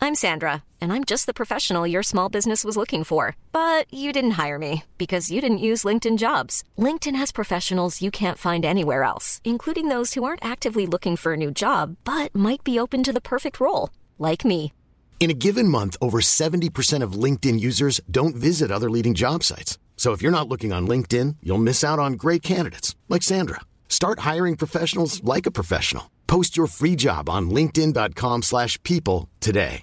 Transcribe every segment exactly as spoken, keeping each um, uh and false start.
I'm Sandra, and I'm just the professional your small business was looking for. But you didn't hire me because you didn't use LinkedIn Jobs. LinkedIn has professionals you can't find anywhere else, including those who aren't actively looking for a new job, but might be open to the perfect role, like me. In a given month, over seventy percent of LinkedIn users don't visit other leading job sites. So if you're not looking on LinkedIn, you'll miss out on great candidates like Sandra. Start hiring professionals like a professional. Post your free job on linkedin.com slash people today.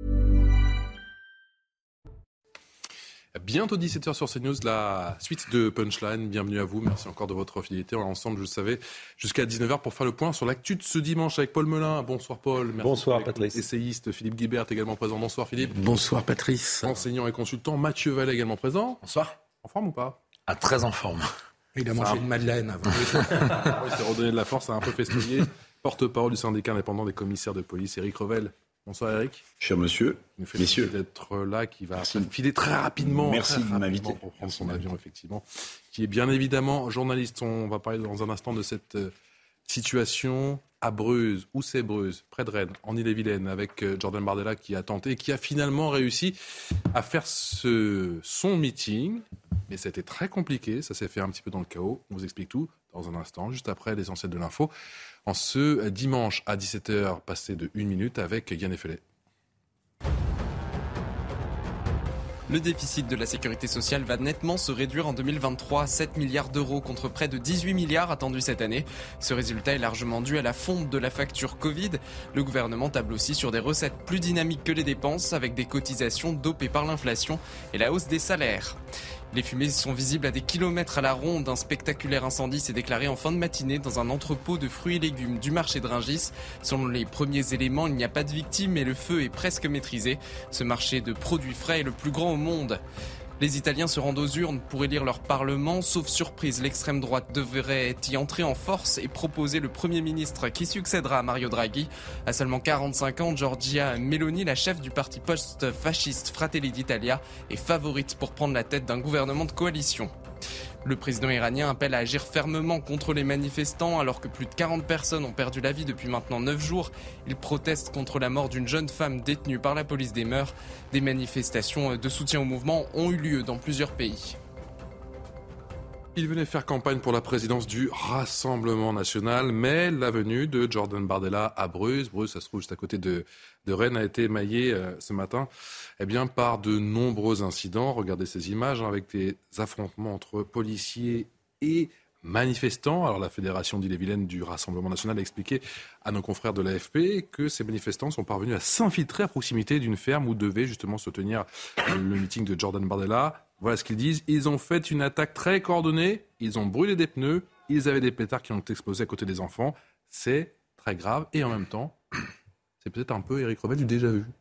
Bientôt dix-sept heures sur CNews, la suite de Punchline. Bienvenue à vous, merci encore de votre fidélité. On est ensemble, je le savais, jusqu'à dix-neuf heures pour faire le point sur l'actu de ce dimanche avec Paul Melun. Bonsoir Paul. Merci. Bonsoir Patrice. Essayiste Philippe Guibert également présent. Bonsoir Philippe. Bonsoir Patrice. Enseignant et consultant Mathieu Vallet également présent. Bonsoir. En forme ou pas ? Ah, très en forme. Il a mangé une madeleine avant. Il s'est redonné de la force, ça a un peu festouillé. Porte-parole du syndicat indépendant des commissaires de police, Éric Revel. Bonsoir Eric. Cher monsieur, il nous fait messieurs, d'être là, qui va filer très rapidement. Merci très de rapidement m'inviter. Pour prendre son avion, effectivement. Qui est bien évidemment journaliste. On va parler dans un instant de cette situation à Breuse, où c'est Breuse, près de Rennes, en Ille-et-Vilaine, avec Jordan Bardella qui a tenté, qui a finalement réussi à faire ce, son meeting. Mais c'était très compliqué, ça s'est fait un petit peu dans le chaos. On vous explique tout dans un instant, juste après l'essentiel de l'info. En ce dimanche à dix-sept heures, passé de une minute avec Yann Effelet. Le déficit de la sécurité sociale va nettement se réduire en deux mille vingt-trois à sept milliards d'euros contre près de dix-huit milliards attendus cette année. Ce résultat est largement dû à la fonte de la facture Covid. Le gouvernement table aussi sur des recettes plus dynamiques que les dépenses avec des cotisations dopées par l'inflation et la hausse des salaires. Les fumées sont visibles à des kilomètres à la ronde. Un spectaculaire incendie s'est déclaré en fin de matinée dans un entrepôt de fruits et légumes du marché de Rungis. Selon les premiers éléments, il n'y a pas de victimes et le feu est presque maîtrisé. Ce marché de produits frais est le plus grand au monde. Les Italiens se rendent aux urnes pour élire leur parlement. Sauf surprise, l'extrême droite devrait y entrer en force et proposer le Premier ministre qui succédera à Mario Draghi. À seulement quarante-cinq ans, Giorgia Meloni, la chef du parti post-fasciste Fratelli d'Italia, est favorite pour prendre la tête d'un gouvernement de coalition. Le président iranien appelle à agir fermement contre les manifestants alors que plus de quarante personnes ont perdu la vie depuis maintenant neuf jours. Il proteste contre la mort d'une jeune femme détenue par la police des mœurs. Des manifestations de soutien au mouvement ont eu lieu dans plusieurs pays. Il venait faire campagne pour la présidence du Rassemblement national, mais la venue de Jordan Bardella à Breuse, Breuse, ça se trouve juste à côté de, de Rennes, a été émaillée euh, ce matin eh bien, par de nombreux incidents. Regardez ces images hein, avec des affrontements entre policiers et manifestants. Alors la Fédération d'Ille-et-Vilaine du Rassemblement national a expliqué à nos confrères de l'A F P que ces manifestants sont parvenus à s'infiltrer à proximité d'une ferme où devait justement se tenir le meeting de Jordan Bardella. Voilà ce qu'ils disent. Ils ont fait une attaque très coordonnée. Ils ont brûlé des pneus. Ils avaient des pétards qui ont explosé à côté des enfants. C'est très grave. Et en même temps, c'est peut-être un peu, Éric Revel, du déjà vu.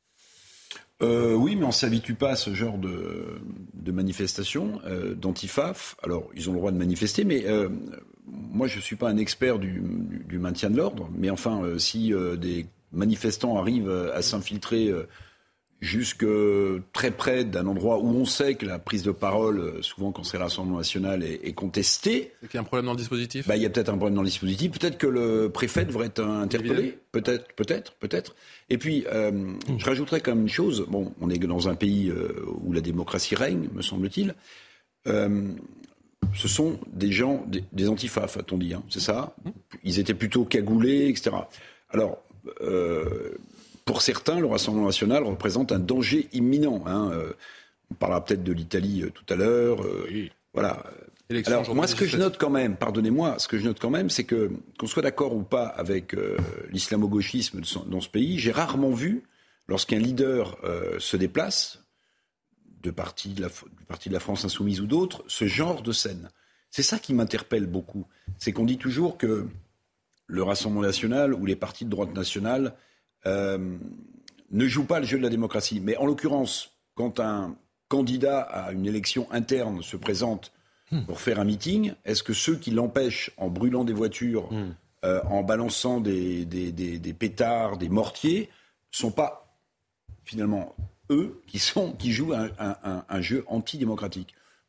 Euh, oui, mais on ne s'habitue pas à ce genre de, de manifestations, euh, d'antifaf. Alors, ils ont le droit de manifester, mais euh, moi, je ne suis pas un expert du, du, du maintien de l'ordre. Mais enfin, euh, si euh, des manifestants arrivent à s'infiltrer euh, jusque très près d'un endroit où on sait que la prise de parole, souvent quand c'est le Rassemblement national, est, est contestée. C'est qu'il y a un problème dans le dispositif ? Bah, il y a peut-être un problème dans le dispositif. Peut-être que le préfet devrait être interpellé. Peut-être, peut-être, peut-être. Et puis, euh, mmh. je rajouterais quand même une chose. Bon, on est dans un pays euh, où la démocratie règne, me semble-t-il. Euh, ce sont des gens, des, des antifaf, a-t-on dit, hein, c'est ça ? mmh. Ils étaient plutôt cagoulés, et cetera. Alors... Euh, Pour certains, le Rassemblement national représente un danger imminent. Hein. Euh, on parlera peut-être de l'Italie euh, tout à l'heure. Euh, oui. Voilà. Élection, alors, moi, ce que je note quand même, pardonnez-moi, ce que je note quand même, c'est que, qu'on soit d'accord ou pas avec euh, l'islamo-gauchisme dans ce pays, j'ai rarement vu, lorsqu'un leader euh, se déplace, de parti de, la, du parti de la France Insoumise ou d'autres, ce genre de scène. C'est ça qui m'interpelle beaucoup. C'est qu'on dit toujours que le Rassemblement national ou les partis de droite nationale Euh, ne joue pas le jeu de la démocratie. Mais en l'occurrence, quand un candidat à une élection interne se présente pour faire un meeting, est-ce que ceux qui l'empêchent en brûlant des voitures, mmh. euh, en balançant des, des, des, des pétards, des mortiers, ne sont pas finalement eux qui, sont, qui jouent un, un, un jeu antidémocratique ?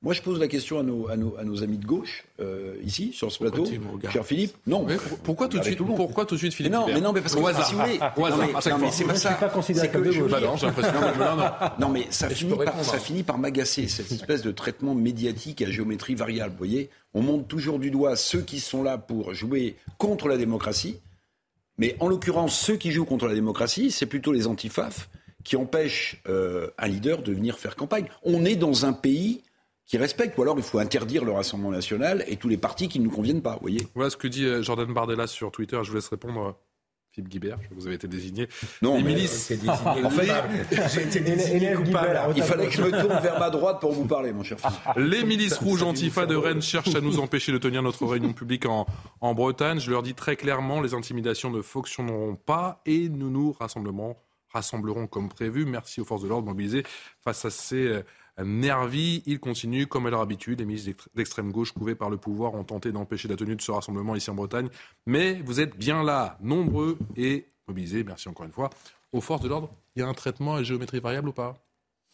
Moi, je pose la question à nos, à nos, à nos amis de gauche, euh, ici, sur ce plateau. Cher Philippe, non. Mais pourquoi tout de suite, pourquoi tout de suite Philippe mais non, mais non, mais parce que, au hasard. si vous voulez, Au hasard, non, mais, à chaque non, mais fois. c'est pas Je ça. suis pas considéré C'est comme que de je gauche. veux Bah dire- non, j'ai l'impression. Non, non, non. Non, mais ça, je finit peux par, répondre. ça finit par m'agacer, cette espèce de traitement médiatique à géométrie variable. Vous voyez, on monte toujours du doigt ceux qui sont là pour jouer contre la démocratie. Mais en l'occurrence, ceux qui jouent contre la démocratie, c'est plutôt les antifaf qui empêchent euh, un leader de venir faire campagne. On est dans un pays qui respecte, ou alors il faut interdire le Rassemblement national et tous les partis qui ne nous conviennent pas, vous voyez. Voilà ce que dit euh, Jordan Bardella sur Twitter. Je vous laisse répondre. euh, Philippe Guibert, vous avez été désigné. Non, les mais, milices. C'est désigné En fait, coupable. J'ai été désigné Élève coupable. Guibert, il fallait que je me tourne vers ma droite pour vous parler, mon cher Philippe. Les milices rouges Antifa de Rennes cherchent à nous empêcher de tenir notre réunion publique en, en Bretagne. Je leur dis très clairement, les intimidations ne fonctionneront pas et nous nous rassemblerons, rassemblerons comme prévu. Merci aux forces de l'ordre mobilisées face à ces euh, nervis. Ils continuent comme à leur habitude. Les milices d'extrême gauche couvées par le pouvoir ont tenté d'empêcher la tenue de ce rassemblement ici en Bretagne. Mais vous êtes bien là, nombreux et mobilisés. Merci encore une fois aux forces de l'ordre. Il y a un traitement à géométrie variable ou pas ?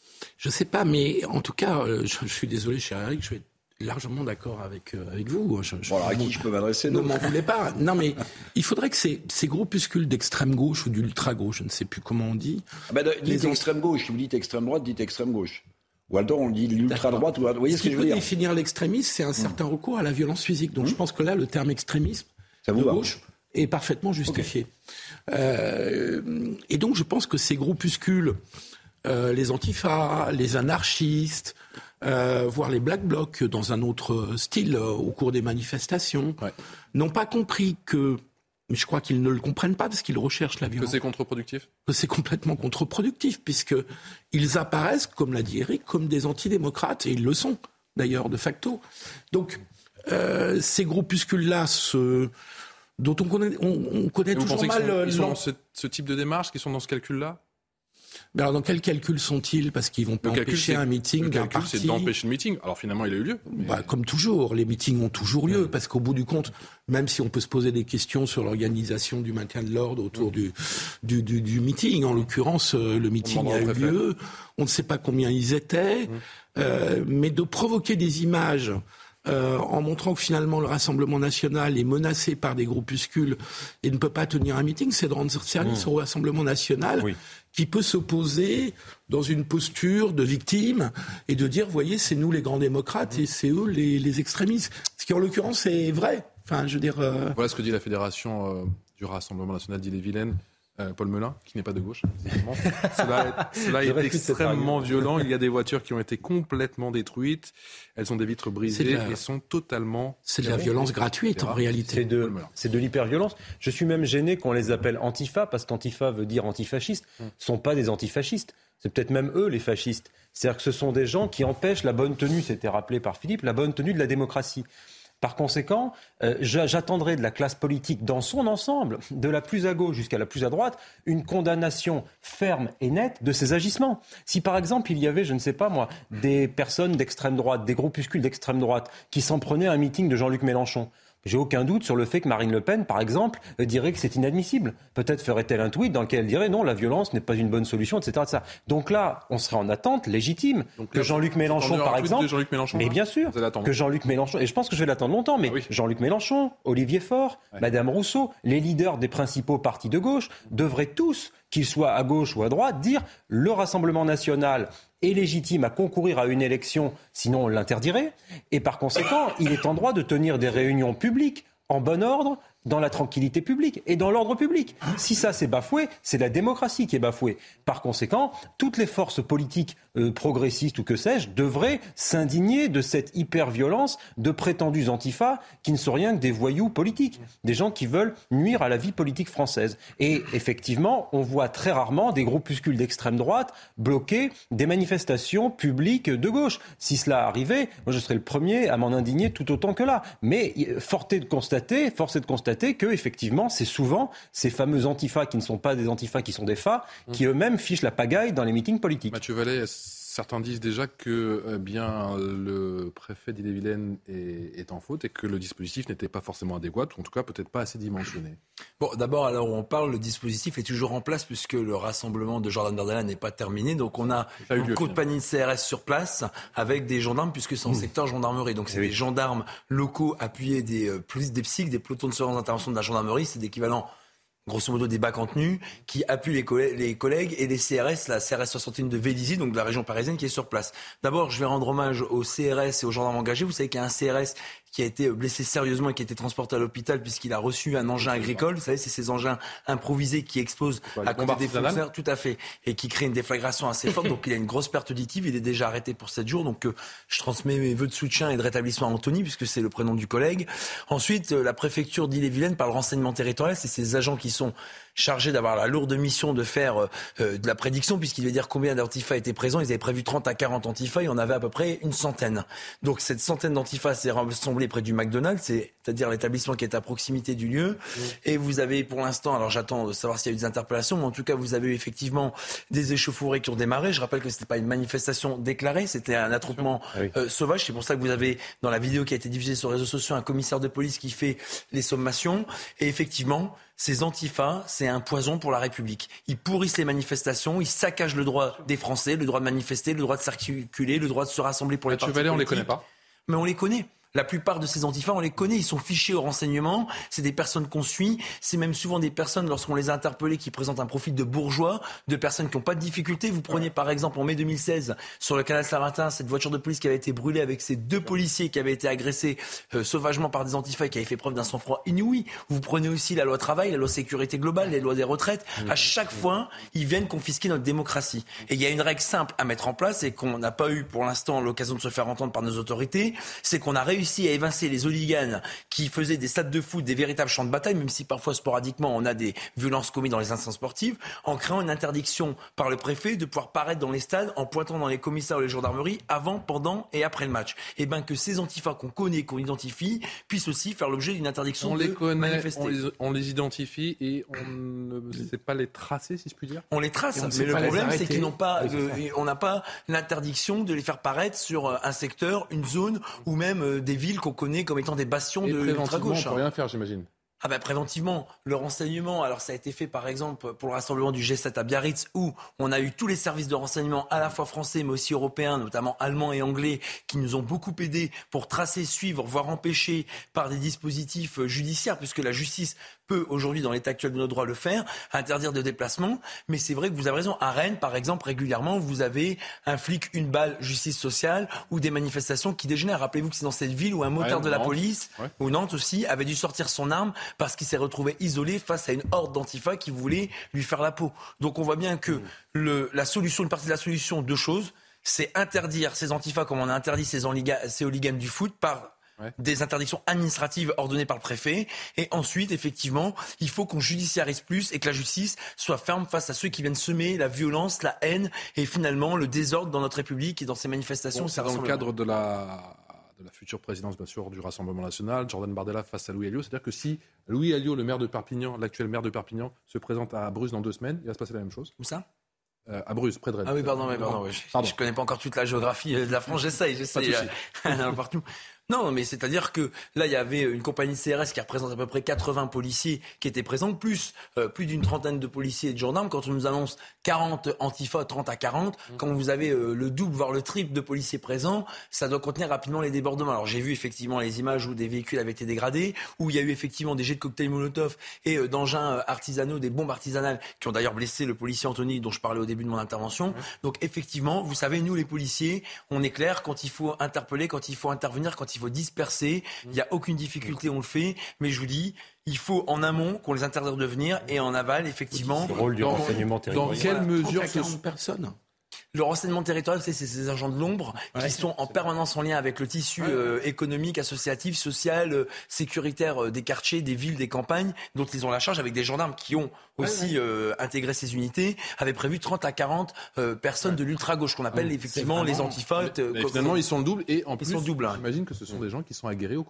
Je sais pas, mais en tout cas, euh, je, je suis désolé, cher Eric, je suis largement d'accord avec, euh, avec vous. Je, je, Bon, alors à qui je peux m'adresser? Ne m'en voulez pas. Non, mais il faudrait que ces, ces groupuscules d'extrême gauche ou d'ultra-gauche, je ne sais plus comment on dit... Ah ben, dites les extrême gauche, si vous dites extrême droite, dites extrême gauche. Ou alors on dit l'ultra-droite, vous voyez ce, ce que qui je peut veux dire? définir l'extrémisme, c'est un certain mmh. recours à la violence physique. Donc mmh. je pense que là, le terme extrémisme Ça vous de va. gauche est parfaitement justifié. Okay. Euh, et donc je pense que ces groupuscules, euh, les antifas, les anarchistes, euh, voire les black blocs dans un autre style euh, au cours des manifestations, ouais. n'ont pas compris que, mais je crois qu'ils ne le comprennent pas parce qu'ils recherchent la violence. Que c'est contre-productif ? Que c'est complètement contre-productif puisqu'ils apparaissent, comme l'a dit Eric, comme des antidémocrates, et ils le sont d'ailleurs de facto. Donc euh, ces groupuscules-là se... dont on connaît, on, on connaît vous toujours pensez mal... Ils sont, ils sont non. dans ce, ce type de démarche, qui sont dans ce calcul-là ? Mais alors dans quel calcul sont-ils ? Parce qu'ils vont pas le empêcher calcul, un meeting le d'un calcul, parti. c'est d'empêcher le meeting. Alors finalement, il a eu lieu. Mais... Bah, comme toujours, les meetings ont toujours lieu, mmh. parce qu'au bout du compte, même si on peut se poser des questions sur l'organisation du maintien de l'ordre autour mmh. du, du, du, du meeting, en l'occurrence, euh, le meeting a eu lieu, on ne sait pas combien ils étaient, mmh. euh, mais de provoquer des images... Euh, en montrant que finalement le Rassemblement national est menacé par des groupuscules et ne peut pas tenir un meeting, c'est de rendre service mmh. au Rassemblement national oui. qui peut s'opposer dans une posture de victime et de dire, voyez, c'est nous les grands démocrates mmh. et c'est eux les, les extrémistes. Ce qui en l'occurrence est vrai. Enfin, je veux dire. Euh... Voilà ce que dit la fédération euh, du Rassemblement national d'Ille-et-Vilaine. Euh, Paul Melun, qui n'est pas de gauche, évidemment. Cela, cela est extrêmement violent. Il y a des voitures qui ont été complètement détruites. Elles ont des vitres brisées la... et sont totalement... C'est de la violence gratuite, en réalité. C'est de, c'est de l'hyper-violence. Je suis même gêné qu'on les appelle antifa, parce qu'antifa veut dire antifasciste. Ce ne sont pas des antifascistes. C'est peut-être même eux, les fascistes. C'est-à-dire que ce sont des gens qui empêchent la bonne tenue, c'était rappelé par Philippe, la bonne tenue de la démocratie. Par conséquent, euh, j'attendrai de la classe politique dans son ensemble, de la plus à gauche jusqu'à la plus à droite, une condamnation ferme et nette de ces agissements. Si par exemple il y avait, je ne sais pas moi, des personnes d'extrême droite, des groupuscules d'extrême droite qui s'en prenaient à un meeting de Jean-Luc Mélenchon, j'ai aucun doute sur le fait que Marine Le Pen, par exemple, dirait que c'est inadmissible. Peut-être ferait-elle un tweet dans lequel elle dirait non, la violence n'est pas une bonne solution, et cetera, et cetera. Donc là, on serait en attente légitime Donc là, que Jean-Luc Mélenchon, par exemple, Jean-Luc Mélenchon, mais hein, bien sûr, que Jean-Luc Mélenchon, et je pense que je vais l'attendre longtemps, mais oui. Jean-Luc Mélenchon, Olivier Faure, ouais. Madame Rousseau, les leaders des principaux partis de gauche devraient tous, qu'ils soient à gauche ou à droite, dire le Rassemblement national est légitime à concourir à une élection, sinon on l'interdirait, et par conséquent, il est en droit de tenir des réunions publiques en bon ordre, dans la tranquillité publique et dans l'ordre public. Si ça c'est bafoué, c'est la démocratie qui est bafouée. Par conséquent, toutes les forces politiques euh, progressistes ou que sais-je devraient s'indigner de cette hyper-violence de prétendus antifas qui ne sont rien que des voyous politiques, des gens qui veulent nuire à la vie politique française. Et effectivement, on voit très rarement des groupuscules d'extrême droite bloquer des manifestations publiques de gauche. Si cela arrivait, moi je serais le premier à m'en indigner tout autant que là. Mais force est de constater, force est de constater que, effectivement, c'est souvent ces fameux antifas qui ne sont pas des antifas, qui sont des fas, qui eux-mêmes fichent la pagaille dans les meetings politiques. Mathieu Vallet, certains disent déjà que eh bien, le préfet d'Ille-et-Vilaine est, est en faute et que le dispositif n'était pas forcément adéquat, ou en tout cas peut-être pas assez dimensionné. Bon, d'abord, alors on parle, le dispositif est toujours en place puisque le rassemblement de Jordan Bardella n'est pas terminé. Donc on a une lieu, compagnie de C R S sur place avec des gendarmes puisque c'est en mmh. secteur gendarmerie. Donc c'est oui. des gendarmes locaux appuyés des euh, polices des P S I C, des pelotons de surveillance d'intervention de la gendarmerie. C'est l'équivalent, grosso modo, des bacs en tenue qui appuient les, collè- les collègues et les C R S, la C R S soixante et un de Vélizy, donc de la région parisienne, qui est sur place. D'abord, je vais rendre hommage aux C R S et aux gendarmes engagés. Vous savez qu'il y a un C R S qui a été blessé sérieusement et qui a été transporté à l'hôpital puisqu'il a reçu un engin agricole. Vous savez, c'est ces engins improvisés qui explosent à côté des fonctionnaires, tout à fait, et qui créent une déflagration assez forte. Donc il a une grosse perte auditive. Il est déjà arrêté pour sept jours. Donc euh, je transmets mes vœux de soutien et de rétablissement à Anthony puisque c'est le prénom du collègue. Ensuite, euh, la préfecture d'Ille-et-Vilaine, par le renseignement territorial, c'est ces agents qui sont chargés d'avoir la lourde mission de faire euh, de la prédiction puisqu'il va dire combien d'antifas étaient présents. Ils avaient prévu trente à quarante antifas. Il y en avait à peu près une centaine. Donc cette centaine d'antifas s'est rassemblée près du McDonald's, c'est-à-dire l'établissement qui est à proximité du lieu. Mmh. Et vous avez pour l'instant, alors j'attends de savoir s'il y a eu des interpellations, mais en tout cas vous avez eu effectivement des échauffourées qui ont démarré. Je rappelle que c'était pas une manifestation déclarée, c'était un attroupement ah oui. euh, sauvage. C'est pour ça que vous avez dans la vidéo qui a été diffusée sur les réseaux sociaux un commissaire de police qui fait les sommations. Et effectivement, ces antifas, c'est un poison pour la République. Ils pourrissent les manifestations, ils saccagent le droit des Français, le droit de manifester, le droit de circuler, le droit de se rassembler pour les partis politiques. on les connaît pas. Mais on les connaît. La plupart de ces antifas, on les connaît, ils sont fichés au renseignement, c'est des personnes qu'on suit, c'est même souvent des personnes, lorsqu'on les a interpellées, qui présentent un profil de bourgeois, de personnes qui n'ont pas de difficultés. Vous prenez par exemple en mai deux mille seize, sur le canal Saint-Martin, cette voiture de police qui avait été brûlée avec ces deux policiers qui avaient été agressés euh, sauvagement par des antifas et qui avaient fait preuve d'un sang-froid inouï. Vous prenez aussi la loi travail, la loi sécurité globale, les lois des retraites. À chaque fois, ils viennent confisquer notre démocratie. Et il y a une règle simple à mettre en place et qu'on n'a pas eu pour l'instant l'occasion de se faire entendre par nos autorités, c'est qu'on a réussi à évincer les hooligans qui faisaient des stades de foot des véritables champs de bataille, même si parfois sporadiquement on a des violences commises dans les instances sportives, en créant une interdiction par le préfet de pouvoir paraître dans les stades en pointant dans les commissariats ou les gendarmeries avant, pendant et après le match. Et bien que ces antifas qu'on connaît, qu'on identifie, puissent aussi faire l'objet d'une interdiction on de les connaît, manifester. On les, on les identifie et on ne sait pas les tracer, si je puis dire. On les trace, on mais le problème c'est qu'ils n'ont pas, oui, le, on n'a pas l'interdiction de les faire paraître sur un secteur, une zone ou même des villes qu'on connaît comme étant des bastions et de l'ultra-gauche. On peut rien faire, j'imagine. Ah ben préventivement, le renseignement, alors ça a été fait par exemple pour le rassemblement du G sept à Biarritz où on a eu tous les services de renseignement à la fois français mais aussi européens, notamment allemands et anglais, qui nous ont beaucoup aidés pour tracer, suivre, voire empêcher par des dispositifs judiciaires, puisque la justice peut aujourd'hui, dans l'état actuel de notre droit, le faire, interdire de déplacement. Mais c'est vrai que vous avez raison, à Rennes par exemple, régulièrement vous avez un flic, une balle, justice sociale ou des manifestations qui dégénèrent. Rappelez-vous que c'est dans cette ville où un motard ouais, de la Nantes. police, ouais. ou Nantes aussi, avait dû sortir son arme parce qu'il s'est retrouvé isolé face à une horde d'antifa qui voulait lui faire la peau. Donc on voit bien que le, la solution, une partie de la solution, deux choses, c'est interdire ces antifas comme on a interdit ces, enliga, ces hooligans du foot par ouais. des interdictions administratives ordonnées par le préfet. Et ensuite, effectivement, il faut qu'on judiciarise plus et que la justice soit ferme face à ceux qui viennent semer la violence, la haine et finalement le désordre dans notre République et dans ces manifestations. Bon, c'est dans le cadre de la... de la future présidence, bien sûr, du Rassemblement National, Jordan Bardella face à Louis Alliot. C'est-à-dire que si Louis Alliot, le maire de Perpignan, l'actuel maire de Perpignan, se présente à Bruges dans deux semaines, il va se passer la même chose. Où ça euh, À Bruges, près de Rennes. Ah oui, pardon, mais pardon. Oui. Je ne connais pas encore toute la géographie de la France. J'essaye, j'essaye. Partout. Non, mais c'est-à-dire que là, il y avait une compagnie de C R S qui représente à peu près quatre-vingts policiers qui étaient présents, plus euh, plus d'une trentaine de policiers et de gendarmes. Quand on nous annonce quarante antifas, trente à quarante, mmh. quand vous avez euh, le double, voire le triple de policiers présents, ça doit contenir rapidement les débordements. Alors j'ai vu effectivement les images où des véhicules avaient été dégradés, où il y a eu effectivement des jets de cocktails Molotov et euh, d'engins artisanaux, des bombes artisanales, qui ont d'ailleurs blessé le policier Anthony dont je parlais au début de mon intervention. Mmh. Donc effectivement, vous savez, nous les policiers, on est clair quand il faut interpeller, quand il faut intervenir, quand il il faut disperser, il n'y a aucune difficulté, on le fait, mais je vous dis, il faut en amont qu'on les interdire de venir et en aval, effectivement... Le rôle du dans, renseignement territorial. Dans quelle mesure ce sont personnes Le renseignement territorial, c'est ces agents de l'ombre ouais, qui sont en permanence en lien avec le tissu ouais. euh, économique, associatif, social, euh, sécuritaire euh, des quartiers, des villes, des campagnes, dont ils ont la charge, avec des gendarmes qui ont aussi ouais, ouais. Euh, intégré ces unités, avaient prévu trente à quarante euh, personnes ouais. de l'ultra-gauche, qu'on appelle ouais. effectivement vraiment... les antifas. Mais, mais finalement, ils sont le double, et en ils plus, sont double, hein. j'imagine que ce sont des gens qui sont aguerris au combat.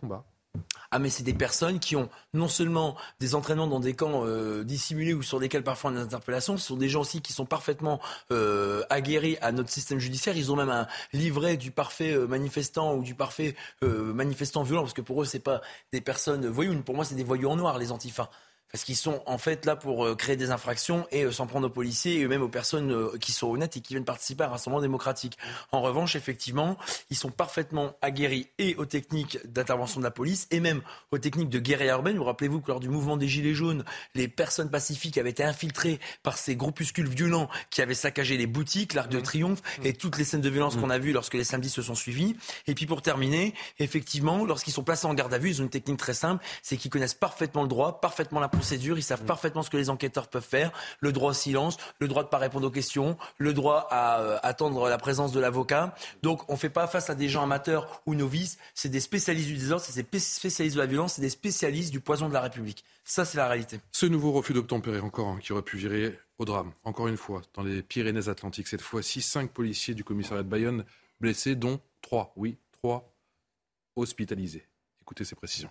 Ah mais c'est des personnes qui ont non seulement des entraînements dans des camps euh, dissimulés ou sur lesquels parfois on a des interpellations, ce sont des gens aussi qui sont parfaitement euh, aguerris à notre système judiciaire. Ils ont même un livret du parfait euh, manifestant ou du parfait euh, manifestant violent, parce que pour eux c'est pas des personnes voyous, pour moi c'est des voyous en noir les antifas. Parce qu'ils sont en fait là pour euh, créer des infractions et euh, s'en prendre aux policiers et même aux personnes euh, qui sont honnêtes et qui viennent participer à un rassemblement démocratique. En revanche, effectivement, ils sont parfaitement aguerris et aux techniques d'intervention de la police et même aux techniques de guérilla urbaine. Vous rappelez-vous que lors du mouvement des Gilets jaunes, les personnes pacifiques avaient été infiltrées par ces groupuscules violents qui avaient saccagé les boutiques, l'Arc de Triomphe et toutes les scènes de violence qu'on a vues lorsque les samedis se sont suivis. Et puis pour terminer, effectivement, lorsqu'ils sont placés en garde à vue, ils ont une technique très simple, c'est qu'ils connaissent parfaitement le droit, parfaitement la procédure, ils savent parfaitement ce que les enquêteurs peuvent faire, le droit au silence, le droit de ne pas répondre aux questions, le droit à euh, attendre la présence de l'avocat. Donc on ne fait pas face à des gens amateurs ou novices, c'est des spécialistes du désordre, c'est des spécialistes de la violence, c'est des spécialistes du poison de la République. Ça, c'est la réalité. Ce nouveau refus d'obtempérer encore, hein, qui aurait pu virer au drame, encore une fois, dans les Pyrénées-Atlantiques. Cette fois-ci, cinq policiers du commissariat de Bayonne blessés, dont trois, oui, trois hospitalisés. Écoutez ces précisions.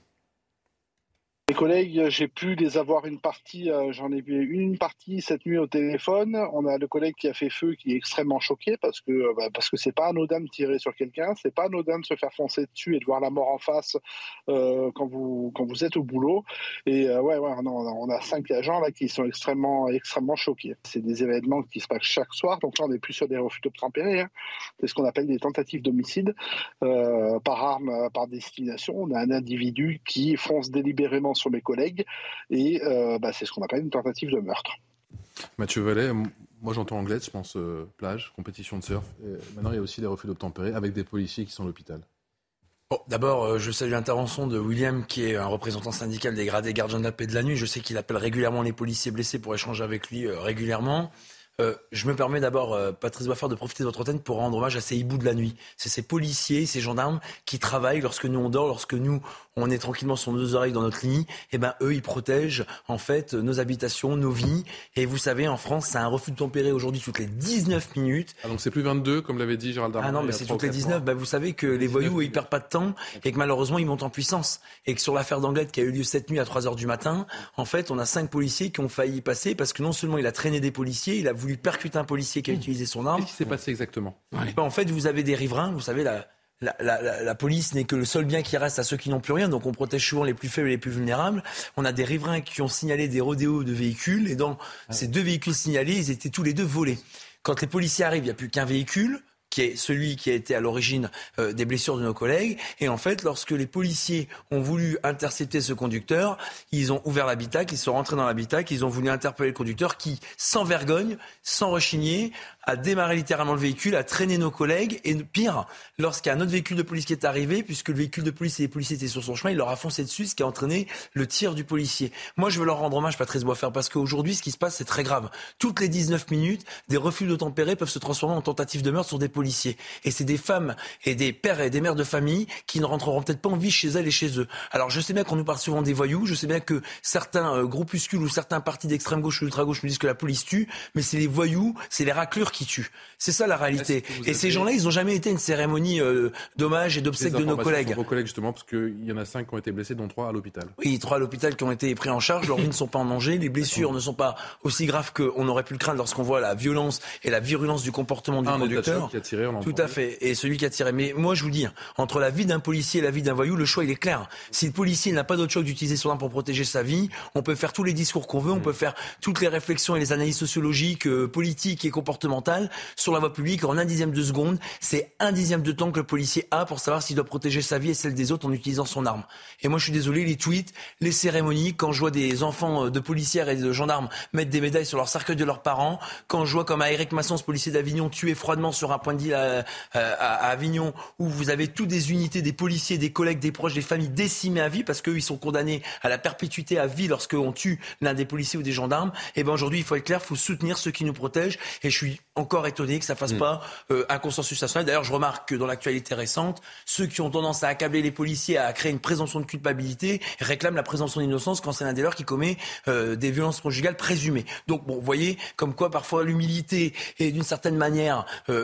Mes collègues, j'ai pu les avoir une partie, euh, j'en ai vu une partie cette nuit au téléphone. On a le collègue qui a fait feu qui est extrêmement choqué parce que euh, bah, parce que c'est pas anodin de tirer sur quelqu'un, c'est pas anodin de se faire foncer dessus et de voir la mort en face euh, quand vous quand vous êtes au boulot. Et euh, ouais ouais non, on a cinq agents là qui sont extrêmement extrêmement choqués. C'est des événements qui se passent chaque soir, donc là on n'est plus sur des refus d'obtempérer. Hein. C'est ce qu'on appelle des tentatives d'homicide euh, par arme, par destination. On a un individu qui fonce délibérément sur mes collègues et euh, bah, c'est ce qu'on appelle une tentative de meurtre. Mathieu Vallet, moi j'entends Anglette, je pense euh, plage, compétition de surf. Et maintenant il y a aussi des refus d'obtempérer avec des policiers qui sont à l'hôpital. Bon, d'abord, euh, je salue l'intervention de William, qui est un représentant syndical des gradés gardiens de la paix de la nuit. Je sais qu'il appelle régulièrement les policiers blessés pour échanger avec lui euh, régulièrement. Euh, je me permets d'abord, euh, Patrice Boisfort, de profiter de votre antenne pour rendre hommage à ces hiboux de la nuit. C'est ces policiers, ces gendarmes qui travaillent lorsque nous on dort, lorsque nous on est tranquillement sur nos oreilles dans notre lit. Et ben eux, ils protègent en fait nos habitations, nos vies. Et vous savez, en France, c'est un refus d'obtempérer aujourd'hui toutes les dix-neuf minutes. Ah donc c'est plus vingt-deux, comme l'avait dit Gérald Darmanin. Ah non, mais c'est toutes les dix-neuf. Ben, vous savez que les voyous, ils perdent pas de temps et que malheureusement, ils montent en puissance. Et que sur l'affaire d'Anglette qui a eu lieu cette nuit à trois heures du matin, en fait, on a cinq policiers qui ont failli y passer parce que non seulement il a traîné des policiers, il a voulu percuter un policier qui a utilisé son arme. Qu'est-ce qui s'est passé exactement ? Ouais. Ben, en fait, vous avez des riverains, vous savez, la, la, la, la, la police n'est que le seul bien qui reste à ceux qui n'ont plus rien, donc on protège souvent les plus faibles et les plus vulnérables. On a des riverains qui ont signalé des rodéos de véhicules, et dans ah. ces deux véhicules signalés, ils étaient tous les deux volés. Quand les policiers arrivent, il n'y a plus qu'un véhicule, qui est celui qui a été à l'origine euh, des blessures de nos collègues. Et en fait, lorsque les policiers ont voulu intercepter ce conducteur, ils ont ouvert l'habitacle, ils sont rentrés dans l'habitacle, ils ont voulu interpeller le conducteur qui, sans vergogne, sans rechigner, a démarré littéralement le véhicule, a traîné nos collègues. Et pire, lorsqu'il y a un autre véhicule de police qui est arrivé, puisque le véhicule de police et les policiers étaient sur son chemin, il leur a foncé dessus, ce qui a entraîné le tir du policier. Moi, je veux leur rendre hommage, Patrice Boisfort, parce qu'aujourd'hui, ce qui se passe, c'est très grave. Toutes les dix-neuf minutes, des refus d'obtempérer peuvent se transformer en tentative de meurtre sur des policiers. Et c'est des femmes et des pères et des mères de famille qui ne rentreront peut-être pas en vie chez elles et chez eux. Alors je sais bien qu'on nous parle souvent des voyous, je sais bien que certains euh, groupuscules ou certains partis d'extrême gauche ou d'ultra gauche nous disent que la police tue, mais c'est les voyous, c'est les raclures qui tuent. C'est ça la réalité. Et ces gens-là, ils n'ont jamais été une cérémonie euh, d'hommage et d'obsèques de nos collègues. Vos collègues justement, parce qu'il y en a cinq qui ont été blessés, dont trois à l'hôpital. Oui, trois à l'hôpital qui ont été pris en charge. Leurs vies ne sont pas en danger. Les blessures ne sont pas aussi graves qu'on aurait pu le craindre lorsqu'on voit la violence et la virulence du comportement du un conducteur. Qui a tiré, on Tout à fait. Et celui qui a tiré. Mais moi, je vous dis, entre la vie d'un policier et la vie d'un voyou, le choix, il est clair. Si le policier n'a pas d'autre choix que d'utiliser son arme pour protéger sa vie, on peut faire tous les discours qu'on veut, on peut faire toutes les réflexions et les analyses sociologiques, euh, politiques et comportementales sur la voie publique. En un dixième de seconde, c'est un dixième de temps que le policier a pour savoir s'il doit protéger sa vie et celle des autres en utilisant son arme. Et moi, je suis désolé, les tweets, les cérémonies, quand je vois des enfants de policières et de gendarmes mettre des médailles sur leur cercueil de leurs parents, quand je vois comme à Éric Masson, ce policier d'Avignon, tué froidement sur un point de deal à, à, à Avignon, où vous avez toutes des unités, des policiers, des collègues, des proches, des familles décimées à vie parce qu'eux, ils sont condamnés à la perpétuité à vie lorsqu'on tue l'un des policiers ou des gendarmes. Et ben aujourd'hui, il faut être clair, il faut soutenir ceux qui nous protègent. Et je suis encore étonné que ça fasse mmh. pas euh, un consensus national. D'ailleurs, je remarque que dans l'actualité récente, ceux qui ont tendance à accabler les policiers, à créer une présomption de culpabilité, réclament la présomption d'innocence quand c'est l'un des leurs qui commet euh, des violences conjugales présumées. Donc, bon, vous voyez, comme quoi parfois l'humilité et d'une certaine manière euh, la prise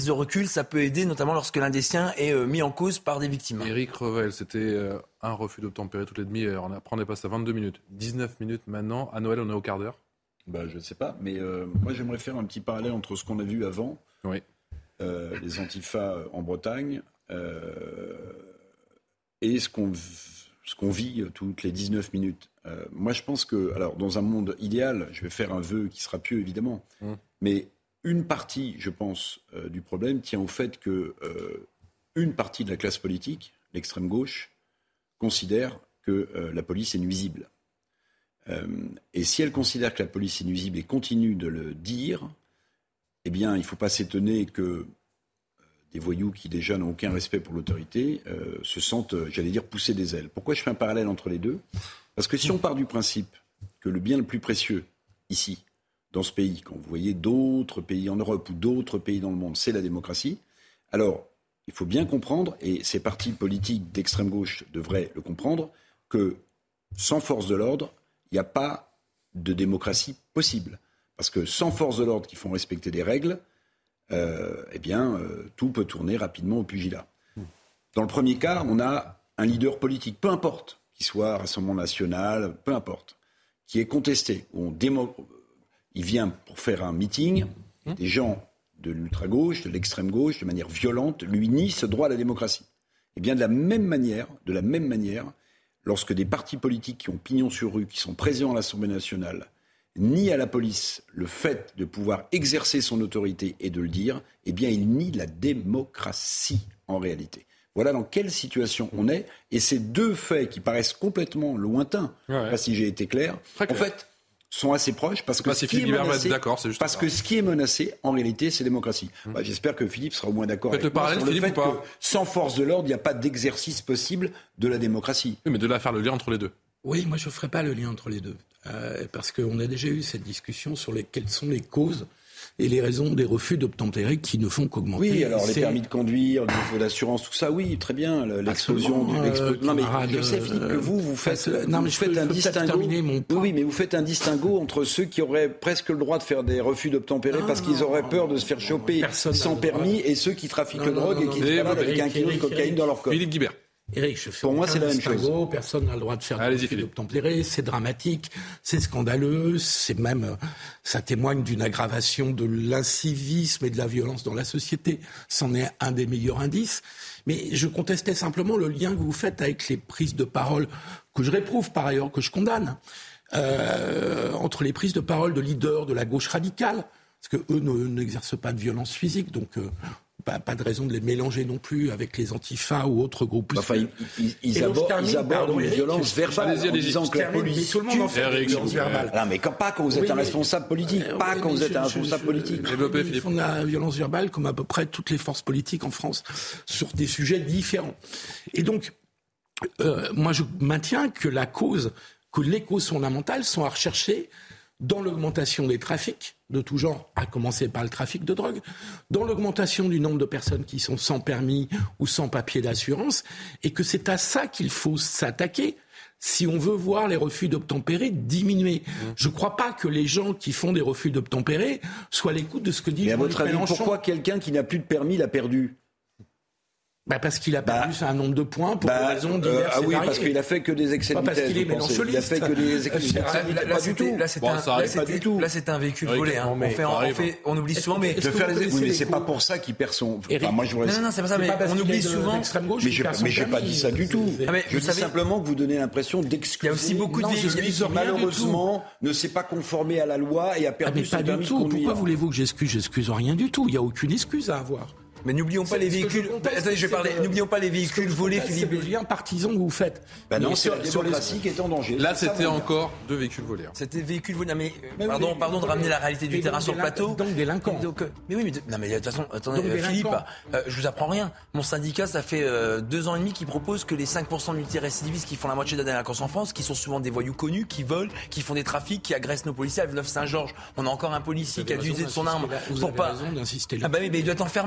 prise de recul, ça peut aider, notamment lorsque l'un des siens est euh, mis en cause par des victimes. Éric Revel, c'était euh, un refus d'obtempérer toutes les demi-heures. Après, on est passé à vingt-deux minutes. dix-neuf minutes maintenant. À Noël, on est au quart d'heure. Bah, je ne sais pas, mais euh, moi j'aimerais faire un petit parallèle entre ce qu'on a vu avant, oui. euh, les antifas en Bretagne, euh, et ce qu'on, ce qu'on vit toutes les dix-neuf minutes. Euh, moi je pense que, alors dans un monde idéal, je vais faire un vœu qui sera pieux évidemment, mmh. mais une partie, je pense, euh, du problème tient au fait que euh, une partie de la classe politique, l'extrême gauche, considère que euh, la police est nuisible. Euh, et si elle considère que la police est nuisible et continue de le dire, eh bien, il ne faut pas s'étonner que euh, des voyous qui déjà n'ont aucun respect pour l'autorité euh, se sentent, j'allais dire, pousser des ailes. Pourquoi je fais un parallèle entre les deux ? Parce que si on part du principe que le bien le plus précieux, ici, dans ce pays, quand vous voyez d'autres pays en Europe ou d'autres pays dans le monde, c'est la démocratie, alors il faut bien comprendre, et ces partis politiques d'extrême gauche devraient le comprendre, que sans force de l'ordre, il n'y a pas de démocratie possible. Parce que sans force de l'ordre qui font respecter des règles, euh, eh bien, euh, tout peut tourner rapidement au pugilat. Dans le premier cas, on a un leader politique, peu importe, qu'il soit Rassemblement National, peu importe, qui est contesté. On démo... Il vient pour faire un meeting, et des gens de l'ultra-gauche, de l'extrême-gauche, de manière violente, lui nient ce droit à la démocratie. Eh bien, de la même manière, de la même manière, lorsque des partis politiques qui ont pignon sur rue, qui sont présents à l'Assemblée nationale, nient à la police le fait de pouvoir exercer son autorité et de le dire, eh bien, ils nient la démocratie, en réalité. Voilà dans quelle situation on est. Et ces deux faits qui paraissent complètement lointains, ouais, ouais. Je ne sais pas si j'ai été clair, clair. en fait, sont assez proches parce que, ce qui, est menacé, c'est parce que ce qui est menacé, en réalité, c'est la démocratie. Mmh. Bah, j'espère que Philippe sera au moins d'accord avec moi sur le fait que sans force de l'ordre, il n'y a pas d'exercice possible de la démocratie. Oui, mais de là faire le lien entre les deux. Oui, moi je ne ferai pas le lien entre les deux. Euh, parce qu'on a déjà eu cette discussion sur les, quelles sont les causes et les raisons des refus d'obtempérer qui ne font qu'augmenter. Oui, alors c'est... les permis de conduire, le niveau d'assurance, tout ça, oui, très bien, l'explosion du... Euh, non mais je sais, Philippe, que vous, vous faites, euh, non, vous mais faites peux, un distinguo... Mon oui, mais vous faites un distinguo entre ceux qui auraient presque le droit de faire des refus d'obtempérer ah, parce qu'ils auraient peur de se faire choper sans permis et ceux qui trafiquent de drogue et qui se baladent avec un kilo de cocaïne dans leur corps. Philippe Guibert. Éric, je fais Pour moi, c'est la même chose. Personne n'a le droit de faire des refus d'obtempérer. C'est dramatique, c'est scandaleux, c'est même, ça témoigne d'une aggravation de l'incivisme et de la violence dans la société. C'en est un des meilleurs indices. Mais je contestais simplement le lien que vous faites avec les prises de parole, que je réprouve par ailleurs, que je condamne, euh, entre les prises de parole de leaders de la gauche radicale, parce que eux ne, n'exercent pas de violence physique, donc... Euh, Pas, pas de raison de les mélanger non plus avec les antifas ou autres groupes. Enfin, ils, ils, ils abordent, termine, ils abordent pardon, une violence verbale allez-y, allez-y, en disant que la police tout le monde en fait une violence verbale. Non, mais quand, pas quand vous êtes oui, un responsable politique. Euh, pas oui, quand vous êtes je, un responsable je, politique. Je, je, ils font de la violence verbale comme à peu près toutes les forces politiques en France sur des sujets différents. Et donc, euh, moi, je maintiens que la cause, que les causes fondamentales sont à rechercher dans l'augmentation des trafics de tout genre, à commencer par le trafic de drogue, dans l'augmentation du nombre de personnes qui sont sans permis ou sans papier d'assurance, et que c'est à ça qu'il faut s'attaquer si on veut voir les refus d'obtempérer diminuer. Mmh. Je ne crois pas que les gens qui font des refus d'obtempérer soient à l'écoute de ce que dit Mais à Jean-Luc votre avis, Mélenchon. Pourquoi quelqu'un qui n'a plus de permis l'a perdu ? Bah parce qu'il a perdu bah, un nombre de points pour bah, des raisons diverses euh, ah oui, et variées. parce qu'il a fait que des excès de vitesse. Parce qu'il est mélancholiste. Il a fait que des excès de vitesse. Là, c'est pas, du tout. Là, c'est un véhicule volé. Hein. On, fait, on, fait, on oublie souvent, mais... De faire les... Oui, mais c'est pas pour ça qu'il perd son... Enfin, moi, je voudrais... Non, non, c'est pas ça, mais on oublie souvent... Mais j'ai pas dit ça du tout. Je dis simplement que vous donnez l'impression d'excuser. Il y a aussi beaucoup de véhicules qui, malheureusement, ne s'est pas conformé à la loi et a perdu son permis de conduire. Pourquoi voulez-vous que j'excuse ? J'excuse rien du tout. Il n'y a aucune excuse à avoir. Mais n'oublions pas les véhicules. Attendez, je vais parler. N'oublions pas les véhicules volés, Philippe. C'est le lien partisan que vous faites. Ben non, c'est la démocratie qui est en danger. Là, c'était encore deux véhicules volés. C'était véhicules volés. Mais pardon, pardon de ramener la réalité du terrain sur le plateau. Donc délinquants. Mais oui, mais non, mais de toute façon, attendez, Philippe, je vous apprends rien. Mon syndicat, ça fait deux ans et demi qu'il propose que les cinq pour cent de multirécidivistes qui font la moitié de la délinquance en France, qui sont souvent des voyous connus, qui volent, qui font des trafics, qui agressent nos policiers à Villeneuve-Saint-Georges. On a encore un policier qui a dû user de son arme pour pas. d'insister là. Ah bah oui, mais il doit être enfermé. Tant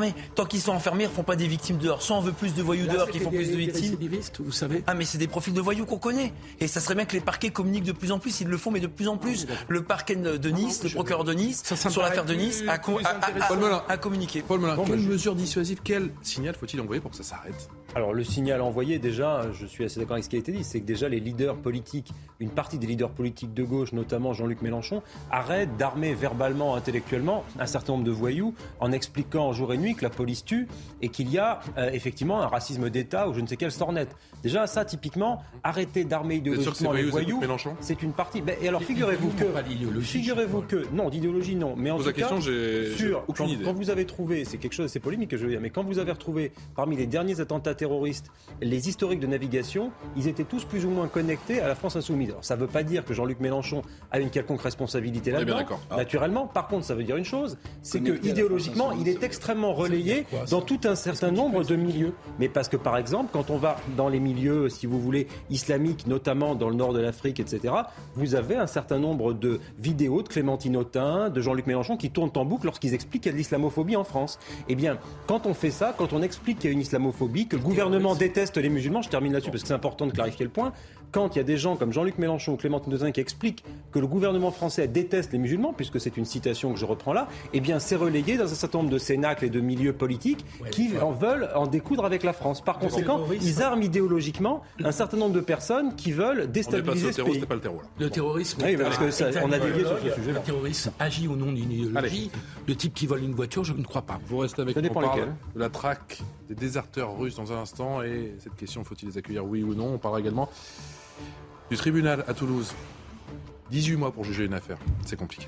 tant qu'ils sont enfermés, ils ne font pas des victimes dehors. Soit on veut plus de voyous Là, dehors qui font des, plus de victimes. Vous savez. Ah, mais c'est des profils de voyous qu'on connaît. Et ça serait bien que les parquets communiquent de plus en plus. Ils le font, mais de plus en plus. Le parquet de Nice, le procureur de Nice, ça, ça sur l'affaire de Nice, a, com- a, a, a, a communiqué. Paul Melun, quelle mesure dissuasive, quel signal faut-il envoyer pour que ça s'arrête ? Alors le signal envoyé, déjà, je suis assez d'accord avec ce qui a été dit, c'est que déjà les leaders politiques, une partie des leaders politiques de gauche, notamment Jean-Luc Mélenchon, arrêtent d'armer verbalement, intellectuellement un certain nombre de voyous en expliquant jour et nuit que la police tue et qu'il y a euh, effectivement un racisme d'État ou je ne sais quelle sornette. Déjà ça, typiquement, arrêter d'armer idéologiquement les voyous, c'est une partie. Ben, et alors figurez-vous que, figurez-vous que, non, d'idéologie non, mais en tout cas, sur, quand, quand vous avez trouvé, c'est quelque chose, c'est polémique que je veux dire, mais quand vous avez retrouvé parmi les derniers attentats terroristes, les historiques de navigation, ils étaient tous plus ou moins connectés à la France insoumise. Alors ça ne veut pas dire que Jean-Luc Mélenchon a une quelconque responsabilité là-dedans, ah. naturellement. Par contre, ça veut dire une chose, c'est que idéologiquement, il est extrêmement relayé quoi, dans tout un certain nombre de milieux. Mais parce que, par exemple, quand on va dans les milieux, si vous voulez, islamiques, notamment dans le nord de l'Afrique, et cetera, vous avez un certain nombre de vidéos de Clémentine Autain, de Jean-Luc Mélenchon qui tournent en boucle lorsqu'ils expliquent qu'il y a de l'islamophobie en France. Eh bien, quand on fait ça, quand on explique qu'il y a une islamophobie, que le gouvernement déteste les musulmans, je termine là-dessus parce que c'est important de clarifier le point, quand il y a des gens comme Jean-Luc Mélenchon ou Clémentine Autain qui expliquent que le gouvernement français déteste les musulmans, puisque c'est une citation que je reprends là, eh bien c'est relayé dans un certain nombre de cénacles et de milieux politiques ouais, qui ouais. en veulent en découdre avec la France. Par conséquent, ils arment idéologiquement un certain nombre de personnes qui veulent déstabiliser ce pays. C'est pas le terreau, là. Le terrorisme. Oui, parce que ça, on a dévié sur ce sujet. Le terrorisme agit au nom d'une idéologie. Le type qui vole une voiture, je ne crois pas. Vous restez avec nous. On parle de la traque des déserteurs russes dans un instant et cette question, faut-il les accueillir, oui ou non? On parlera également du tribunal à Toulouse. dix-huit mois pour juger une affaire. C'est compliqué.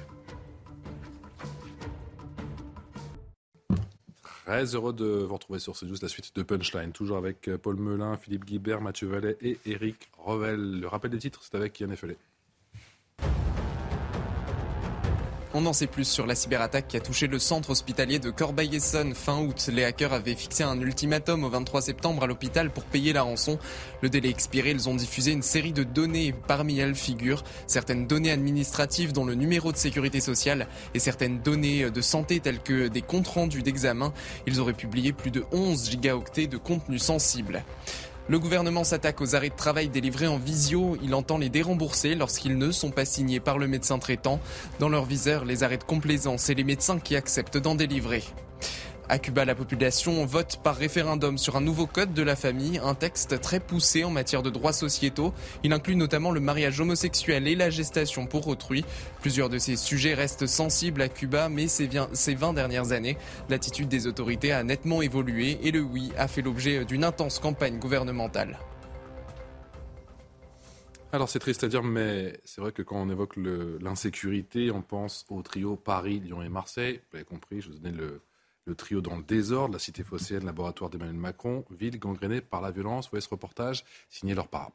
Très heureux de vous retrouver sur CNews, la suite de Punchline. Toujours avec Paul Melun, Philippe Guibert, Mathieu Vallet et Éric Revel. Le rappel des titres, c'est avec Yann Effelé. On en sait plus sur la cyberattaque qui a touché le centre hospitalier de Corbeil-Essonnes fin août. Les hackers avaient fixé un ultimatum au vingt-trois septembre à l'hôpital pour payer la rançon. Le délai expiré, ils ont diffusé une série de données. Parmi elles figurent certaines données administratives dont le numéro de sécurité sociale et certaines données de santé telles que des comptes rendus d'examen. Ils auraient publié plus de onze gigaoctets de contenu sensible. Le gouvernement s'attaque aux arrêts de travail délivrés en visio. Il entend les dérembourser lorsqu'ils ne sont pas signés par le médecin traitant. Dans leur viseur, les arrêts de complaisance et les médecins qui acceptent d'en délivrer. À Cuba, la population vote par référendum sur un nouveau code de la famille, un texte très poussé en matière de droits sociétaux. Il inclut notamment le mariage homosexuel et la gestation pour autrui. Plusieurs de ces sujets restent sensibles à Cuba, mais ces vingt dernières années, l'attitude des autorités a nettement évolué et le oui a fait l'objet d'une intense campagne gouvernementale. Alors c'est triste à dire, mais c'est vrai que quand on évoque le, l'insécurité, on pense au trio Paris, Lyon et Marseille. Vous l'avez compris, je vous donnais le... Le trio dans le désordre, la cité phocéenne, laboratoire d'Emmanuel Macron, ville gangrénée par la violence. Vous voyez ce reportage, signé Laure Parra.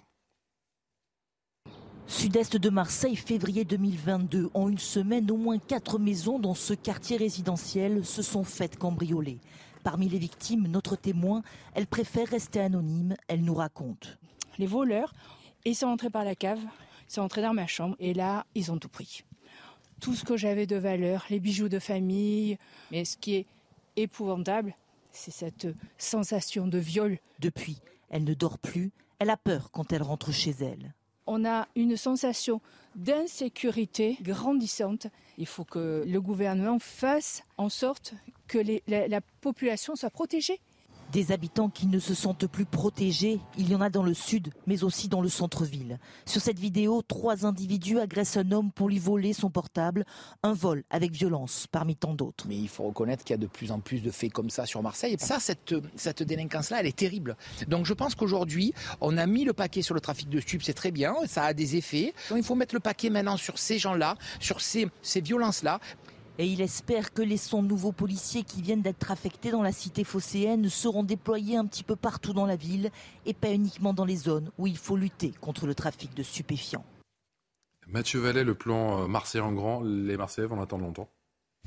Sud-est de Marseille, février deux mille vingt-deux. En une semaine, au moins quatre maisons dans ce quartier résidentiel se sont faites cambrioler. Parmi les victimes, notre témoin, elle préfère rester anonyme. Elle nous raconte. Les voleurs, ils sont entrés par la cave, ils sont entrés dans ma chambre et là, ils ont tout pris. Tout ce que j'avais de valeur, les bijoux de famille, mais ce qui est épouvantable, c'est cette sensation de viol. Depuis, elle ne dort plus, elle a peur quand elle rentre chez elle. On a une sensation d'insécurité grandissante. Il faut que le gouvernement fasse en sorte que les, la, la population soit protégée. Des habitants qui ne se sentent plus protégés, il y en a dans le sud, mais aussi dans le centre-ville. Sur cette vidéo, trois individus agressent un homme pour lui voler son portable. Un vol avec violence, parmi tant d'autres. Mais il faut reconnaître qu'il y a de plus en plus de faits comme ça sur Marseille. Ça, cette, cette délinquance-là, elle est terrible. Donc je pense qu'aujourd'hui, on a mis le paquet sur le trafic de stupes, c'est très bien, ça a des effets. Donc il faut mettre le paquet maintenant sur ces gens-là, sur ces, ces violences-là. Et il espère que les cent nouveaux policiers qui viennent d'être affectés dans la cité phocéenne seront déployés un petit peu partout dans la ville et pas uniquement dans les zones où il faut lutter contre le trafic de stupéfiants. Mathieu Vallet, le plan Marseille en grand, les Marseillais vont l'attendre longtemps.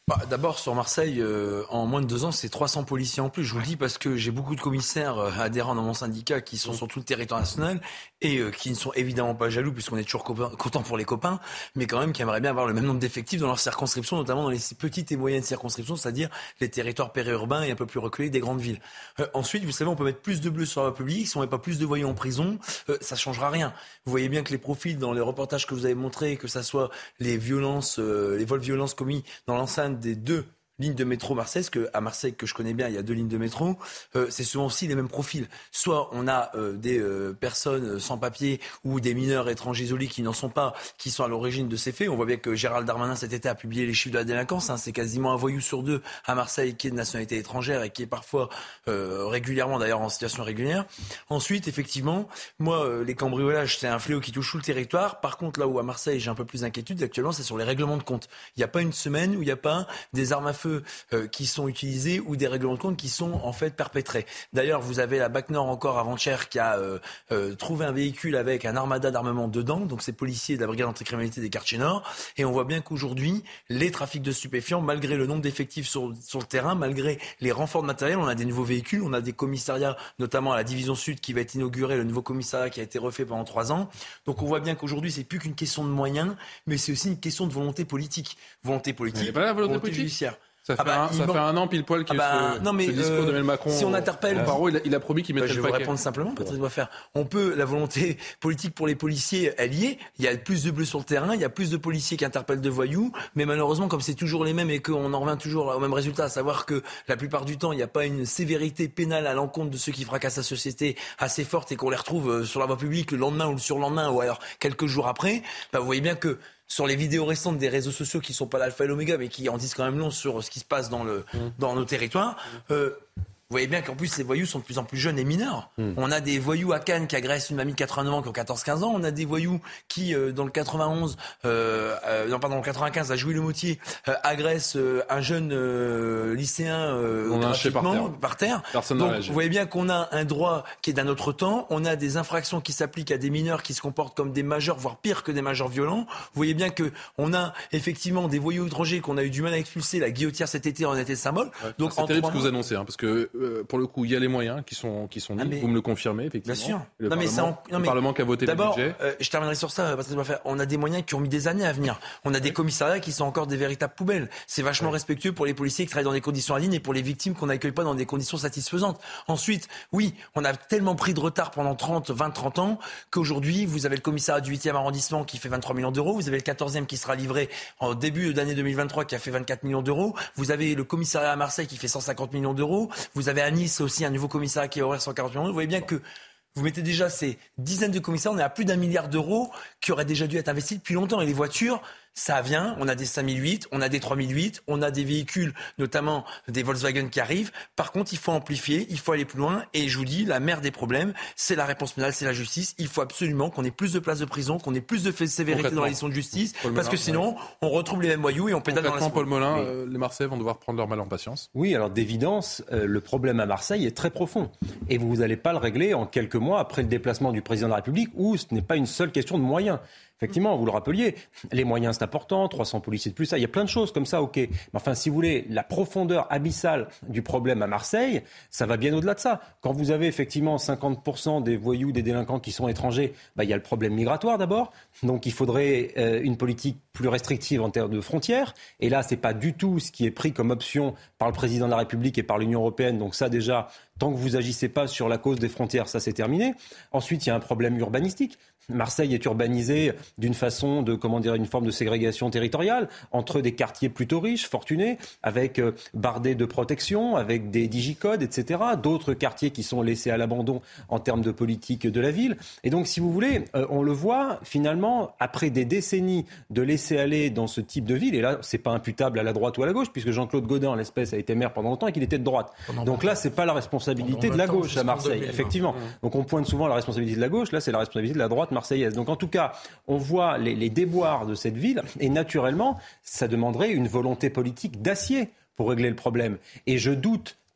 Bah, d'abord, sur Marseille, euh, en moins de deux ans, c'est trois cents policiers en plus. Je vous le dis parce que j'ai beaucoup de commissaires euh, adhérents dans mon syndicat qui sont sur tout le territoire national et euh, qui ne sont évidemment pas jaloux puisqu'on est toujours copains, contents pour les copains, mais quand même qui aimeraient bien avoir le même nombre d'effectifs dans leurs circonscriptions, notamment dans les petites et moyennes circonscriptions, c'est-à-dire les territoires périurbains et un peu plus reculés des grandes villes. Euh, ensuite, vous savez, on peut mettre plus de bleus sur la voie publique, si on met pas plus de voyous en prison, euh, ça changera rien. Vous voyez bien que les profils dans les reportages que vous avez montrés, que ça soit les violences, euh, les vols violences commis dans l'enceinte des deux lignes de métro marseillaise, que à Marseille, que je connais bien, il y a deux lignes de métro, euh, c'est souvent aussi les mêmes profils. Soit on a euh, des euh, personnes sans papier ou des mineurs étrangers isolés qui n'en sont pas, qui sont à l'origine de ces faits. On voit bien que Gérald Darmanin cet été a publié les chiffres de la délinquance. Hein. C'est quasiment un voyou sur deux à Marseille qui est de nationalité étrangère et qui est parfois euh, régulièrement d'ailleurs en situation régulière. Ensuite, effectivement, moi, euh, les cambriolages, c'est un fléau qui touche tout le territoire. Par contre, là où à Marseille j'ai un peu plus d'inquiétude actuellement, c'est sur les règlements de compte. Il n'y a pas une semaine où il n'y a pas des armes à feu Euh, qui sont utilisés ou des règlements de compte qui sont en fait perpétrés. D'ailleurs, vous avez la BAC Nord encore avant-hier qui a euh, euh, trouvé un véhicule avec un armada d'armement dedans, donc c'est policiers de la brigade anticriminalité des quartiers Nord, et on voit bien qu'aujourd'hui, les trafics de stupéfiants, malgré le nombre d'effectifs sur, sur le terrain, malgré les renforts de matériel, on a des nouveaux véhicules, on a des commissariats, notamment à la division Sud qui va être inauguré, le nouveau commissariat qui a été refait pendant trois ans. Donc on voit bien qu'aujourd'hui, c'est plus qu'une question de moyens, mais c'est aussi une question de volonté politique. Volonté politique, pas la volonté volonté politique. judiciaire. Ça, fait, ah bah, un, ça man... fait un an pile poil que ah bah, ce, non mais, ce discours euh, d'Emmanuel Macron. Si on interpelle, au Paro, il, a, il a promis qu'il mettrait bah, le paquet. Je vais répondre simplement, Patrice Boisfer. On peut, la volonté politique pour les policiers, elle y est. Il y a plus de bleus sur le terrain, il y a plus de policiers qui interpellent de voyous, mais malheureusement, comme c'est toujours les mêmes et qu'on en revient toujours au même résultat, à savoir que la plupart du temps, il n'y a pas une sévérité pénale à l'encontre de ceux qui fracassent la société assez forte et qu'on les retrouve sur la voie publique le lendemain ou le surlendemain ou alors quelques jours après, bah, vous voyez bien que sur les vidéos récentes des réseaux sociaux qui ne sont pas l'alpha et l'oméga, mais qui en disent quand même long sur ce qui se passe dans, le, mmh. dans nos territoires, euh, vous voyez bien qu'en plus, les voyous sont de plus en plus jeunes et mineurs. Mmh. On a des voyous à Cannes qui agressent une mamie de quatre-vingt-neuf ans qui ont quatorze quinze ans. On a des voyous qui, euh, dans le quatre-vingt-onze, euh, euh, non, pardon, le quatre-vingt-quinze, à Jouy-le-Moutier, euh, agressent euh, un jeune euh, lycéen euh, gratuitement par terre. Par terre. Donc, vous voyez bien qu'on a un droit qui est d'un autre temps. On a des infractions qui s'appliquent à des mineurs qui se comportent comme des majeurs, voire pire que des majeurs violents. Vous voyez bien que on a effectivement des voyous étrangers qu'on a eu du mal à expulser. La guillotière cet été en était symbole. Ouais. Donc, c'est terrible ce que vous annoncez, hein, parce que Euh, pour le coup, il y a les moyens qui sont qui sont mis. Ah mais... Vous me le confirmez, effectivement. Bien sûr. Le, non, Parlement, mais en... non, le mais... Parlement qui a voté le budget. D'abord, euh, je terminerai sur ça. Parce que on a des moyens qui ont mis des années à venir. On a oui. des commissariats qui sont encore des véritables poubelles. C'est vachement oui. respectueux pour les policiers qui travaillent dans des conditions indignes et pour les victimes qu'on n'accueille pas dans des conditions satisfaisantes. Ensuite, oui, on a tellement pris de retard pendant trente, vingt, trente ans qu'aujourd'hui, vous avez le commissariat du huitième arrondissement qui fait vingt-trois millions d'euros. Vous avez le quatorzième qui sera livré en début d'année deux mille vingt-trois qui a fait vingt-quatre millions d'euros. Vous avez le commissariat à Marseille qui fait cent cinquante millions d'euros. Vous avez à Nice aussi un nouveau commissariat qui aurait cent quarante millions d'euros. Vous voyez bien que vous mettez déjà ces dizaines de commissaires, on est à plus d'un milliard d'euros qui auraient déjà dû être investis depuis longtemps. Et les voitures, ça vient, on a des cinq mille huit, on a des trois mille huit, on a des véhicules, notamment des Volkswagen qui arrivent. Par contre, il faut amplifier, il faut aller plus loin. Et je vous dis, la mère des problèmes, c'est la réponse pénale, c'est la justice. Il faut absolument qu'on ait plus de places de prison, qu'on ait plus de sévérité dans la décision de justice, Paul parce Melun, que sinon, ouais. on retrouve les mêmes voyous et on pédale dans la Paul Melun, euh, les Marseillais vont devoir prendre leur mal en patience. Oui, alors d'évidence, euh, le problème à Marseille est très profond. Et vous n'allez pas le régler en quelques mois après le déplacement du président de la République, où ce n'est pas une seule question de moyens. Effectivement, vous le rappeliez, les moyens c'est important, trois cents policiers de plus, ça, il y a plein de choses comme ça, ok. Mais enfin, si vous voulez, la profondeur abyssale du problème à Marseille, ça va bien au-delà de ça. Quand vous avez effectivement cinquante pour cent des voyous, des délinquants qui sont étrangers, bah, il y a le problème migratoire d'abord. Donc il faudrait euh, une politique plus restrictive en termes de frontières. Et là, c'est pas du tout ce qui est pris comme option par le président de la République et par l'Union européenne. Donc ça déjà, tant que vous agissez pas sur la cause des frontières, ça c'est terminé. Ensuite, il y a un problème urbanistique. Marseille est urbanisée d'une façon de, comment dire, une forme de ségrégation territoriale entre des quartiers plutôt riches, fortunés, avec euh, bardés de protection, avec des digicodes, et cetera. D'autres quartiers qui sont laissés à l'abandon en termes de politique de la ville. Et donc, si vous voulez, euh, on le voit finalement après des décennies de laisser aller dans ce type de ville. Et là, c'est pas imputable à la droite ou à la gauche, puisque Jean-Claude Gaudin, en l'espèce, a été maire pendant longtemps et qu'il était de droite. Donc là, c'est pas la responsabilité de la gauche à Marseille, effectivement. Donc on pointe souvent la responsabilité de la gauche. Là, c'est la responsabilité de la droite marseillaise. Donc en tout cas, on voit les, les déboires de cette ville et naturellement, ça demanderait une volonté politique d'acier pour régler le problème. Et je doute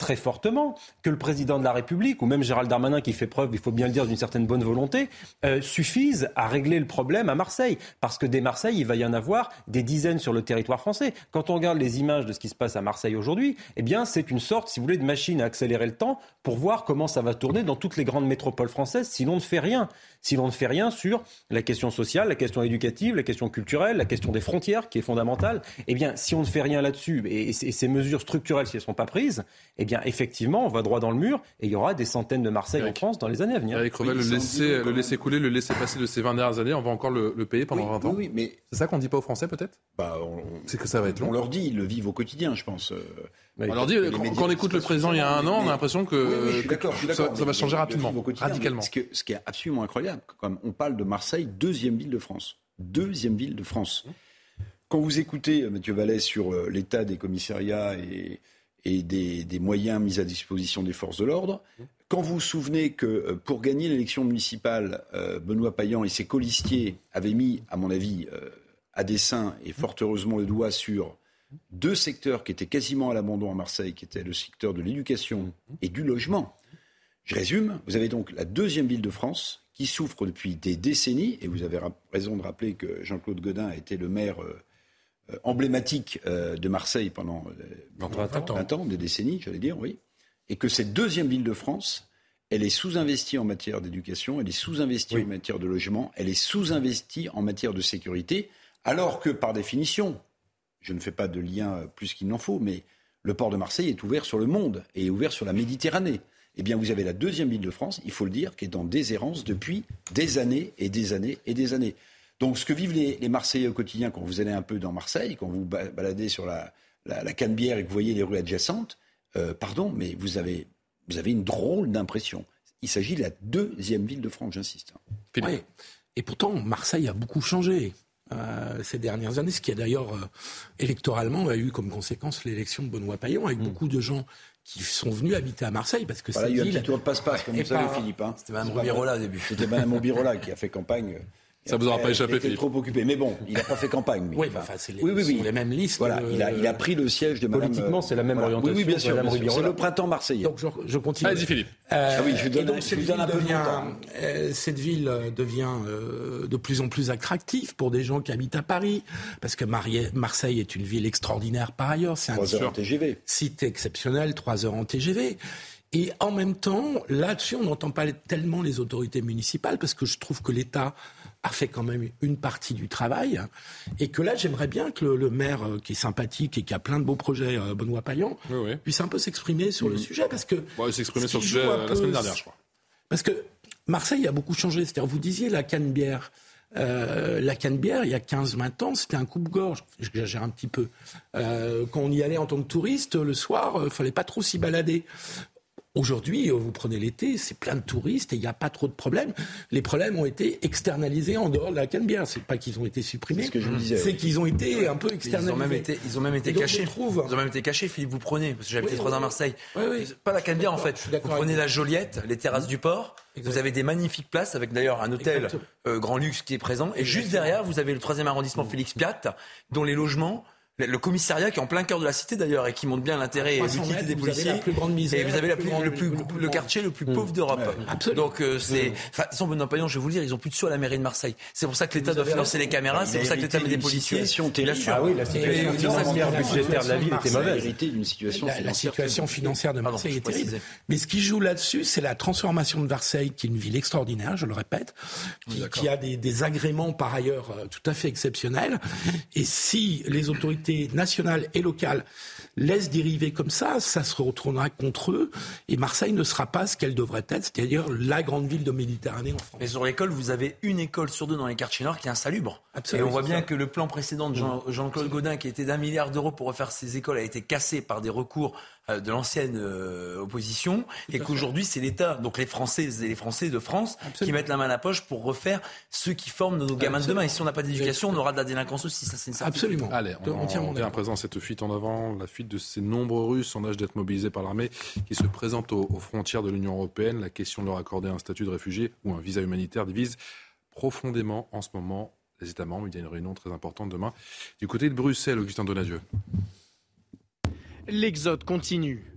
très fortement que le président de la République, ou même Gérald Darmanin qui fait preuve, il faut bien le dire, d'une certaine bonne volonté, euh, suffisent à régler le problème à Marseille. Parce que dès Marseille, il va y en avoir des dizaines sur le territoire français. Quand on regarde les images de ce qui se passe à Marseille aujourd'hui, eh bien, c'est une sorte, si vous voulez, de machine à accélérer le temps pour voir comment ça va tourner dans toutes les grandes métropoles françaises si l'on ne fait rien. Si l'on ne fait rien sur la question sociale, la question éducative, la question culturelle, la question des frontières qui est fondamentale, eh bien, si on ne fait rien là-dessus et, et ces mesures structurelles, si elles ne sont pas prises, eh bien, effectivement, on va droit dans le mur et il y aura des centaines de Marseille Eric. en France dans les années à venir. Eric Revel, oui, le, laisser, le laisser couler, le laisser passer de ces vingt dernières années, on va encore le, le payer pendant oui, vingt ans. Oui, mais... C'est ça qu'on ne dit pas aux Français, peut-être bah, on, C'est que ça va être long. On leur dit, ils le vivent au quotidien, je pense. On leur dit, quand, quand on écoute le président il y a un an, on a l'impression que, oui, oui, je suis d'accord, je suis d'accord, ça, ça va changer rapidement, radicalement. Ce, que, ce qui est absolument incroyable, comme on parle de Marseille, deuxième ville de France. Deuxième ville de France. Quand vous écoutez Mathieu Vallet sur l'état des commissariats et, et des, des moyens mis à disposition des forces de l'ordre, quand vous vous souvenez que pour gagner l'élection municipale, Benoît Payan et ses colistiers avaient mis, à mon avis, à dessein et fort heureusement le doigt sur deux secteurs qui étaient quasiment à l'abandon à Marseille, qui étaient le secteur de l'éducation et du logement. Je résume, vous avez donc la deuxième ville de France qui souffre depuis des décennies, et vous avez raison de rappeler que Jean-Claude Gaudin a été le maire euh, emblématique euh, de Marseille pendant euh, vingt ans, des décennies, j'allais dire, oui, et que cette deuxième ville de France, elle est sous-investie en matière d'éducation, elle est sous-investie oui. en matière de logement, elle est sous-investie en matière de sécurité, alors que, par définition, je ne fais pas de lien plus qu'il n'en faut, mais le port de Marseille est ouvert sur le monde et est ouvert sur la Méditerranée. Eh bien, vous avez la deuxième ville de France, il faut le dire, qui est en déshérence depuis des années et des années et des années. Donc, ce que vivent les, les Marseillais au quotidien, quand vous allez un peu dans Marseille, quand vous baladez sur la, la, la Canebière et que vous voyez les rues adjacentes, euh, pardon, mais vous avez, vous avez une drôle d'impression. Il s'agit de la deuxième ville de France, j'insiste. Oui. Et pourtant, Marseille a beaucoup changé. Euh, ces dernières années, ce qui a d'ailleurs euh, électoralement a eu comme conséquence l'élection de Benoît Payan, avec mmh. beaucoup de gens qui sont venus habiter à Marseille parce que voilà, cette il y a eu ville... un petit tour de passe-passe, comme vous savez, pas... Philippe. Hein. C'était Mme Birola au début. C'était Mme Birola qui a fait campagne. Ça vous aura pas échappé, Philippe. Il était trop occupé, mais bon, il n'a pas fait campagne. Lui. Oui, bah, enfin, c'est les, oui, oui, oui. les mêmes listes. Voilà, euh... il, a, il a pris le siège de Mme... Politiquement, c'est la même voilà. orientation. Oui, oui, bien sûr. Bien sûr. C'est le printemps marseillais. Donc, je, je continue. Allez-y, Philippe. Euh, ah oui, je donne, et donc, je cette, donne ville un peu devient, de euh, cette ville devient euh, de plus en plus attractive pour des gens qui habitent à Paris, parce que Marie- Marseille est une ville extraordinaire par ailleurs. C'est trois heures en T G V. Site exceptionnel, trois heures en T G V. Et en même temps, là-dessus, on n'entend pas tellement les autorités municipales, parce que je trouve que l'État a fait quand même une partie du travail, et que là, j'aimerais bien que le, le maire, euh, qui est sympathique et qui a plein de beaux projets, euh, Benoît Payan, oui, oui. puisse un peu s'exprimer sur mmh. le sujet, parce que... Bon, il s'est exprimé sur le sujet la peu, semaine dernière, je crois. Parce que Marseille a beaucoup changé. C'est-à-dire, vous disiez la Canebière. Euh, la Canebière, il y a quinze vingt ans, c'était un coupe-gorge. J'exagère un petit peu. Euh, quand on y allait en tant que touriste, le soir, il euh, fallait pas trop s'y balader. Aujourd'hui, vous prenez l'été, c'est plein de touristes et il n'y a pas trop de problèmes. Les problèmes ont été externalisés en dehors de la Canebière. C'est pas qu'ils ont été supprimés, c'est, ce que je me disais, c'est qu'ils ont été un peu externalisés. Ils ont même été, ils ont même été cachés. Trouve... Ils ont même été cachés, Philippe, vous prenez, parce que j'habite oui, trois ans à Marseille. Oui, oui. Pas la Canebière en fait. Vous prenez la Joliette, les terrasses du port. Exactement. Vous avez des magnifiques places avec d'ailleurs un hôtel euh, grand luxe qui est présent. Et juste derrière, vous avez le troisième arrondissement Félix Piat, dont les logements... Le commissariat qui est en plein cœur de la cité d'ailleurs et qui montre bien l'intérêt et l'utilité des policiers. Vous avez la plus grande misère, et vous avez la plus, le, plus, le, plus, le quartier le plus pauvre mmh. d'Europe. Ouais, donc euh, c'est, enfin, sans Benoît Payan, je vais vous le dire, ils ont plus de sous à la mairie de Marseille. C'est pour ça que l'État doit financer les caméras, c'est pour ça que l'État met des policiers. Bien sûr. Ah oui, la situation financière budgétaire de la ville était mauvaise. D'une situation la, la situation financière de Marseille est terrible. Mais ce qui joue là-dessus, c'est la transformation de Marseille, qui est une ville extraordinaire, je le répète, qui, qui a des, des agréments par ailleurs tout à fait exceptionnels. Et si les autorités nationales et locales laissent dériver comme ça, ça se retournera contre eux et Marseille ne sera pas ce qu'elle devrait être, c'est-à-dire la grande ville de Méditerranée en France. Mais sur l'école, vous avez une école sur deux dans les quartiers nord qui est insalubre. Absolument. Et on voit bien ça. Que le plan précédent de Jean, Jean-Claude Gaudin, qui était d'un milliard d'euros pour refaire ces écoles, a été cassé par des recours de l'ancienne euh, opposition, tout et qu'aujourd'hui c'est l'État, donc les Françaises et les Français de France, Absolument. Qui mettent la main à la poche pour refaire ceux qui forment nos gamins Absolument. De demain. Et si on n'a pas d'éducation, on aura de la délinquance aussi. Ça, c'est une certitude. Absolument. Allez, on, on, on vient à présent cette fuite en avant, la fuite de ces nombreux Russes en âge d'être mobilisés par l'armée qui se présentent aux, aux frontières de l'Union européenne. La question de leur accorder un statut de réfugié ou un visa humanitaire divise profondément en ce moment les États membres. Il y a une réunion très importante demain du côté de Bruxelles. Augustin Donadieu. L'exode continue.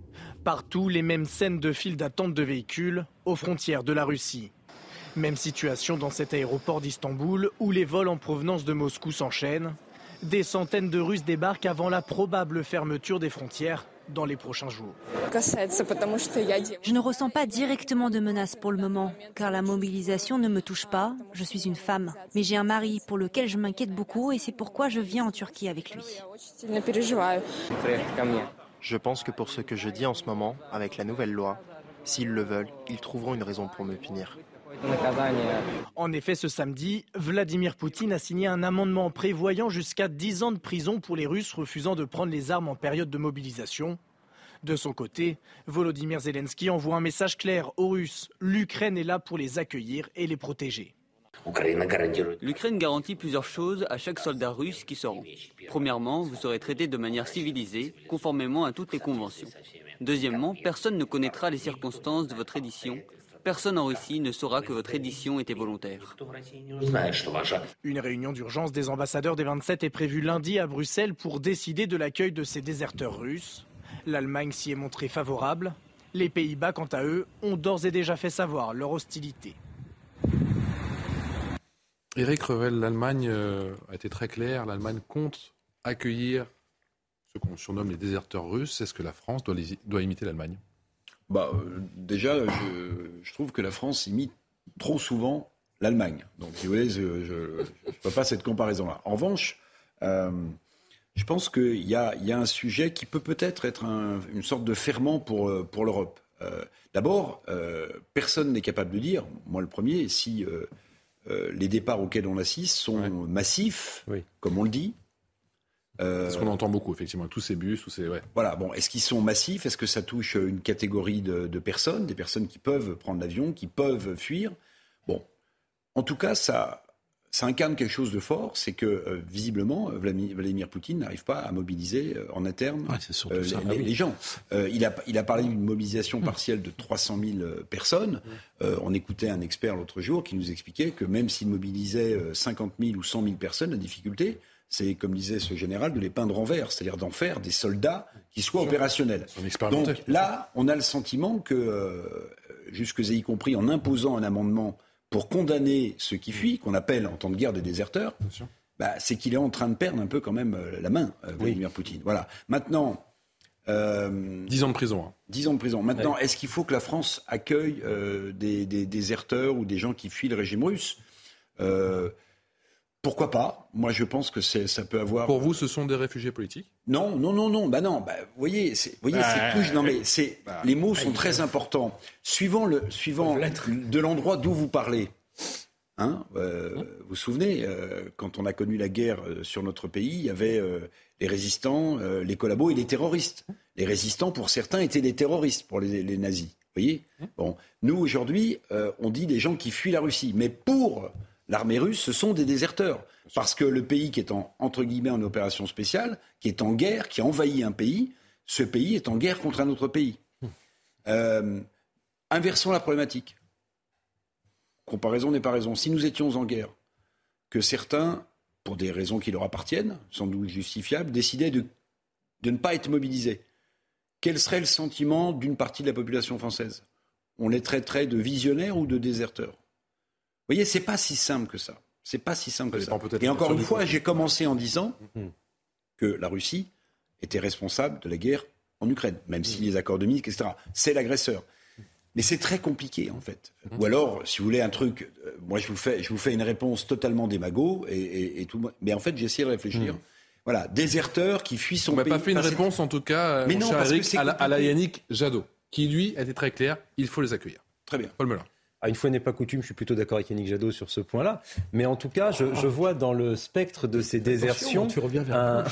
Partout, les mêmes scènes de files d'attente de véhicules aux frontières de la Russie. Même situation dans cet aéroport d'Istanbul où les vols en provenance de Moscou s'enchaînent. Des centaines de Russes débarquent avant la probable fermeture des frontières dans les prochains jours. Je ne ressens pas directement de menace pour le moment, car la mobilisation ne me touche pas. Je suis une femme, mais j'ai un mari pour lequel je m'inquiète beaucoup et c'est pourquoi je viens en Turquie avec lui. Je pense que pour ce que je dis en ce moment, avec la nouvelle loi, s'ils le veulent, ils trouveront une raison pour me punir. En effet, ce samedi, Vladimir Poutine a signé un amendement prévoyant jusqu'à dix ans de prison pour les Russes refusant de prendre les armes en période de mobilisation. De son côté, Volodymyr Zelensky envoie un message clair aux Russes. L'Ukraine est là pour les accueillir et les protéger. L'Ukraine garantit plusieurs choses à chaque soldat russe qui se rend. Premièrement, vous serez traité de manière civilisée, conformément à toutes les conventions. Deuxièmement, personne ne connaîtra les circonstances de votre édition. Personne en Russie ne saura que votre édition était volontaire. Une réunion d'urgence des ambassadeurs des vingt-sept est prévue lundi à Bruxelles pour décider de l'accueil de ces déserteurs russes. L'Allemagne s'y est montrée favorable. Les Pays-Bas, quant à eux, ont d'ores et déjà fait savoir leur hostilité. Éric Revel, l'Allemagne euh, a été très claire. L'Allemagne compte accueillir ce qu'on surnomme les déserteurs russes. Est-ce que la France doit, les, doit imiter l'Allemagne ? Bah, euh, déjà, je, je trouve que la France imite trop souvent l'Allemagne. Donc, si vous voulez, je ne fais pas cette comparaison-là. En revanche, euh, je pense qu'il y a, il y a un sujet qui peut peut-être être un, une sorte de ferment pour, pour l'Europe. Euh, d'abord, euh, personne n'est capable de dire, moi le premier, si euh, euh, les départs auxquels on assiste sont ouais. massifs, oui. comme on le dit. Euh, c'est ce qu'on entend beaucoup, effectivement, tous ces bus, tous ces... Ouais. Voilà, bon, est-ce qu'ils sont massifs ? Est-ce que ça touche une catégorie de, de personnes, des personnes qui peuvent prendre l'avion, qui peuvent fuir ? Bon, en tout cas, ça, ça incarne quelque chose de fort, c'est que, euh, visiblement, Vladimir Poutine n'arrive pas à mobiliser euh, en interne ouais, c'est euh, ça. les, Ah, oui. les gens. Euh, il, a, il a parlé d'une mobilisation partielle de trois cent mille personnes. Euh, on écoutait un expert l'autre jour qui nous expliquait que même s'il mobilisait cinquante mille ou cent mille personnes, la difficulté... c'est, comme disait ce général, de les peindre en vert, c'est-à-dire d'en faire des soldats qui soient opérationnels. Donc là, on a le sentiment que, euh, jusque et y compris en imposant un amendement pour condamner ceux qui fuient, qu'on appelle en temps de guerre des déserteurs, bah, c'est qu'il est en train de perdre un peu quand même la main, euh, Vladimir oui. Poutine. Voilà. Maintenant... Euh, dix ans de prison. Hein. dix ans de prison. Maintenant, ouais. est-ce qu'il faut que la France accueille euh, des, des déserteurs ou des gens qui fuient le régime russe ? euh, Pourquoi pas ? Moi, je pense que c'est, ça peut avoir... Pour vous, ce sont des réfugiés politiques ? Non, non, non, non. Bah non. Bah, vous voyez, c'est, vous voyez, bah, c'est tout. Non, mais c'est bah, les mots sont très importants. Suivant le, suivant de l'endroit d'où vous parlez. Hein, euh, vous vous souvenez, euh, quand on a connu la guerre euh, sur notre pays, il y avait euh, les résistants, euh, les collabos et les terroristes. Les résistants, pour certains, étaient des terroristes pour les, les nazis. Vous voyez ? Bon, nous aujourd'hui, euh, on dit des gens qui fuient la Russie, mais pour l'armée russe, ce sont des déserteurs. Parce que le pays qui est en, entre guillemets en opération spéciale, qui est en guerre, qui a envahi un pays, ce pays est en guerre contre un autre pays. Euh, inversons la problématique. Comparaison n'est pas raison. Si nous étions en guerre, que certains, pour des raisons qui leur appartiennent, sans doute justifiables, décidaient de, de ne pas être mobilisés, quel serait le sentiment d'une partie de la population française ? On les traiterait de visionnaires ou de déserteurs ? Vous voyez, c'est pas si simple que ça. C'est pas si simple ça que ça. Et encore une fois, j'ai commencé en disant que la Russie était responsable de la guerre en Ukraine, même si les accords de Minsk, et cetera. C'est l'agresseur. Mais c'est très compliqué, en fait. Ou alors, si vous voulez un truc, euh, moi je vous fais, je vous fais une réponse totalement démago et, et, et tout. Mais en fait, j'ai essayé de réfléchir. Mmh. Voilà, déserteur qui fuit son pays. On m'a m'a pas fait une enfin, réponse, en tout cas, mais mon non, cher parce Eric, que c'est à, la, à la Yannick Jadot, qui lui a été très clair, il faut les accueillir. Très bien. Paul Melun. Ah, une fois n'est pas coutume, je suis plutôt d'accord avec Yannick Jadot sur ce point-là. Mais en tout cas, je, je vois dans le spectre de ces désertions... Tu reviens vers un...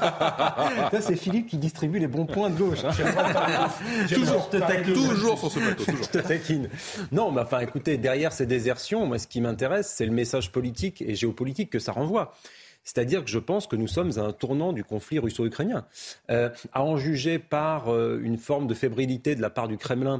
Là, c'est Philippe qui distribue les bons points de gauche. Hein. toujours, te taquine. Toujours sur ce plateau. Toujours. Je te taquine. Non, mais enfin, écoutez, derrière ces désertions, moi, ce qui m'intéresse, c'est le message politique et géopolitique que ça renvoie. C'est-à-dire que je pense que nous sommes à un tournant du conflit russo-ukrainien. Euh, à en juger par euh, une forme de fébrilité de la part du Kremlin,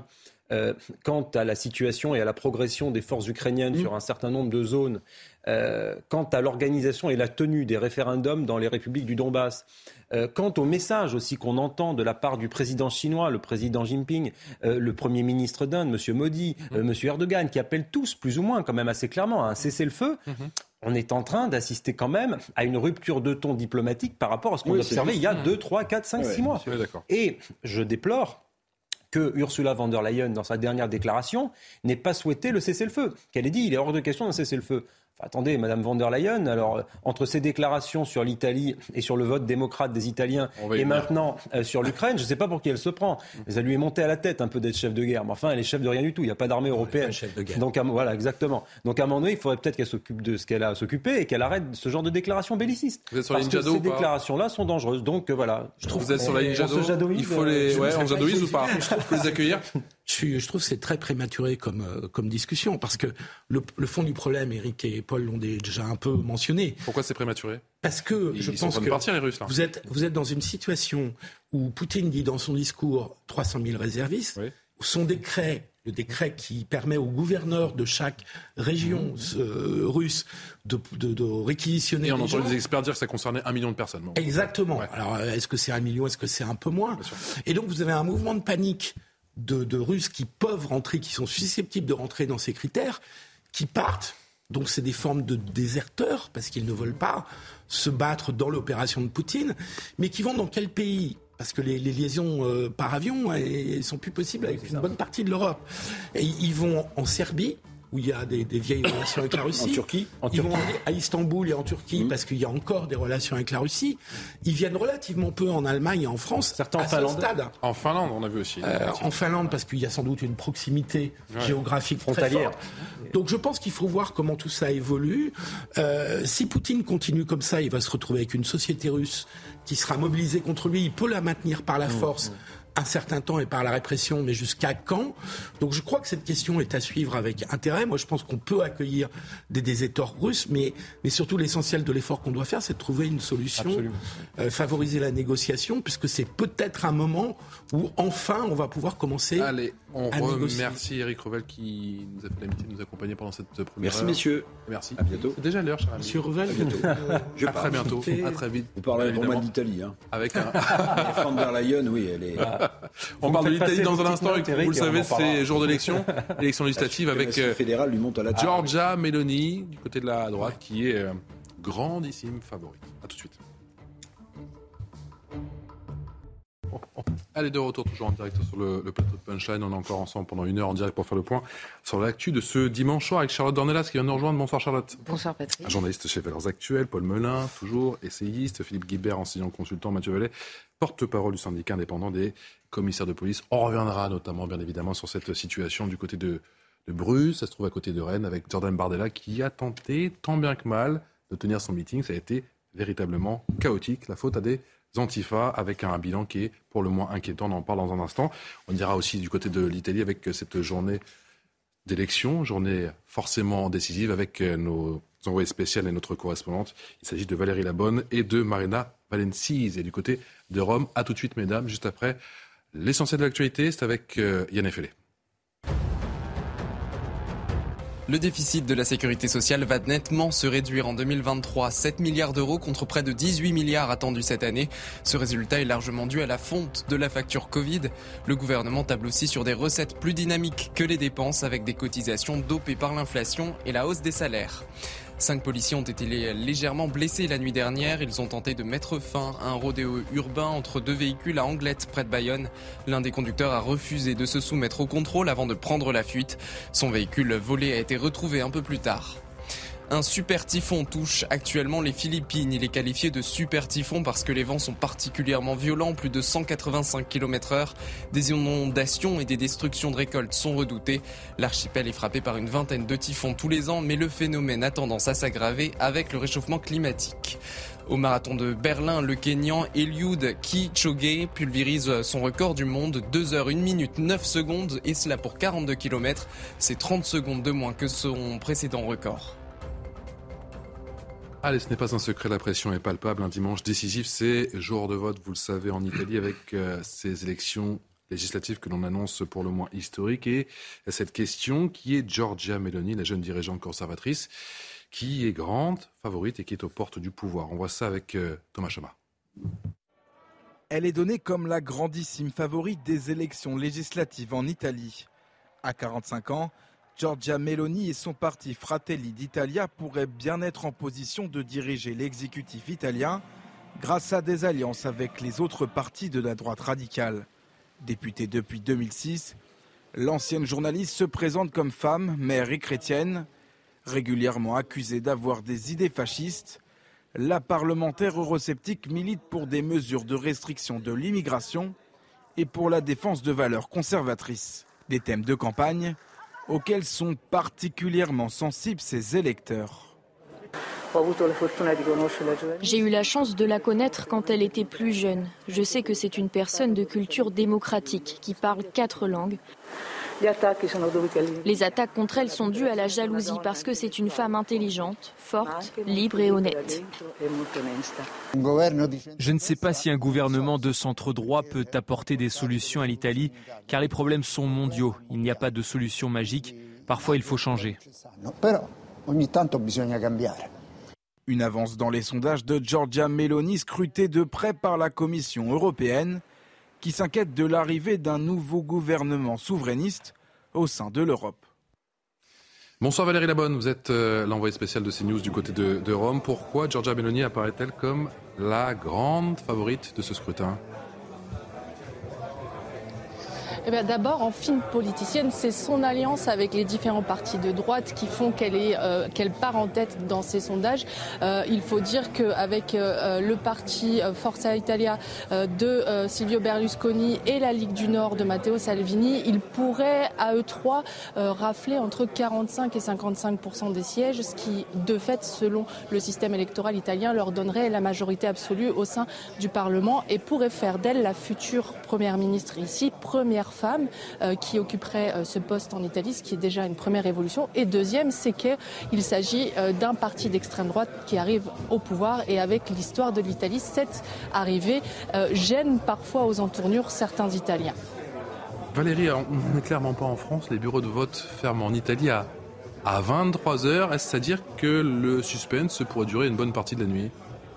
euh, quant à la situation et à la progression des forces ukrainiennes mmh. sur un certain nombre de zones, euh, quant à l'organisation et la tenue des référendums dans les républiques du Donbass, euh, quant au message aussi qu'on entend de la part du président chinois, le président Jinping, euh, le premier ministre d'Inde, M. Modi, mmh. euh, M. Erdogan, qui appellent tous plus ou moins quand même assez clairement à un cessez-le-feu, mmh. on est en train d'assister quand même à une rupture de ton diplomatique par rapport à ce qu'on oui, observait il y a deux, trois, quatre, cinq, six mois. Ouais, et je déplore que Ursula von der Leyen, dans sa dernière déclaration, n'ait pas souhaité le cessez-le-feu. Qu'elle ait dit il est hors de question d'un cessez-le-feu. Enfin, attendez, Madame von der Leyen, alors entre ses déclarations sur l'Italie et sur le vote démocrate des Italiens et maintenant euh, sur l'Ukraine, je ne sais pas pour qui elle se prend. Mais ça lui est monté à la tête un peu d'être chef de guerre. Mais enfin, elle est chef de rien du tout. Il n'y a pas d'armée européenne. Chef de guerre. Donc à, voilà, exactement. Donc à un moment donné, il faudrait peut-être qu'elle s'occupe de ce qu'elle a à s'occuper et qu'elle arrête ce genre de déclarations bellicistes. Vous êtes sur Parce la que Jadot ces déclarations-là sont dangereuses. Donc euh, voilà. Je trouve vous êtes sur la ligne Jadot. Il faut les, ouais, on jadoise ou pas? Je trouve faut les accueillir. Je, je trouve que c'est très prématuré comme, euh, comme discussion, parce que le, le fond du problème, Eric et Paul l'ont déjà un peu mentionné. Pourquoi c'est prématuré? Parce que Ils je sont pense en train de que partir, les Russes, là. Vous, êtes, vous êtes dans une situation où Poutine dit dans son discours trois cent mille réservistes, oui. Son décret, le décret qui permet aux gouverneurs de chaque région mmh. euh, russe de, de, de réquisitionner. Et on entend des experts dire que ça concernait un million de personnes. Bon. Exactement. Ouais. Alors, est-ce que c'est un million, est-ce que c'est un peu moins? Et donc, vous avez un mouvement de panique de, de Russes qui peuvent rentrer, qui sont susceptibles de rentrer dans ces critères, qui partent. Donc, c'est des formes de déserteurs, parce qu'ils ne veulent pas se battre dans l'opération de Poutine, mais qui vont dans quel pays? Parce que les, les liaisons euh, par avion elles sont plus possibles avec une bonne partie de l'Europe. Et ils vont en Serbie, où il y a des, des vieilles relations avec la Russie. En Turquie. En Ils Turquie. vont aller à Istanbul et en Turquie, mmh. parce qu'il y a encore des relations avec la Russie. Ils viennent relativement peu en Allemagne et en France. Certains en Finlande. Stade. En Finlande, on a vu aussi. Euh, en Finlande, parce qu'il y a sans doute une proximité ouais. géographique frontalière. Donc je pense qu'il faut voir comment tout ça évolue. Euh, si Poutine continue comme ça, il va se retrouver avec une société russe qui sera mobilisée contre lui. Il peut la maintenir par la force. Mmh. un certain temps et par la répression, mais jusqu'à quand? Donc je crois que cette question est à suivre avec intérêt. Moi, je pense qu'on peut accueillir des déserteurs russes, mais, mais surtout l'essentiel de l'effort qu'on doit faire, c'est de trouver une solution, euh, favoriser la négociation, puisque c'est peut-être un moment où enfin on va pouvoir commencer Allez, on à négocier. remercie Eric Revel qui nous a fait l'amitié de nous accompagner pendant cette première Merci heure. messieurs. Merci. À bientôt. C'est déjà l'heure, cher ami. Monsieur Revel, à bientôt. Je à très bientôt. À très vite. Vous parlez vraiment d'Italie. Hein. Avec un... von der Leyen, oui, elle est... On parle de l'Italie dans un instant, vous le savez, c'est jour d'élection, élection législative avec fédérale lui monte à la Giorgia Meloni, du côté de la droite, qui est euh, grandissime favorite. A tout de suite. Allez, de retour toujours en direct sur le, le plateau de Punchline. On est encore ensemble pendant une heure en direct pour faire le point sur l'actu de ce dimanche soir avec Charlotte Dornelas qui vient nous rejoindre. Bonsoir Charlotte. Bonsoir Patrick. Un journaliste chez Valeurs Actuelles, Paul Melun, toujours essayiste, Philippe Guibert, enseignant consultant, Mathieu Vallet, porte-parole du syndicat indépendant des commissaires de police. On reviendra notamment, bien évidemment, sur cette situation du côté de, de Bruges, ça se trouve à côté de Rennes, avec Jordan Bardella qui a tenté, tant bien que mal, de tenir son meeting. Ça a été véritablement chaotique. La faute à des Antifa, avec un bilan qui est pour le moins inquiétant. On en parle dans un instant. On ira aussi du côté de l'Italie avec cette journée d'élection, journée forcément décisive avec nos envoyés spéciaux et notre correspondante. Il s'agit de Valérie Labonne et de Marina Valencise. Et du côté de Rome, à tout de suite mesdames, juste après l'essentiel de l'actualité, c'est avec euh, Yann Effelé. Le déficit de la sécurité sociale va nettement se réduire en deux mille vingt-trois, sept milliards d'euros contre près de dix-huit milliards attendus cette année. Ce résultat est largement dû à la fonte de la facture Covid. Le gouvernement table aussi sur des recettes plus dynamiques que les dépenses avec des cotisations dopées par l'inflation et la hausse des salaires. Cinq policiers ont été légèrement blessés la nuit dernière. Ils ont tenté de mettre fin à un rodéo urbain entre deux véhicules à Anglette, près de Bayonne. L'un des conducteurs a refusé de se soumettre au contrôle avant de prendre la fuite. Son véhicule volé a été retrouvé un peu plus tard. Un super typhon touche actuellement les Philippines. Il est qualifié de super typhon parce que les vents sont particulièrement violents, plus de cent quatre-vingt-cinq kilomètres heure. Des inondations et des destructions de récoltes sont redoutées. L'archipel est frappé par une vingtaine de typhons tous les ans, mais le phénomène a tendance à s'aggraver avec le réchauffement climatique. Au marathon de Berlin, le Kényan Eliud Kipchoge pulvérise son record du monde, deux heures, une minute, neuf secondes, et cela pour quarante-deux kilomètres. C'est trente secondes de moins que son précédent record. Allez, ce n'est pas un secret, la pression est palpable. Un dimanche décisif, c'est jour de vote, vous le savez, en Italie, avec euh, ces élections législatives que l'on annonce pour le moins historiques. Et cette question qui est Giorgia Meloni, la jeune dirigeante conservatrice, qui est grande favorite et qui est aux portes du pouvoir. On voit ça avec euh, Thomas Chama. Elle est donnée comme la grandissime favorite des élections législatives en Italie. À quarante-cinq ans, Giorgia Meloni et son parti Fratelli d'Italia pourraient bien être en position de diriger l'exécutif italien grâce à des alliances avec les autres partis de la droite radicale. Députée depuis deux mille six, l'ancienne journaliste se présente comme femme, mère et chrétienne. Régulièrement accusée d'avoir des idées fascistes, la parlementaire eurosceptique milite pour des mesures de restriction de l'immigration et pour la défense de valeurs conservatrices. Des thèmes de campagne auxquels sont particulièrement sensibles ses électeurs. J'ai eu la chance de la connaître quand elle était plus jeune. Je sais que c'est une personne de culture démocratique qui parle quatre langues. Les attaques contre elle sont dues à la jalousie parce que c'est une femme intelligente, forte, libre et honnête. Je ne sais pas si un gouvernement de centre-droit peut apporter des solutions à l'Italie, car les problèmes sont mondiaux. Il n'y a pas de solution magique. Parfois, il faut changer. Une avance dans les sondages de Giorgia Meloni, scrutée de près par la Commission européenne, qui s'inquiète de l'arrivée d'un nouveau gouvernement souverainiste au sein de l'Europe. Bonsoir Valérie Labonne, vous êtes euh, l'envoyée spéciale de CNews du côté de, de Rome. Pourquoi Giorgia Meloni apparaît-elle comme la grande favorite de ce scrutin ? Eh bien, d'abord, en fine politicienne, c'est son alliance avec les différents partis de droite qui font qu'elle est, euh, qu'elle part en tête dans ces sondages. Euh, il faut dire qu'avec euh, le parti euh, Forza Italia euh, de euh, Silvio Berlusconi et la Ligue du Nord de Matteo Salvini, ils pourraient à eux trois euh, rafler entre quarante-cinq et cinquante-cinq pour cent des sièges, ce qui, de fait, selon le système électoral italien, leur donnerait la majorité absolue au sein du Parlement et pourrait faire d'elle la future première ministre ici, première femme euh, qui occuperait euh, ce poste en Italie, ce qui est déjà une première évolution. Et deuxième, c'est qu'il s'agit euh, d'un parti d'extrême droite qui arrive au pouvoir et avec l'histoire de l'Italie, cette arrivée euh, gêne parfois aux entournures certains Italiens. Valérie, on n'est clairement pas en France. Les bureaux de vote ferment en Italie à, à vingt-trois heures. Est-ce à dire que le suspense pourrait durer une bonne partie de la nuit ?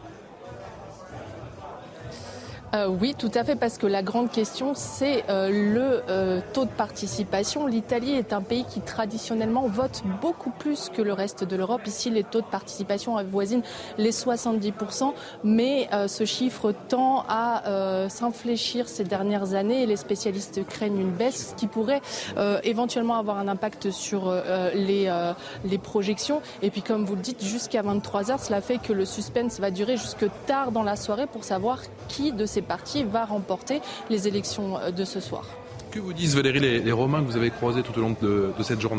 Euh, oui, tout à fait, parce que la grande question, c'est euh, le euh, taux de participation. L'Italie est un pays qui, traditionnellement, vote beaucoup plus que le reste de l'Europe. Ici, les taux de participation avoisinent les soixante-dix pour cent, mais euh, ce chiffre tend à euh, s'infléchir ces dernières années et les spécialistes craignent une baisse, ce qui pourrait euh, éventuellement avoir un impact sur euh, les, euh, les projections. Et puis, comme vous le dites, jusqu'à vingt-trois heures, cela fait que le suspense va durer jusque tard dans la soirée pour savoir qui de ces parti va remporter les élections de ce soir. Que vous disent Valérie les, les Romains que vous avez croisés tout au long de, de cette journée ?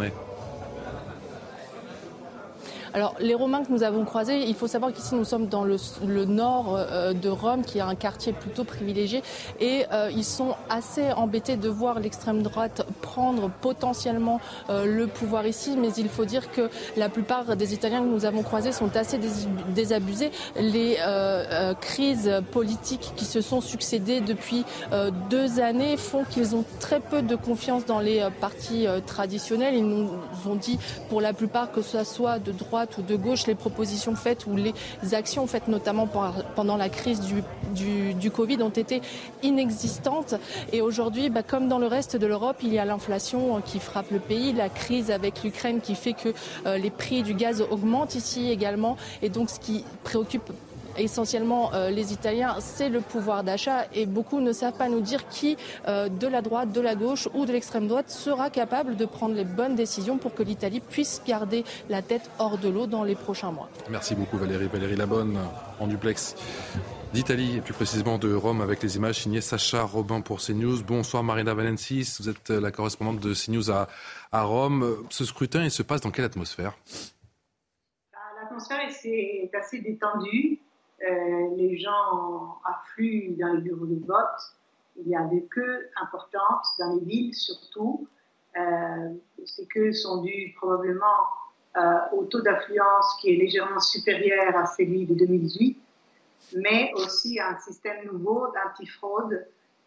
Alors, les Romains que nous avons croisés, il faut savoir qu'ici nous sommes dans le, le nord euh, de Rome, qui est un quartier plutôt privilégié, et euh, ils sont assez embêtés de voir l'extrême droite prendre potentiellement euh, le pouvoir ici, mais il faut dire que la plupart des Italiens que nous avons croisés sont assez dés- désabusés. Les euh, euh, crises politiques qui se sont succédées depuis euh, deux années font qu'ils ont très peu de confiance dans les euh, partis euh, traditionnels. Ils nous ont dit pour la plupart que ce soit de droite ou de gauche, les propositions faites ou les actions faites notamment pendant la crise du, du, du Covid ont été inexistantes. Et aujourd'hui, bah, comme dans le reste de l'Europe, il y a l'inflation qui frappe le pays, la crise avec l'Ukraine qui fait que euh, les prix du gaz augmentent ici également. Et donc ce qui préoccupe essentiellement euh, les Italiens, c'est le pouvoir d'achat et beaucoup ne savent pas nous dire qui euh, de la droite, de la gauche ou de l'extrême droite sera capable de prendre les bonnes décisions pour que l'Italie puisse garder la tête hors de l'eau dans les prochains mois. Merci beaucoup Valérie. Valérie Labonne en duplex d'Italie et plus précisément de Rome avec les images signées Sacha Robin pour CNews. Bonsoir Marina Valensis, vous êtes la correspondante de CNews à, à Rome. Ce scrutin, il se passe dans quelle atmosphère ? L'atmosphère est assez détendue. Euh, les gens affluent dans les bureaux de vote. Il y a des queues importantes dans les villes surtout. Euh, ces queues sont dues probablement euh, au taux d'affluence qui est légèrement supérieur à celui de deux mille dix-huit, mais aussi à un système nouveau d'antifraude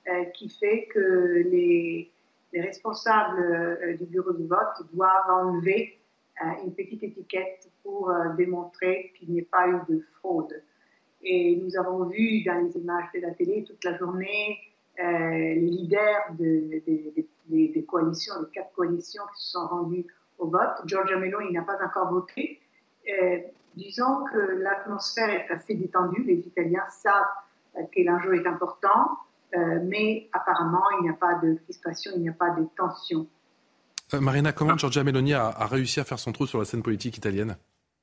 euh, qui fait que les, les responsables euh, du bureau de vote doivent enlever euh, une petite étiquette pour euh, démontrer qu'il n'y a pas eu de fraude. Et nous avons vu dans les images de la télé toute la journée euh, les leaders de, de, de, de, des coalitions, les quatre coalitions qui se sont rendus au vote. Giorgia Meloni n'a pas encore voté. Euh, disons que l'atmosphère est assez détendue. Les Italiens savent euh, que l'enjeu est important, euh, mais apparemment, il n'y a pas de crispation, il n'y a pas de tension. Euh, Marina, comment Giorgia Meloni a, a réussi à faire son trou sur la scène politique italienne ?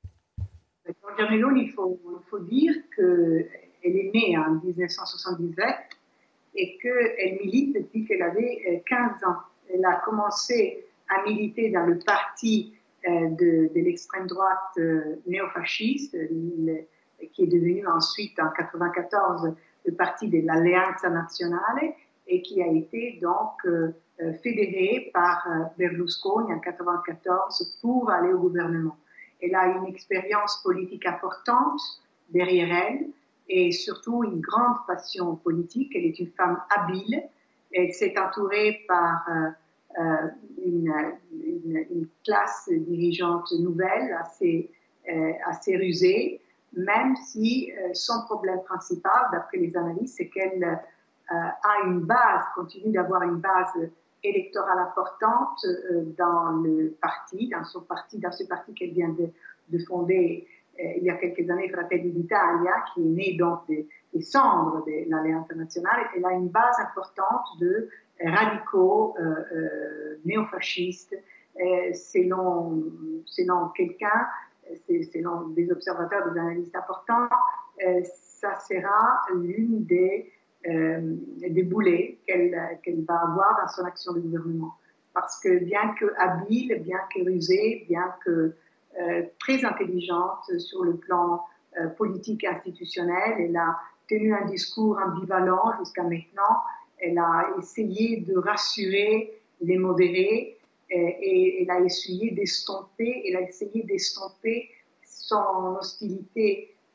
Giorgia Meloni, il faut, il faut dire qu'elle est née en dix-neuf cent soixante-dix-sept et qu'elle milite depuis qu'elle avait quinze ans. Elle a commencé à militer dans le parti euh, de, de l'extrême droite euh, néofasciste, le, qui est devenu ensuite en quatre-vingt-quatorze le parti de l'Alleanza Nazionale et qui a été donc euh, fédéré par euh, Berlusconi en quatre-vingt-quatorze pour aller au gouvernement. Elle a une expérience politique importante derrière elle et surtout une grande passion politique. Elle est une femme habile. Elle s'est entourée par euh, euh, une, une, une classe dirigeante nouvelle, assez, euh, assez rusée, même si euh, son problème principal, d'après les analystes, c'est qu'elle euh, a une base, continue d'avoir une base électorale importante euh, dans le parti, dans son parti, dans ce parti qu'elle vient de, de fonder euh, il y a quelques années, Fratelli d'Italia, qui est né donc des, des cendres de l'Alleanza Nazionale. Elle a une base importante de radicaux, euh, euh, néofascistes, euh, selon, selon quelqu'un, c'est, selon des observateurs, des analystes importants, euh, ça sera l'une des Euh, des boulets qu'elle, qu'elle va avoir dans son action de gouvernement. Parce que bien que habile, bien que rusée, bien que euh, très intelligente sur le plan euh, politique et institutionnel, elle a tenu un discours ambivalent jusqu'à maintenant. Elle a essayé de rassurer les modérés et, et elle a essayé d'estomper, elle a essayé d'estomper son hostilité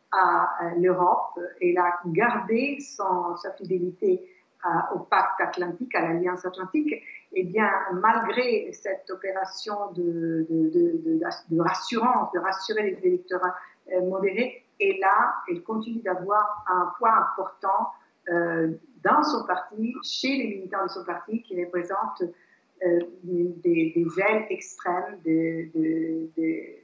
à l'Europe. Elle a gardé son, sa fidélité à, au pacte atlantique, à l'Alliance atlantique. Et bien, malgré cette opération de, de, de, de, de rassurance, de rassurer les électeurs euh, modérés, et là, elle continue d'avoir un poids important euh, dans son parti, chez les militants de son parti, qui représentent euh, des, des ailes extrêmes de, de, de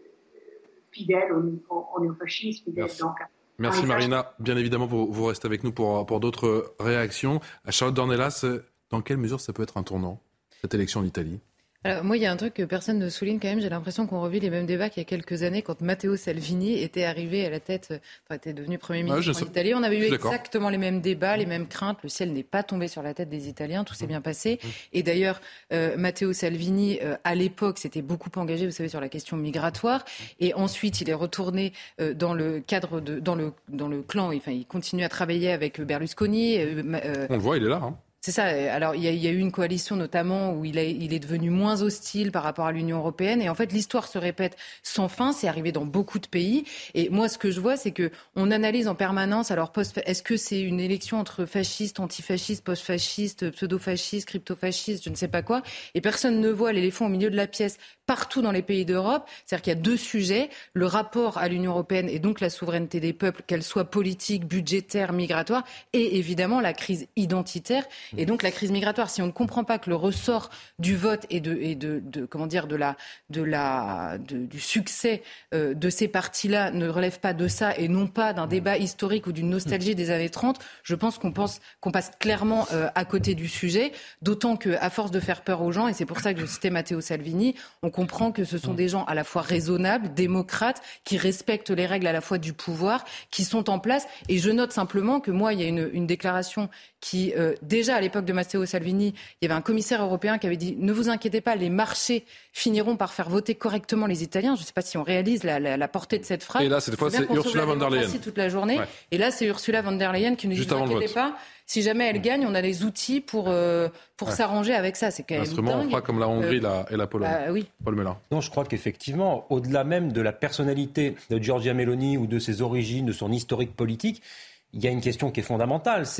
fidèles au, au, au néofascisme, fidèles Merci. donc. Merci Marina. Bien évidemment, vous, vous restez avec nous pour, pour d'autres réactions. À Charlotte Dornelas, dans quelle mesure ça peut être un tournant, cette élection en Italie ? Alors, moi, il y a un truc que personne ne souligne quand même. J'ai l'impression qu'on revit les mêmes débats qu'il y a quelques années quand Matteo Salvini était arrivé à la tête, enfin, était devenu Premier ministre ah, en Italie. On avait eu exactement les mêmes débats, les mêmes craintes. Le ciel n'est pas tombé sur la tête des Italiens. Tout s'est mmh. bien passé. Mmh. Et d'ailleurs, euh, Matteo Salvini, euh, à l'époque, s'était beaucoup engagé, vous savez, sur la question migratoire. Et ensuite, il est retourné euh, dans le cadre de, dans le, dans le clan. Enfin, il continue à travailler avec Berlusconi. Euh, euh, On le voit, il est là, hein. C'est ça. Alors, il y, a, il y a eu une coalition notamment où il, a, il est devenu moins hostile par rapport à l'Union européenne. Et en fait, l'histoire se répète sans fin. C'est arrivé dans beaucoup de pays. Et moi, ce que je vois, c'est que on analyse en permanence. Alors, post, est-ce que c'est une élection entre fascistes, antifascistes, post-fascistes, pseudo-fascistes, crypto-fascistes, je ne sais pas quoi. Et personne ne voit l'éléphant au milieu de la pièce partout dans les pays d'Europe. C'est-à-dire qu'il y a deux sujets. Le rapport à l'Union européenne et donc la souveraineté des peuples, qu'elle soit politique, budgétaire, migratoire, et évidemment la crise identitaire. Et donc la crise migratoire, si on ne comprend pas que le ressort du vote et de, et de, de comment dire, de la, de la, de, du succès euh, de ces partis-là ne relève pas de ça et non pas d'un débat historique ou d'une nostalgie des années trente, je pense qu'on pense qu'on passe clairement euh, à côté du sujet. D'autant que, à force de faire peur aux gens, et c'est pour ça que je citais Matteo Salvini, on comprend que ce sont des gens à la fois raisonnables, démocrates, qui respectent les règles à la fois du pouvoir, qui sont en place. Et je note simplement que moi, il y a une, une déclaration qui, euh, déjà à l'époque de Matteo Salvini, il y avait un commissaire européen qui avait dit « Ne vous inquiétez pas, les marchés finiront par faire voter correctement les Italiens ». Je ne sais pas si on réalise la, la, la portée de cette phrase. Et là, cette fois, c'est Ursula von der Leyen. Toute la journée. Ouais. Et là, c'est Ursula von der Leyen qui nous dit « Ne vous inquiétez pas, si jamais elle gagne, on a les outils pour, euh, pour ouais. s'arranger avec ça ». C'est quand même Instrument, dingue. On fera comme la Hongrie euh, la, et la Pologne. Bah, oui. Paul Melun. Non, je crois qu'effectivement, au-delà même de la personnalité de Giorgia Meloni ou de ses origines, de son historique politique, il y a une question qui est fondamentale, c'est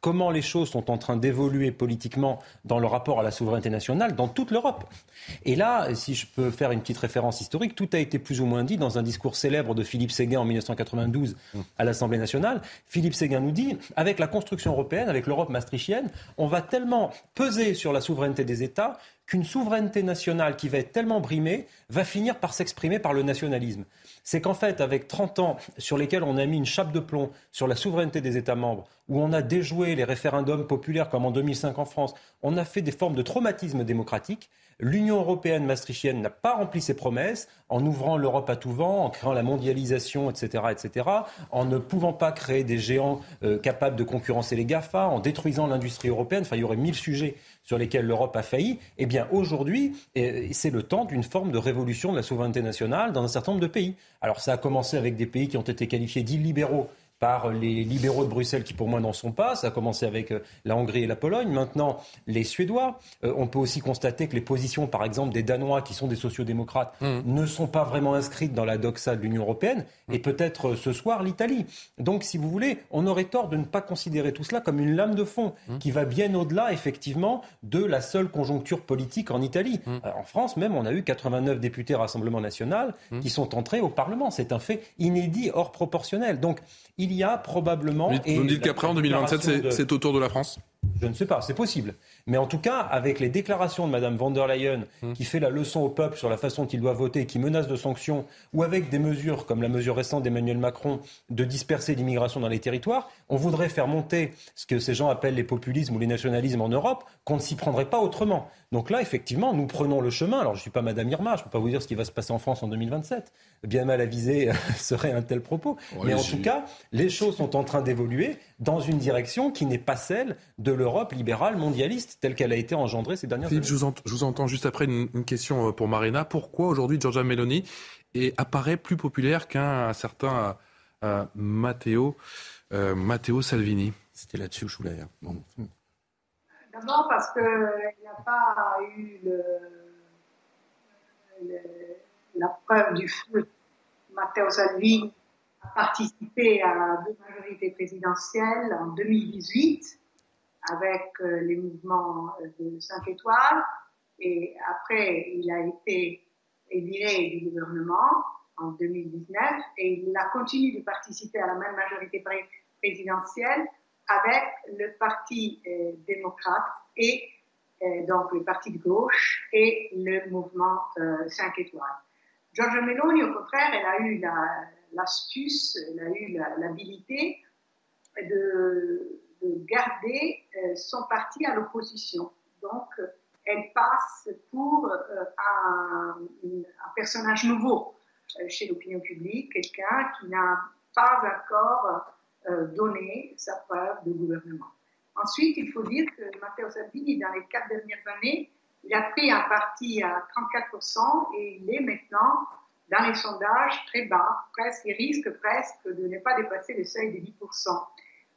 comment les choses sont en train d'évoluer politiquement dans le rapport à la souveraineté nationale dans toute l'Europe. Et là, si je peux faire une petite référence historique, tout a été plus ou moins dit dans un discours célèbre de Philippe Séguin en dix-neuf cent quatre-vingt-douze à l'Assemblée nationale. Philippe Séguin nous dit, avec la construction européenne, avec l'Europe maastrichtienne, on va tellement peser sur la souveraineté des États qu'une souveraineté nationale qui va être tellement brimée va finir par s'exprimer par le nationalisme. C'est qu'en fait, avec trente ans sur lesquels on a mis une chape de plomb sur la souveraineté des États membres, où on a déjoué les référendums populaires comme en deux mille cinq en France, on a fait des formes de traumatisme démocratique. L'Union européenne maastrichtienne n'a pas rempli ses promesses en ouvrant l'Europe à tout vent, en créant la mondialisation, et cetera, et cetera, en ne pouvant pas créer des géants euh, capables de concurrencer les GAFA, en détruisant l'industrie européenne. Enfin, il y aurait mille sujets sur lesquels l'Europe a failli. Eh bien, aujourd'hui, euh, c'est le temps d'une forme de révolution de la souveraineté nationale dans un certain nombre de pays. Alors, ça a commencé avec des pays qui ont été qualifiés d'illibéraux par les libéraux de Bruxelles qui pour moi n'en sont pas. Ça a commencé avec euh, la Hongrie et la Pologne. Maintenant, les Suédois. Euh, on peut aussi constater que les positions, par exemple, des Danois qui sont des sociodémocrates mmh. ne sont pas vraiment inscrites dans la doxa de l'Union européenne. Mmh. Et peut-être euh, ce soir, l'Italie. Donc, si vous voulez, on aurait tort de ne pas considérer tout cela comme une lame de fond mmh. qui va bien au-delà, effectivement, de la seule conjoncture politique en Italie. Mmh. Euh, en France, même, on a eu quatre-vingt-neuf députés Rassemblement national mmh. qui sont entrés au Parlement. C'est un fait inédit, hors proportionnel. Donc, il y a probablement... Vous me dites qu'après, en deux mille vingt-sept, c'est, de... c'est au tour de la France ? Je ne sais pas, c'est possible. Mais en tout cas, avec les déclarations de Mme von der Leyen, mmh. qui fait la leçon au peuple sur la façon dont il doit voter, qui menace de sanctions, ou avec des mesures comme la mesure récente d'Emmanuel Macron de disperser l'immigration dans les territoires, on voudrait faire monter ce que ces gens appellent les populismes ou les nationalismes en Europe, qu'on ne s'y prendrait pas autrement. Donc là, effectivement, nous prenons le chemin. Alors, je ne suis pas Mme Irma, je ne peux pas vous dire ce qui va se passer en France en deux mille vingt-sept. Bien mal avisé serait un tel propos. Oui, Mais en j'ai... tout cas, les choses sont en train d'évoluer dans une direction qui n'est pas celle de l'Europe libérale mondialiste telle qu'elle a été engendrée ces dernières Philippe, années. Je vous, ent- je vous entends juste après une, une question pour Marina. Pourquoi aujourd'hui Giorgia Meloni est, apparaît plus populaire qu'un certain euh, Matteo, euh, Matteo Salvini ? C'était là-dessus que je voulais. Bon. D'abord parce qu'il n'y a pas eu le, le, la preuve du feu. Matteo Salvini a participé à deux majorités présidentielles en deux mille dix-huit avec euh, les mouvements de cinq étoiles et après il a été viré du gouvernement en deux mille dix-neuf et il a continué de participer à la même majorité pré- présidentielle avec le Parti euh, démocrate et euh, donc le Parti de gauche et le mouvement euh, cinq étoiles. Giorgia Meloni, au contraire, elle a eu la, l'astuce, elle a eu la, l'habilité de, de garder euh, son parti à l'opposition. Donc, elle passe pour euh, un, un personnage nouveau euh, chez l'opinion publique, quelqu'un qui n'a pas encore euh, donné sa preuve de gouvernement. Ensuite, il faut dire que Matteo Salvini, dans les quatre dernières années, il a pris un parti à trente-quatre pour cent et il est maintenant, dans les sondages, très bas. Presque, il risque presque de ne pas dépasser le seuil des dix pour cent. Pourquoi ?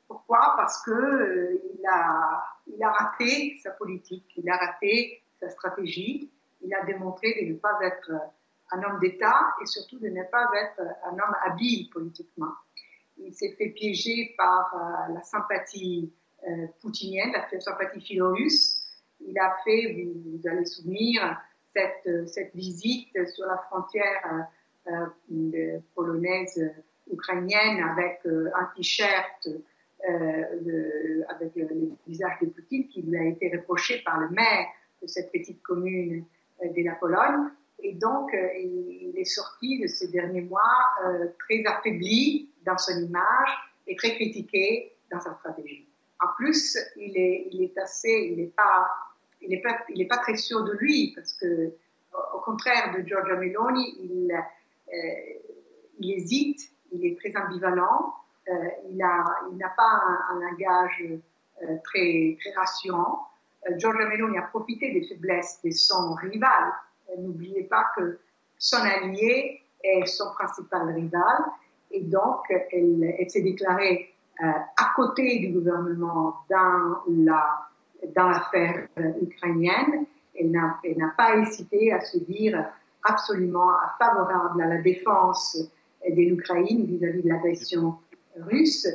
Parce que euh, il a, il a raté sa politique, il a raté sa stratégie, il a démontré de ne pas être un homme d'État et surtout de ne pas être un homme habile politiquement. Il s'est fait piéger par euh, la sympathie euh, poutinienne, la sympathie philo-russe. Il a fait, vous, vous allez souvenir, cette, cette visite sur la frontière euh, euh, polonaise-ukrainienne avec euh, un t-shirt euh, le, avec le, le visage de Poutine qui lui a été reproché par le maire de cette petite commune euh, de la Pologne. Et donc, euh, il, il est sorti de ces derniers mois euh, très affaibli dans son image et très critiqué dans sa stratégie. En plus, il est, il est assez, il n'est pas, il est pas, il est pas très sûr de lui parce que, au contraire de Giorgia Meloni, il, euh, il hésite, il est très ambivalent, euh, il a, il n'a pas un, un langage euh, très, très rassurant. Euh, Giorgia Meloni a profité des faiblesses de son rival. Euh, n'oubliez pas que son allié est son principal rival et donc elle, elle s'est déclarée euh, à côté du gouvernement dans la dans l'affaire euh, ukrainienne. Elle n'a, elle n'a pas hésité à se dire absolument favorable à la défense de l'Ukraine vis-à-vis de l'agression russe.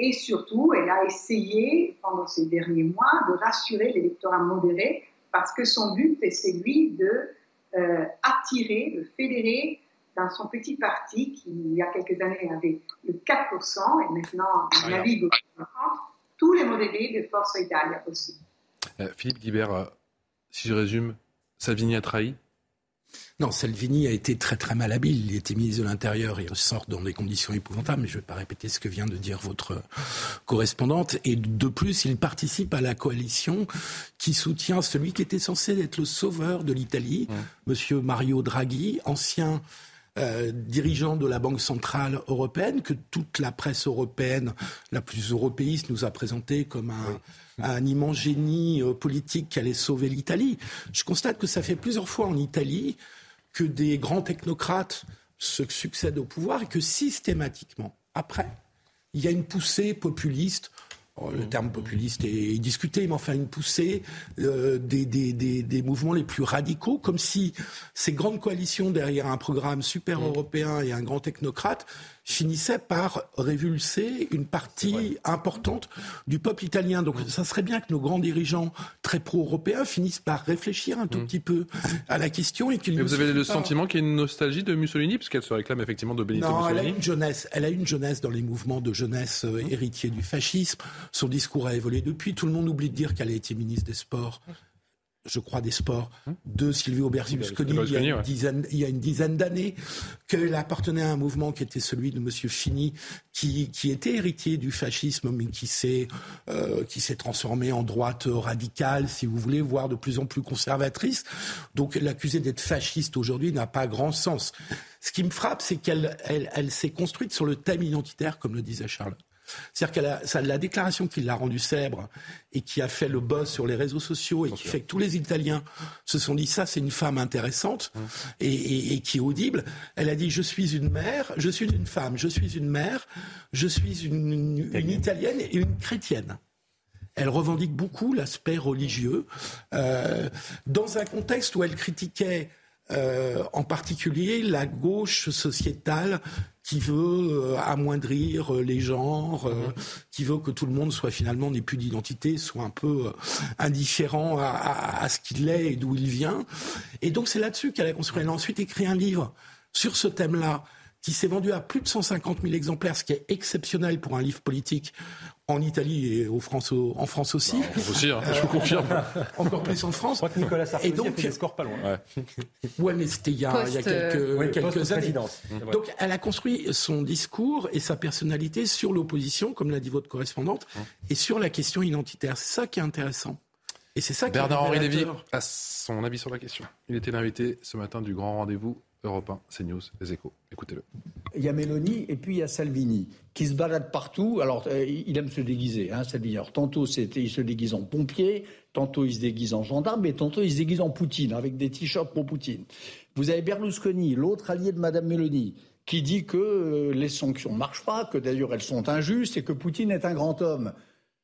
Et surtout, elle a essayé, pendant ces derniers mois, de rassurer l'électorat modéré, parce que son but est celui de euh, attirer, de fédérer dans son petit parti, qui il y a quelques années avait le quatre pour cent, et maintenant navigue au quatre pour cent, tous les modérés de Forza Italia aussi. Euh, Philippe Guibert, euh, si je résume, Salvini a trahi ? Non, Salvini a été très très malhabile. Il était ministre de l'Intérieur, il ressort dans des conditions épouvantables, mais je ne vais pas répéter ce que vient de dire votre correspondante. Et de plus, il participe à la coalition qui soutient celui qui était censé être le sauveur de l'Italie, mmh. Monsieur Mario Draghi, ancien euh, dirigeant de la Banque Centrale Européenne, que toute la presse européenne, la plus européiste, nous a présenté comme un... Oui. un immense génie euh, politique qui allait sauver l'Italie. Je constate que ça fait plusieurs fois en Italie que des grands technocrates se succèdent au pouvoir et que systématiquement, après, il y a une poussée populiste. Oh, le terme populiste est discuté, mais enfin une poussée euh, des, des, des, des mouvements les plus radicaux, comme si ces grandes coalitions derrière un programme super européen et un grand technocrate finissait par révulser une partie importante du peuple italien. Donc ça serait bien que nos grands dirigeants très pro-européens finissent par réfléchir un tout mmh. petit peu à la question. Et qu'ils Mais vous avez le pas... sentiment qu'il y a une nostalgie de Mussolini, puisqu'elle se réclame effectivement de Benito non, Mussolini. Elle a une jeunesse, elle a une jeunesse dans les mouvements de jeunesse euh, héritiers du fascisme. Son discours a évolué depuis. Tout le monde oublie de dire qu'elle a été ministre des Sports. Je crois des sports, de Silvio Berlusconi, il y a une ouais. dizaine, il y a une dizaine d'années, qu'elle appartenait à un mouvement qui était celui de Monsieur Fini, qui, qui était héritier du fascisme, mais qui s'est, euh, qui s'est transformé en droite radicale, si vous voulez, voire de plus en plus conservatrice. Donc l'accuser d'être fasciste aujourd'hui n'a pas grand sens. Ce qui me frappe, c'est qu'elle elle, elle s'est construite sur le thème identitaire, comme le disait Charles. C'est-à-dire que la, la déclaration qui l'a rendue célèbre et qui a fait le buzz sur les réseaux sociaux et Bien qui sûr. fait que tous les Italiens se sont dit ça, c'est une femme intéressante mmh. et, et, et qui est audible. Elle a dit je suis une mère, je suis une femme, je suis une mère, je suis une, une, une Italienne et une chrétienne. Elle revendique beaucoup l'aspect religieux euh, dans un contexte où elle critiquait euh, en particulier la gauche sociétale qui veut euh, amoindrir euh, les genres, euh, mmh. qui veut que tout le monde soit finalement n'ait plus d'identité, soit un peu euh, indifférent à, à, à ce qu'il est et d'où il vient. Et donc c'est là-dessus qu'elle a construit. Elle a ensuite écrit un livre sur ce thème-là, qui s'est vendu à plus de cent cinquante mille exemplaires, ce qui est exceptionnel pour un livre politique en Italie et au France, en France aussi. Bah, en France aussi, hein, je vous confirme. Encore plus en France. Je crois que Nicolas Sarkozy et donc, a fait des scores pas loin. Ouais, ouais mais c'était il y a, post, il y a quelques, euh, oui, quelques années. Mmh. Donc elle a construit son discours et sa personnalité sur l'opposition, comme l'a dit votre correspondante, mmh. et sur la question identitaire. C'est ça qui est intéressant. Et c'est ça qui Bernard-Henri Lévy a son avis sur la question. Il était l'invité ce matin du grand rendez-vous Europe un, CNews, Les Échos. Écoutez-le. Il y a Meloni et puis il y a Salvini qui se balade partout. Alors, euh, il aime se déguiser, hein, Salvini. Alors, tantôt, c'était, il se déguise en pompier, tantôt, il se déguise en gendarme, et tantôt, il se déguise en Poutine, avec des t-shirts pour Poutine. Vous avez Berlusconi, l'autre allié de Madame Meloni, qui dit que euh, les sanctions ne marchent pas, que d'ailleurs, elles sont injustes et que Poutine est un grand homme.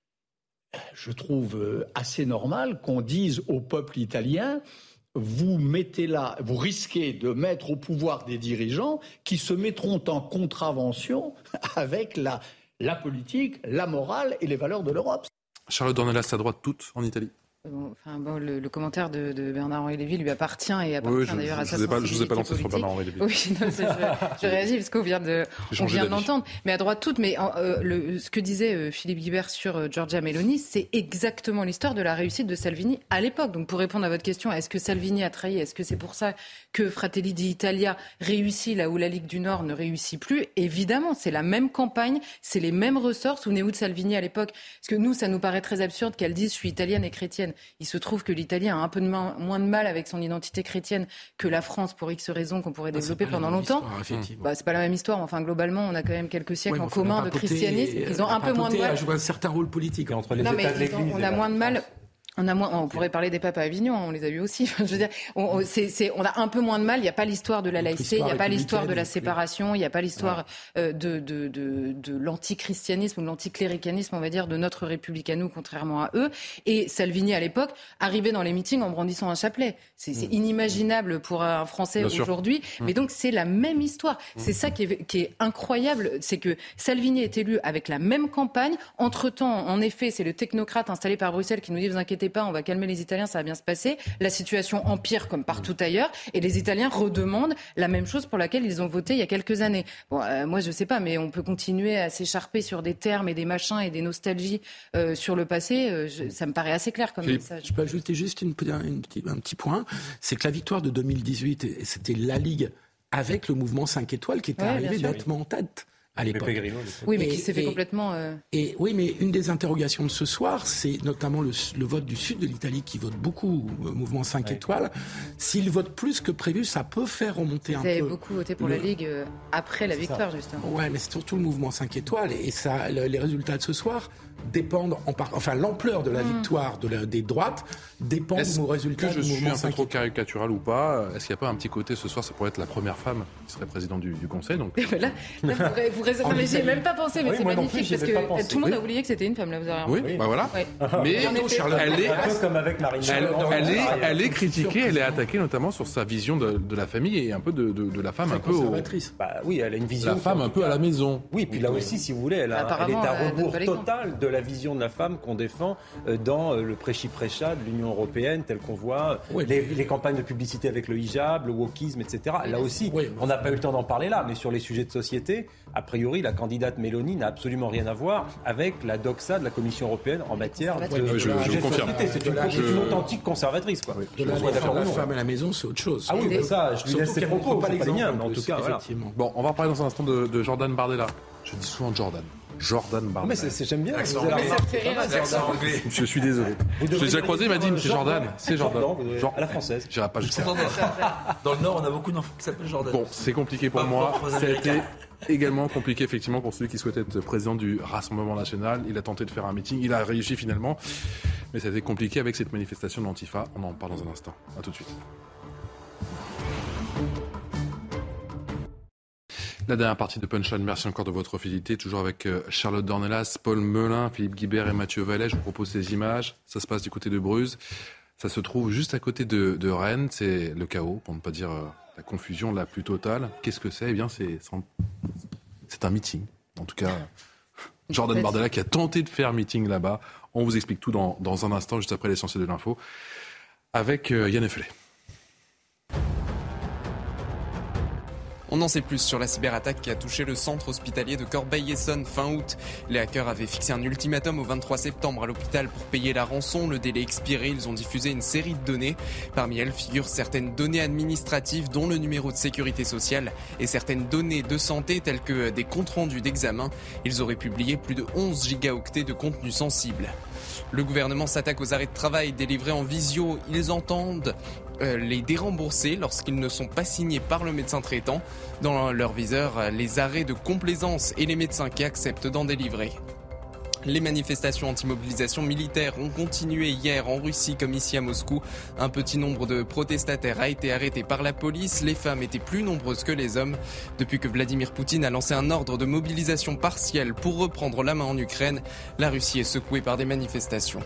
Je trouve euh, assez normal qu'on dise au peuple italien... Vous mettez là, vous risquez de mettre au pouvoir des dirigeants qui se mettront en contravention avec la, la politique, la morale et les valeurs de l'Europe. Charlotte Dornelas, à droite toute en Italie. Bon, enfin, bon, le, le commentaire de, de Bernard-Henri Lévy lui appartient et appartient oui, je, d'ailleurs je, à je sa sensibilité politique. Je ne vous ai pas lancé sur Bernard-Henri Lévy. Oui, non, je, je réagis parce qu'on vient de, on vient de l'entendre. Mais à droite toute, mais euh, le, ce que disait euh, Philippe Guibert sur euh, Giorgia Meloni, c'est exactement l'histoire de la réussite de Salvini à l'époque. Donc pour répondre à votre question, est-ce que Salvini a trahi ? Est-ce que c'est pour ça que Fratelli d'Italia réussit là où la Ligue du Nord ne réussit plus ? Évidemment, c'est la même campagne, c'est les mêmes ressorts. Souvenez-vous de Salvini à l'époque. Parce que nous, ça nous paraît très absurde qu'elle dise « je suis italienne et chrétienne ». Il se trouve que l'Italie a un peu de main, moins de mal avec son identité chrétienne que la France pour X raisons qu'on pourrait développer ah, pendant longtemps. Histoire, bah, c'est pas la même histoire. Enfin, globalement, on a quand même quelques siècles ouais, en commun de christianisme. Ils ont un peu moins de mal. À jouer un certain rôle politique entre les non, États mais de l'Église. On a moins de mal. On a moins, on pourrait parler des papes à Avignon, on les a eu aussi. Je veux dire, on, on, c'est, c'est, on a un peu moins de mal. Il n'y a pas l'histoire de la laïcité, il n'y a pas l'histoire de la séparation, il n'y a pas l'histoire euh, de, de, de, de l'antichristianisme ou de l'anticléricanisme, on va dire, de notre République à nous, contrairement à eux. Et Salvini, à l'époque, arrivait dans les meetings en brandissant un chapelet. C'est, c'est inimaginable pour un Français Bien aujourd'hui. Sûr. Mais donc, c'est la même histoire. C'est ça qui est, qui est incroyable, c'est que Salvini est élu avec la même campagne. Entre-temps, en effet, c'est le technocrate installé par Bruxelles qui nous dit « Vous inquiétez pas, on va calmer les Italiens, ça va bien se passer ». La situation empire comme partout ailleurs et les Italiens redemandent la même chose pour laquelle ils ont voté il y a quelques années. Bon, euh, moi je sais pas, mais on peut continuer à s'écharper sur des termes et des machins et des nostalgies euh, sur le passé. Euh, je, ça me paraît assez clair comme Philippe, message. Je peux ajouter juste une, une, une, un petit point, c'est que la victoire de deux mille dix-huit, c'était la Ligue avec le mouvement cinq étoiles qui était ouais, arrivé nettement en tête. À l'époque. Oui, mais et, qui s'est fait et, complètement... Euh... Et, oui, mais une des interrogations de ce soir, c'est notamment le, le vote du sud de l'Italie qui vote beaucoup, le mouvement cinq ouais. étoiles. S'il vote plus que prévu, ça peut faire remonter Vous un peu... Vous avez beaucoup voté pour le... la Ligue euh, après la c'est victoire, ça. Justement. Oui, mais c'est surtout le mouvement cinq étoiles. Et ça, le, les résultats de ce soir dépendent... En par... Enfin, l'ampleur de la mmh. victoire de la, des droites dépend est-ce du résultat que du mouvement cinq étoiles. Je suis un peu trop caricatural ou pas. Est-ce qu'il n'y a pas un petit côté ce soir, ça pourrait être la première femme qui serait présidente du, du Conseil donc... là, là, vous, vous raisonnez, mais j'ai même pas pensé, mais oui, c'est magnifique plus, parce que tout le monde oui. a oublié que c'était une femme. Là, vous avez oui, oui, bah voilà. Ouais. Mais elle est, un peu comme avec Marine elle, elle, est, elle est critiquée, elle est attaquée notamment sur sa vision de, de la famille et un peu de, de, de la femme un peu conservatrice. Au... Bah oui, elle a une vision. La femme un peu à la maison. Oui, puis là aussi, si vous voulez, elle, a, elle est à rebours total de la vision de la femme qu'on défend dans le prêchi-prêcha de l'Union européenne, tel qu'on voit oui. les, les campagnes de publicité avec le hijab, le wokisme, et cetera. Là aussi, oui. on n'a pas eu le temps d'en parler là, mais sur les sujets de société, a priori, la candidate Meloni n'a absolument rien à voir avec la doxa de la Commission européenne en matière de, oui, de, je, de je vous confirme. C'est une, je... une authentique conservatrice. Quoi. Oui, de la, la femme à la maison, c'est autre chose. Ah oui, mais ça, je lui laisse ses propos, pas les miens, mais en tout cas, voilà. Bon, on va parler dans un instant de, de Jordan Bardella. Je dis souvent Jordan. Jordan Bardella. Mais c'est, c'est, j'aime bien. L'accent anglais. Je suis désolé. Je l'ai déjà croisé, il m'a dit, c'est Jordan. C'est Jordan. Genre à la française. J'irai pas jusqu'à. Dans le Nord, on a beaucoup d'enfants qui s'appellent Jordan. Bon, c'est compliqué pour moi. Ça a été également compliqué, effectivement, pour celui qui souhaitait être président du Rassemblement National. Il a tenté de faire un meeting. Il a réussi finalement. Mais ça a été compliqué avec cette manifestation de l'Antifa. On en parle dans un instant. À tout de suite. La dernière partie de Punchline, merci encore de votre fidélité. Toujours avec Charlotte Dornelas, Paul Melun, Philippe Guibert et Mathieu Vallet. Je vous propose ces images. Ça se passe du côté de Bruges. Ça se trouve juste à côté de, de Rennes. C'est le chaos, pour ne pas dire la confusion la plus totale. Qu'est-ce que c'est ? Eh bien, c'est, c'est un meeting. En tout cas, Jordan Bardella qui a tenté de faire meeting là-bas. On vous explique tout dans, dans un instant, juste après l'essentiel de l'info, avec Yann Effelé. On en sait plus sur la cyberattaque qui a touché le centre hospitalier de Corbeil-Essonnes fin août. Les hackers avaient fixé un ultimatum au vingt-trois septembre à l'hôpital pour payer la rançon. Le délai expiré, ils ont diffusé une série de données. Parmi elles figurent certaines données administratives, dont le numéro de sécurité sociale, et certaines données de santé telles que des comptes rendus d'examen. Ils auraient publié plus de onze gigaoctets de contenu sensible. Le gouvernement s'attaque aux arrêts de travail délivrés en visio. Ils entendent Euh, les dérembourser lorsqu'ils ne sont pas signés par le médecin traitant. Dans leur viseur, les arrêts de complaisance et les médecins qui acceptent d'en délivrer. Les manifestations anti-mobilisation militaire ont continué hier en Russie comme ici à Moscou. Un petit nombre de protestataires a été arrêté par la police. Les femmes étaient plus nombreuses que les hommes. Depuis que Vladimir Poutine a lancé un ordre de mobilisation partielle pour reprendre la main en Ukraine, la Russie est secouée par des manifestations.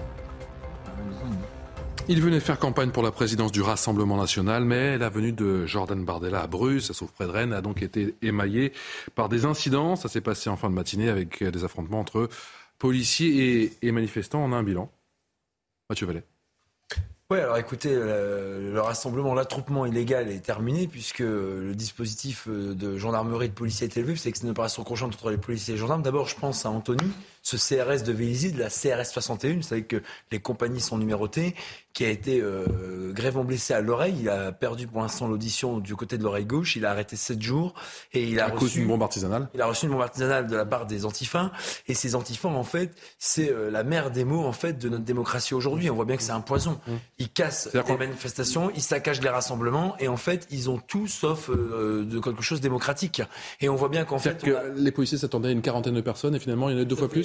Il venait faire campagne pour la présidence du Rassemblement National, mais la venue de Jordan Bardella à Bruges, ça se trouve près de Rennes, a donc été émaillée par des incidents. Ça s'est passé en fin de matinée avec des affrontements entre policiers et, et manifestants. On a un bilan. Mathieu Vallet. Oui, alors écoutez, le, le rassemblement, l'attroupement illégal est terminé puisque le dispositif de gendarmerie et de police a été levé. C'est que c'est une opération conjointe entre les policiers et les gendarmes. D'abord, je pense à Anthony, ce C R S de Vélizy, de la C R S soixante et un. Vous savez que les compagnies sont numérotées, qui a été euh, grièvement blessé à l'oreille. Il a perdu pour l'instant l'audition du côté de l'oreille gauche. Il a arrêté sept jours. Et il a à reçu, cause d'une bombe artisanale. Il a reçu une bombe artisanale de la part des antifins. Et ces antifins, en fait, c'est euh, la mère des mots en fait, de notre démocratie aujourd'hui. On voit bien que c'est un poison. Mmh. Ils cassent les manifestations, ils saccagent les rassemblements. Et en fait, ils ont tout sauf euh, de quelque chose de démocratique. Et on voit bien qu'en C'est-à-dire fait... que a... les policiers s'attendaient à une quarantaine de personnes et finalement, il y en a deux fois plus.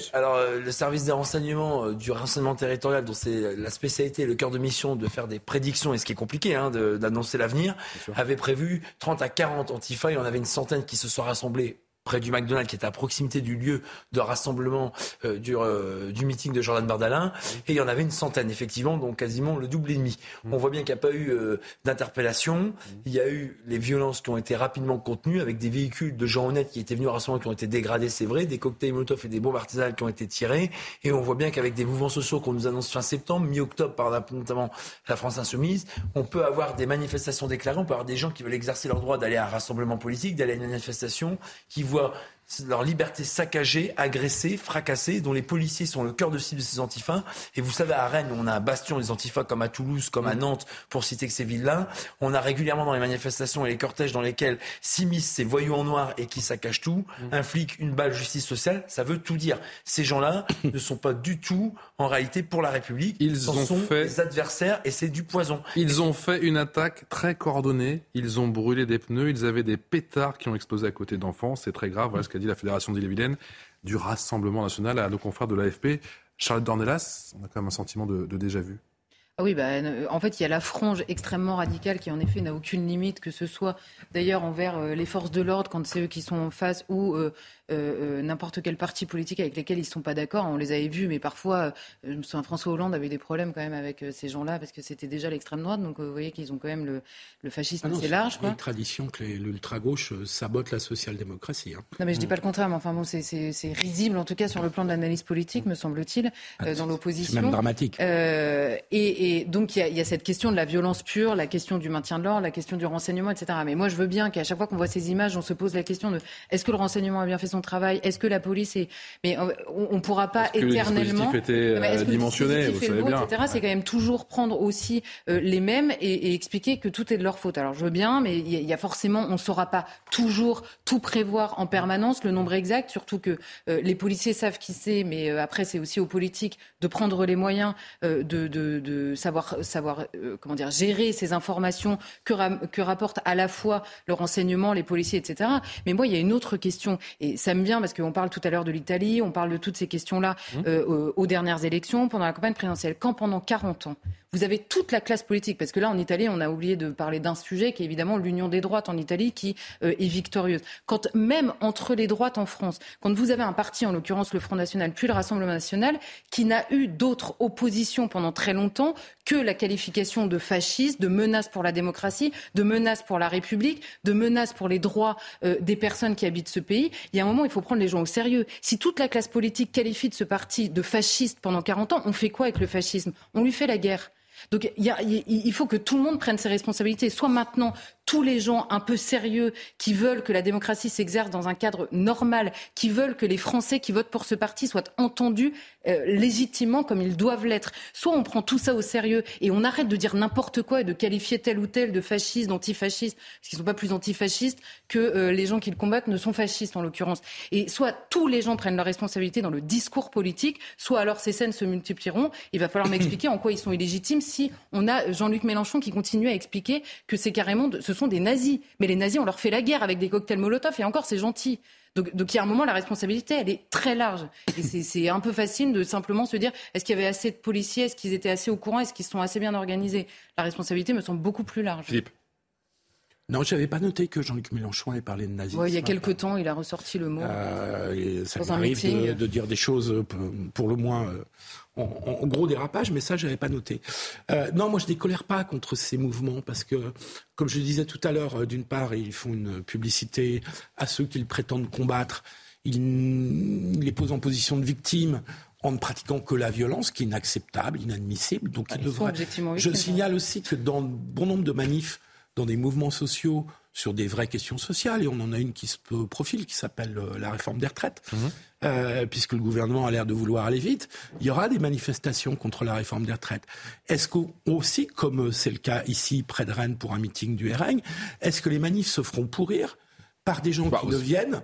Alors, euh, le service des renseignements, euh, du renseignement territorial, dont c'est la spécialité, le cœur de mission de faire des prédictions, et ce qui est compliqué, hein, de, d'annoncer l'avenir, avait prévu trente à quarante antifas, et on avait une centaine qui se sont rassemblés près du McDonald's, qui était à proximité du lieu de rassemblement euh, du, euh, du meeting de Jordan Bardella. Et il y en avait une centaine, effectivement, donc quasiment le double et demi. Mmh. On voit bien qu'il n'y a pas eu euh, d'interpellation. Mmh. Il y a eu les violences qui ont été rapidement contenues, avec des véhicules de gens honnêtes qui étaient venus au rassemblement, qui ont été dégradés, c'est vrai, des cocktails Molotov et des bombes artisanales qui ont été tirés. Et on voit bien qu'avec des mouvements sociaux qu'on nous annonce fin septembre, mi-octobre, par notamment la France Insoumise, on peut avoir des manifestations déclarées, on peut avoir des gens qui veulent exercer leur droit d'aller à un rassemblement politique, d'aller à une manifestation, qui voient leur liberté saccagée, agressée, fracassée, dont les policiers sont le cœur de cible de ces antifas. Et vous savez, à Rennes, on a un bastion des antifas comme à Toulouse, comme à Nantes, pour citer que ces villes-là. On a régulièrement dans les manifestations et les cortèges dans lesquels s'immiscent ces voyous en noir et qui saccagent tout, un flic, une balle, justice sociale, ça veut tout dire. Ces gens-là ne sont pas du tout, en réalité, pour la République. Ils en ont sont fait... des adversaires et c'est du poison. Ils ont fait une attaque très coordonnée. Ils ont brûlé des pneus. Ils avaient des pétards qui ont explosé à côté d'enfants. C'est très grave. Voilà ce qu'a dit la Fédération d'Ille-et-Vilaine du Rassemblement National à nos confrères de l'A F P. Charlotte Dornelas, on a quand même un sentiment de, de déjà-vu. Ah oui, bah, en fait, il y a la frange extrêmement radicale qui, en effet, n'a aucune limite, que ce soit d'ailleurs envers euh, les forces de l'ordre, quand c'est eux qui sont en face, ou euh, euh, n'importe quel parti politique avec lesquels ils ne sont pas d'accord. On les avait vus, mais parfois, euh, je me souviens, François Hollande avait des problèmes quand même avec euh, ces gens-là, parce que c'était déjà l'extrême droite. Donc, euh, vous voyez qu'ils ont quand même le, le fascisme ah non, assez large. C'est une tradition que les, l'ultra-gauche sabote la social-démocratie. Hein. Non, mais je ne dis pas le contraire, mais enfin, bon, c'est, c'est, c'est risible, en tout cas, sur le plan de l'analyse politique, me semble-t-il, euh, dans l'opposition. C'est même dramatique. Euh, et, et donc, il y a, y a cette question de la violence pure, la question du maintien de l'ordre, la question du renseignement, et cetera. Mais moi, je veux bien qu'à chaque fois qu'on voit ces images, on se pose la question de est-ce que le renseignement a bien fait son travail ? Est-ce que la police est... Mais on ne pourra pas est-ce éternellement... Que le dispositif était euh, dimensionné, vous savez bien. et cetera. C'est quand même toujours prendre aussi euh, les mêmes et, et expliquer que tout est de leur faute. Alors, je veux bien, mais il y, y a forcément... On ne saura pas toujours tout prévoir en permanence, le nombre exact, surtout que euh, les policiers savent qui c'est, mais euh, après, c'est aussi aux politiques de prendre les moyens euh, de, de, de savoir... savoir euh, comment dire, gérer ces informations que, ra- que rapportent à la fois le renseignement, les policiers, et cetera. Mais moi, il y a une autre question, et ça me vient parce qu'on parle tout à l'heure de l'Italie, on parle de toutes ces questions-là euh, aux, aux dernières élections, pendant la campagne présidentielle. Quand pendant quarante ans, vous avez toute la classe politique, parce que là, en Italie, on a oublié de parler d'un sujet qui est évidemment l'union des droites en Italie, qui euh, est victorieuse. Quand même entre les droites en France, quand vous avez un parti, en l'occurrence le Front National, puis le Rassemblement National, qui n'a eu d'autre opposition pendant très longtemps que la qualification de fasciste, de menace pour la démocratie, de menace pour la République, de menace pour les droits euh, des personnes qui habitent ce pays, il y a un moment, il faut prendre les gens au sérieux. Si toute la classe politique qualifie de ce parti de fasciste pendant quarante ans, on fait quoi avec le fascisme ? On lui fait la guerre. Donc il, y a, il faut que tout le monde prenne ses responsabilités. Soit maintenant, tous les gens un peu sérieux qui veulent que la démocratie s'exerce dans un cadre normal, qui veulent que les Français qui votent pour ce parti soient entendus euh, légitimement comme ils doivent l'être. Soit on prend tout ça au sérieux et on arrête de dire n'importe quoi et de qualifier tel ou tel de fasciste, d'antifasciste, parce qu'ils ne sont pas plus antifascistes que euh, les gens qui le combattent ne sont fascistes en l'occurrence. Et soit tous les gens prennent leurs responsabilités dans le discours politique, soit alors ces scènes se multiplieront. Il va falloir m'expliquer en quoi ils sont illégitimes si on a Jean-Luc Mélenchon qui continue à expliquer que c'est carrément de, ce sont des nazis. Mais les nazis, on leur fait la guerre avec des cocktails Molotov et encore, c'est gentil. Donc, donc il y a un moment, la responsabilité, elle est très large. Et c'est, c'est un peu facile de simplement se dire, est-ce qu'il y avait assez de policiers, est-ce qu'ils étaient assez au courant, est-ce qu'ils sont assez bien organisés ? La responsabilité me semble beaucoup plus large. Philippe. Non, je n'avais pas noté que Jean-Luc Mélenchon avait parlé de nazisme. Ouais, il y a quelque temps, il a ressorti le mot. Euh, et ça dans m'arrive de, de dire des choses, pour le moins, euh, en, en gros dérapage, mais ça, je n'avais pas noté. Euh, non, moi, je ne décolère pas contre ces mouvements, parce que, comme je le disais tout à l'heure, euh, d'une part, ils font une publicité à ceux qu'ils prétendent combattre. Ils, ils les posent en position de victime en ne pratiquant que la violence, qui est inacceptable, inadmissible. Donc, ils devraient... Je signale aussi que dans bon nombre de manifs, dans des mouvements sociaux sur des vraies questions sociales, et on en a une qui se profile, qui s'appelle euh, la réforme des retraites, mmh. euh, puisque le gouvernement a l'air de vouloir aller vite, il y aura des manifestations contre la réforme des retraites. Est-ce qu'aussi, comme c'est le cas ici, près de Rennes, pour un meeting du R N, est-ce que les manifs se feront pourrir par des gens bah, qui aussi. ne viennent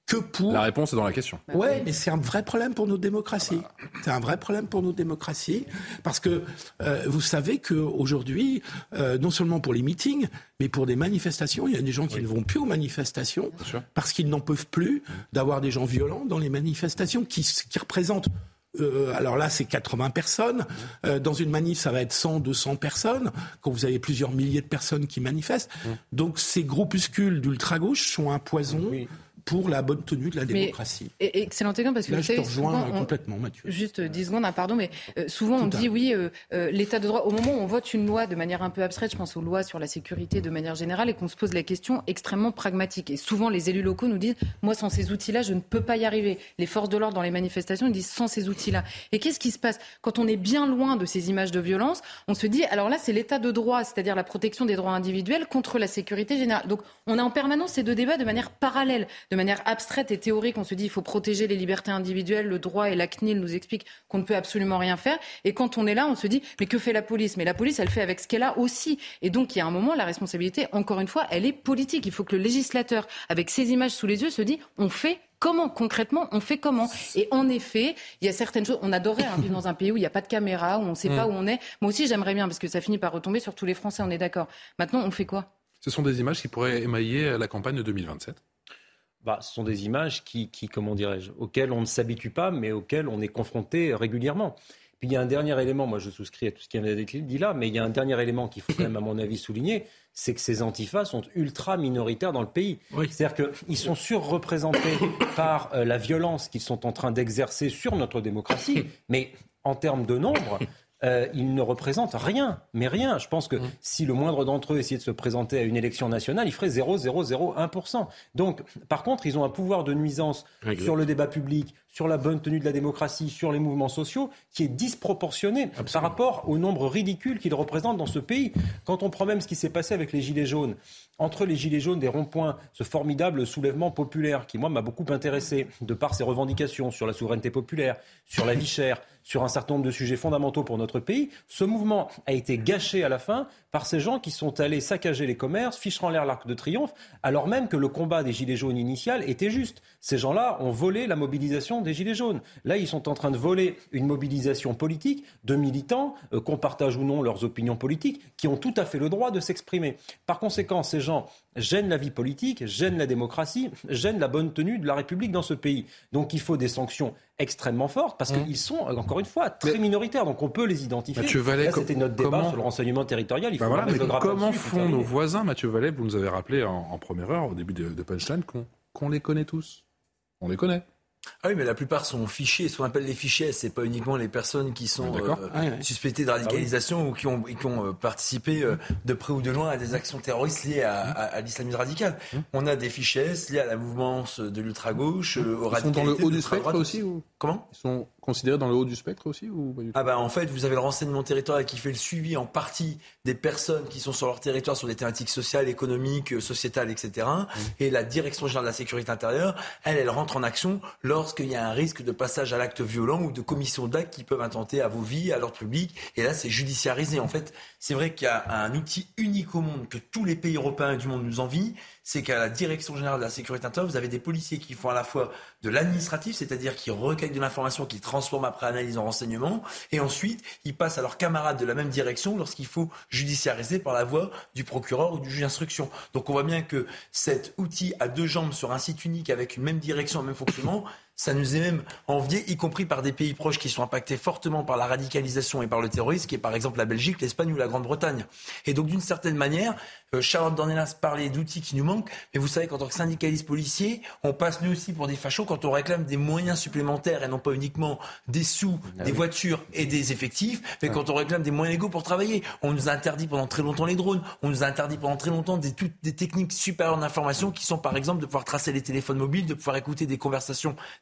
que pour... La réponse est dans la question. Ouais, mais c'est un vrai problème pour nos démocraties. Ah bah. C'est un vrai problème pour nos démocraties, parce que euh, vous savez qu'aujourd'hui, euh, non seulement pour les meetings, mais pour des manifestations, il y a des gens qui oui. ne vont plus aux manifestations parce qu'ils n'en peuvent plus d'avoir des gens violents dans les manifestations qui, qui représentent... Euh, alors là, c'est quatre-vingts personnes. Euh, dans une manif, ça va être cent, deux cents personnes. Quand vous avez plusieurs milliers de personnes qui manifestent. Donc ces groupuscules d'ultra-gauche sont un poison... Oui. pour la bonne tenue de la démocratie. Mais, excellent exemple, parce que là, vous je savez, te rejoins souvent, on, complètement, Mathieu. Juste dix secondes, ah, pardon, mais euh, souvent Tout on dit oui, euh, euh, l'état de droit, au moment où on vote une loi de manière un peu abstraite, je pense aux lois sur la sécurité de manière générale, et qu'on se pose la question extrêmement pragmatique. Et souvent les élus locaux nous disent, moi sans ces outils-là, je ne peux pas y arriver. Les forces de l'ordre dans les manifestations nous disent, sans ces outils-là. Et qu'est-ce qui se passe quand on est bien loin de ces images de violence? On se dit, alors là, c'est l'état de droit, c'est-à-dire la protection des droits individuels contre la sécurité générale. Donc on a en permanence ces deux débats de manière parallèle, de manière abstraite et théorique. On se dit il faut protéger les libertés individuelles, le droit, et la C N I L nous explique qu'on ne peut absolument rien faire. Et quand on est là, on se dit mais que fait la police? Mais la police, elle fait avec ce qu'elle a aussi. Et donc il y a un moment, la responsabilité, encore une fois, elle est politique. Il faut que le législateur, avec ces images sous les yeux, se dit on fait comment? Concrètement, on fait comment? Et en effet, il y a certaines choses... On adorait hein, vivre dans un pays où il n'y a pas de caméra, où on ne sait mmh. pas où on est. Moi aussi, j'aimerais bien, parce que ça finit par retomber sur tous les Français, on est d'accord. Maintenant, on fait quoi? Ce sont des images qui pourraient émailler la campagne de deux mille vingt-sept. Bah, ce sont des images qui, qui, comment dirais-je, auxquelles on ne s'habitue pas, mais auxquelles on est confronté régulièrement. Puis il y a un dernier élément, moi je souscris à tout ce qui vient d'être dit là, mais il y a un dernier élément qu'il faut quand même, à mon avis, souligner, c'est que ces antifas sont ultra minoritaires dans le pays. Oui. C'est-à-dire qu'ils sont surreprésentés par euh, la violence qu'ils sont en train d'exercer sur notre démocratie, mais en termes de nombre... Euh, ils ne représentent rien, mais rien. Je pense que mmh. si le moindre d'entre eux essayait de se présenter à une élection nationale, il ferait zéro virgule zéro zéro un pour cent. Donc, par contre, ils ont un pouvoir de nuisance exact. Sur le débat public, sur la bonne tenue de la démocratie, sur les mouvements sociaux, qui est disproportionné Absolument. Par rapport au nombre ridicule qu'ils représentent dans ce pays. Quand on prend même ce qui s'est passé avec les Gilets jaunes, entre les Gilets jaunes des ronds-points, ce formidable soulèvement populaire qui, moi, m'a beaucoup intéressé, de par ses revendications sur la souveraineté populaire, sur la vie chère, sur un certain nombre de sujets fondamentaux pour notre pays, ce mouvement a été gâché à la fin par ces gens qui sont allés saccager les commerces, ficher en l'air l'Arc de Triomphe, alors même que le combat des Gilets jaunes initial était juste. Ces gens-là ont volé la mobilisation des Gilets jaunes. Là, ils sont en train de voler une mobilisation politique de militants, euh, qu'on partage ou non leurs opinions politiques, qui ont tout à fait le droit de s'exprimer. Par conséquent, ces gens gênent la vie politique, gênent la démocratie, gênent la bonne tenue de la République dans ce pays. Donc il faut des sanctions extrêmement fortes, parce mmh. qu'ils sont, encore une fois, très Mais... minoritaires. Donc on peut les identifier. Mathieu Vallet, Là, c'était notre débat comment... sur le renseignement territorial. Il faut ben voilà, mais comment dessus, font nos voisins, Mathieu Vallet, vous nous avez rappelé en, en première heure, au début de, de Punchline, qu'on, qu'on les connaît tous. On les connaît. Ah oui, mais la plupart sont fichés. Ce qu'on appelle les fichés, c'est pas uniquement les personnes qui sont euh, ah, oui. suspectées de radicalisation ah, oui. ou qui ont, qui ont euh, participé euh, de près ou de loin à des actions terroristes liées à, à, à l'islamisme radical. Mmh. On a des fichés liés à la mouvance de l'ultra-gauche, euh, aux radicalités. Ils sont dans le haut du spectre aussi ou... Comment ? Ils sont considérés dans le haut du spectre aussi ou pas du tout ? Ah bah en fait, vous avez le renseignement territorial qui fait le suivi en partie des personnes qui sont sur leur territoire sur des thématiques sociales, économiques, sociétales, et cetera. Mmh. Et la Direction générale de la sécurité intérieure, elle, elle rentre en action lorsqu'il y a un risque de passage à l'acte violent ou de commission d'actes qui peuvent attenter à vos vies, à l'ordre public. Et là, c'est judiciarisé. En fait, c'est vrai qu'il y a un outil unique au monde que tous les pays européens et du monde nous envient. C'est qu'à la Direction générale de la sécurité intérieure, vous avez des policiers qui font à la fois de l'administratif, c'est-à-dire qui recueillent de l'information, qui transforment après analyse en renseignement, et ensuite, ils passent à leurs camarades de la même direction lorsqu'il faut judiciariser par la voie du procureur ou du juge d'instruction. Donc on voit bien que cet outil à deux jambes sur un site unique avec une même direction, un même fonctionnement, ça nous est même envié, y compris par des pays proches qui sont impactés fortement par la radicalisation et par le terrorisme, qui est par exemple la Belgique, l'Espagne ou la Grande-Bretagne. Et donc d'une certaine manière, euh, Charlotte Dornelas parlait d'outils qui nous manquent, mais vous savez qu'en tant que syndicaliste policier, on passe nous aussi pour des fachos quand on réclame des moyens supplémentaires et non pas uniquement des sous, ah des oui. voitures et des effectifs, mais ouais. quand on réclame des moyens légaux pour travailler. On nous a interdit pendant très longtemps les drones, on nous a interdit pendant très longtemps des, toutes, des techniques supérieures d'information qui sont par exemple de pouvoir tracer les téléphones mobiles, de pouvoir écouter des conversations